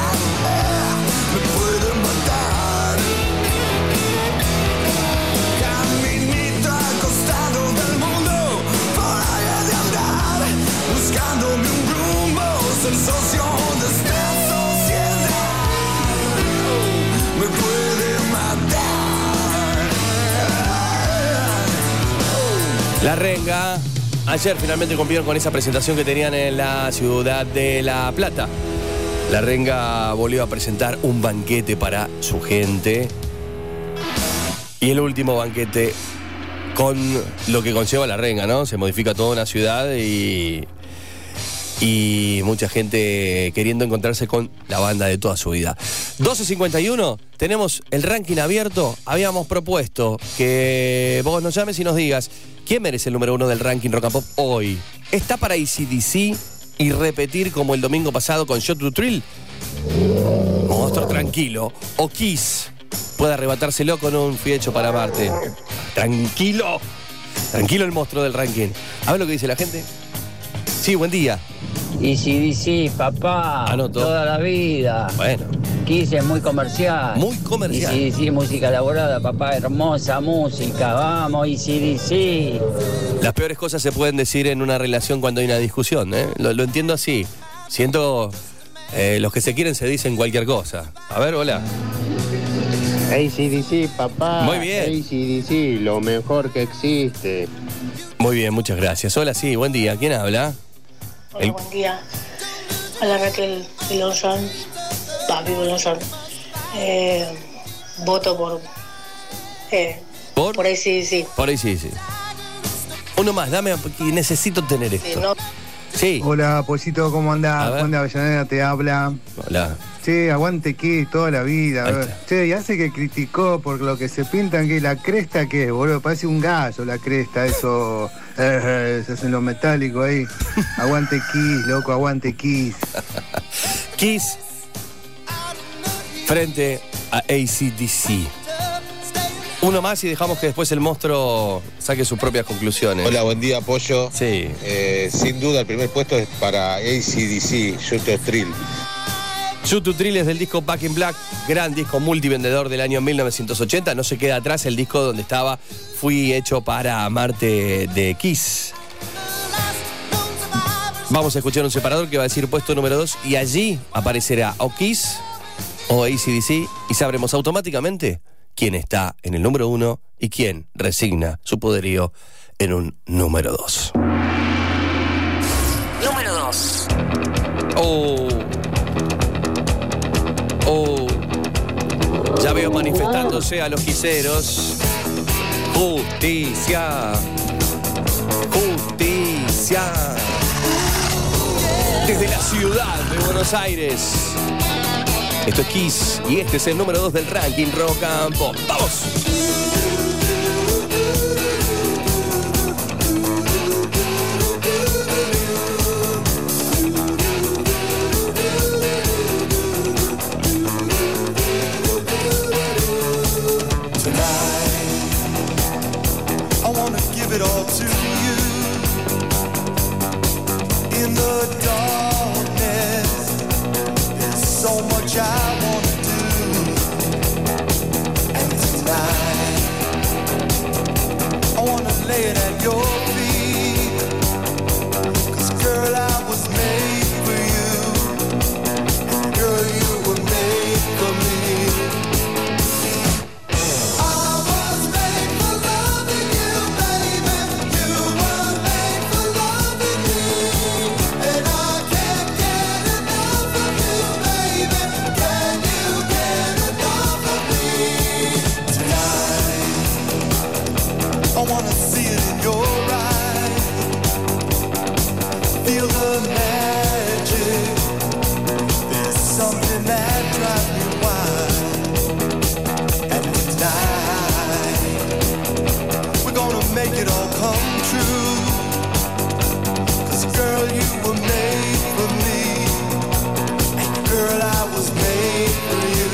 socio de esta sociedad me puede matar. La Renga. Ayer finalmente cumplieron con esa presentación que tenían en la ciudad de La Plata. La Renga volvió a presentar un banquete para su gente. Y el último banquete con lo que conlleva La Renga, ¿no? Se modifica toda una ciudad y mucha gente queriendo encontrarse con la banda de toda su vida. 12:51, tenemos el ranking abierto. Habíamos propuesto que vos nos llames y nos digas quién merece el número 1 del ranking Rock and Pop hoy. ¿Está para AC/DC y repetir como el domingo pasado con Shoot to Thrill? Monstruo tranquilo. O Kiss puede arrebatárselo con un Fui hecho para amarte. Tranquilo. Tranquilo el monstruo del ranking. A ver lo que dice la gente. Sí, buen día. AC/DC, papá. Anoto. Toda la vida. Bueno. Kiss es muy comercial. Muy comercial. AC/DC, música elaborada, papá. Hermosa música. Vamos, AC/DC. Las peores cosas se pueden decir en una relación cuando hay una discusión, ¿eh? Lo entiendo así. Siento... los que se quieren se dicen cualquier cosa. A ver, hola. AC/DC, papá. Muy bien. AC/DC, lo mejor que existe. Muy bien, muchas gracias. Hola, sí, buen día. ¿Quién habla? Hola, buen día. Hola, Raquel Pilonson. Papi Pilonson. Voto por AC/DC. Por AC/DC. Uno más, dame, porque necesito tener esto. Sí, ¿no? Sí. Hola, Pollito, ¿cómo andás? Juan de Avellaneda te habla. Hola. Che, aguante Kiss toda la vida. Ahí está. Che, y hace que criticó por lo que se pintan, que la cresta que es, boludo, parece un gallo la cresta, eso. Se hacen los metálicos ahí. Aguante Kiss, loco, aguante Kiss. Kiss frente a AC/DC. Uno más y dejamos que después el monstruo saque sus propias conclusiones. Hola, buen día, Pollo. Sí. Sin duda, el primer puesto es para AC/DC, Shoot to Thrill. Shoot to Thrill es del disco Back in Black, gran disco multivendedor del año 1980. No se queda atrás el disco donde estaba Fui hecho para amarte de Kiss. Vamos a escuchar un separador que va a decir puesto número 2 y allí aparecerá o Kiss o AC/DC y sabremos automáticamente quién está en el número 1 y quién resigna su poderío en un número 2. Número 2. Ya veo manifestándose a los quiseros. Justicia. Justicia. Desde la ciudad de Buenos Aires. Esto es Kiss y este es el número 2 del ranking Rock and Pop. ¡Vamos! I wanna give it all to you. In the darkness, there's so much I wanna do. And tonight, I wanna lay it at your feet. 'Cause girl, I was made for you. And girl, you were made for me. I wanna see it in your eyes. Feel the magic. There's something that drives me wild. And tonight, we're gonna make it all come true. 'Cause girl, you were made for me. And girl, I was made for you.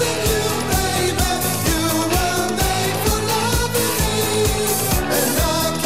And I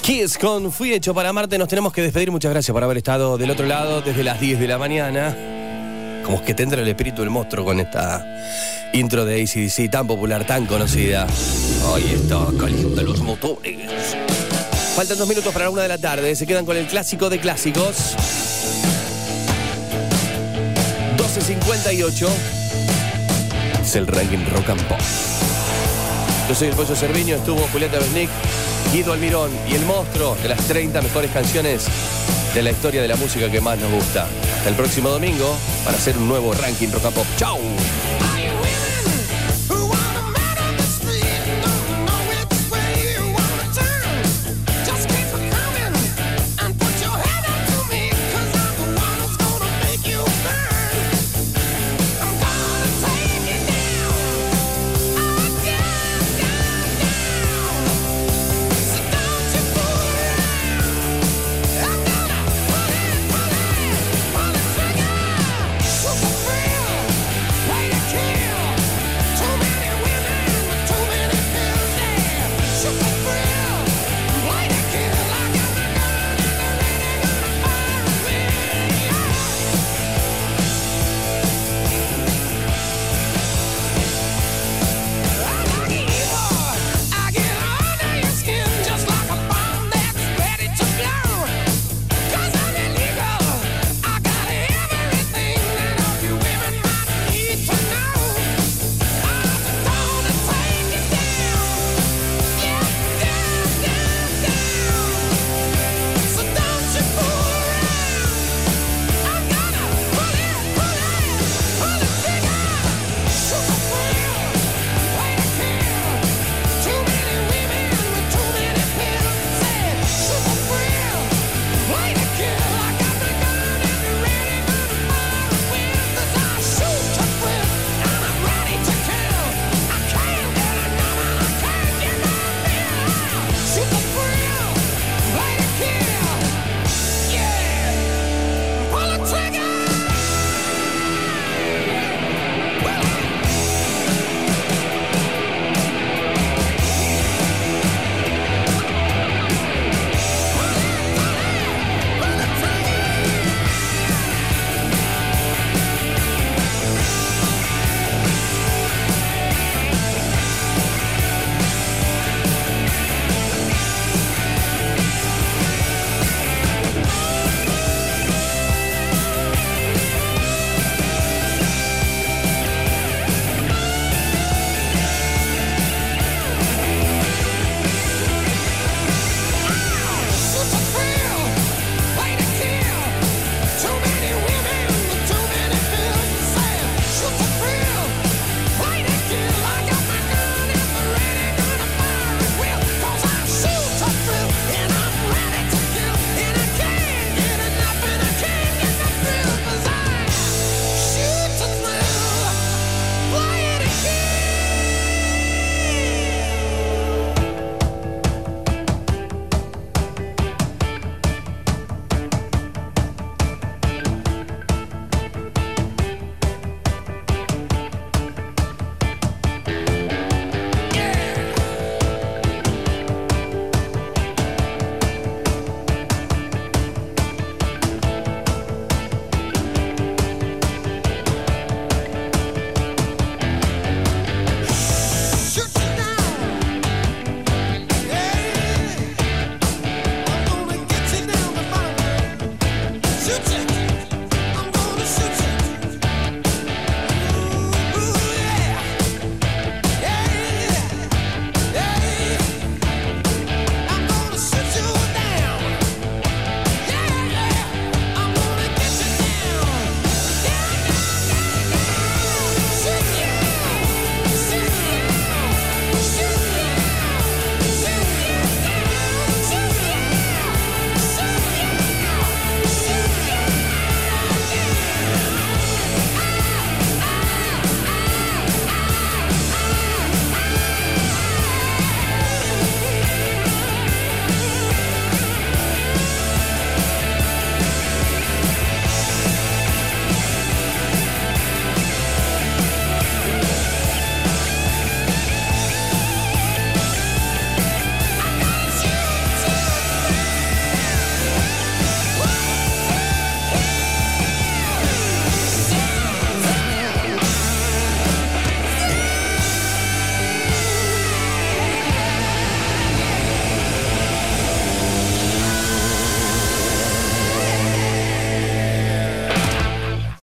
Kiss con Fui Hecho para Amarte. Nos tenemos que despedir. Muchas gracias por haber estado del otro lado desde las 10 de la mañana. Como es que te entra el espíritu del monstruo con esta intro de AC/DC tan popular, tan conocida. Ahí está, calienta los motores. Faltan 2 minutos para la 1 de la tarde. Se quedan con el clásico de clásicos. 12:58. Es el ranking Rock and Pop. Yo soy el Pollo Cerviño, estuvo Julieta Besnick, Guido Almirón y el monstruo de las 30 mejores canciones de la historia de la música que más nos gusta. Hasta el próximo domingo para hacer un nuevo ranking Rock and Pop. ¡Chau!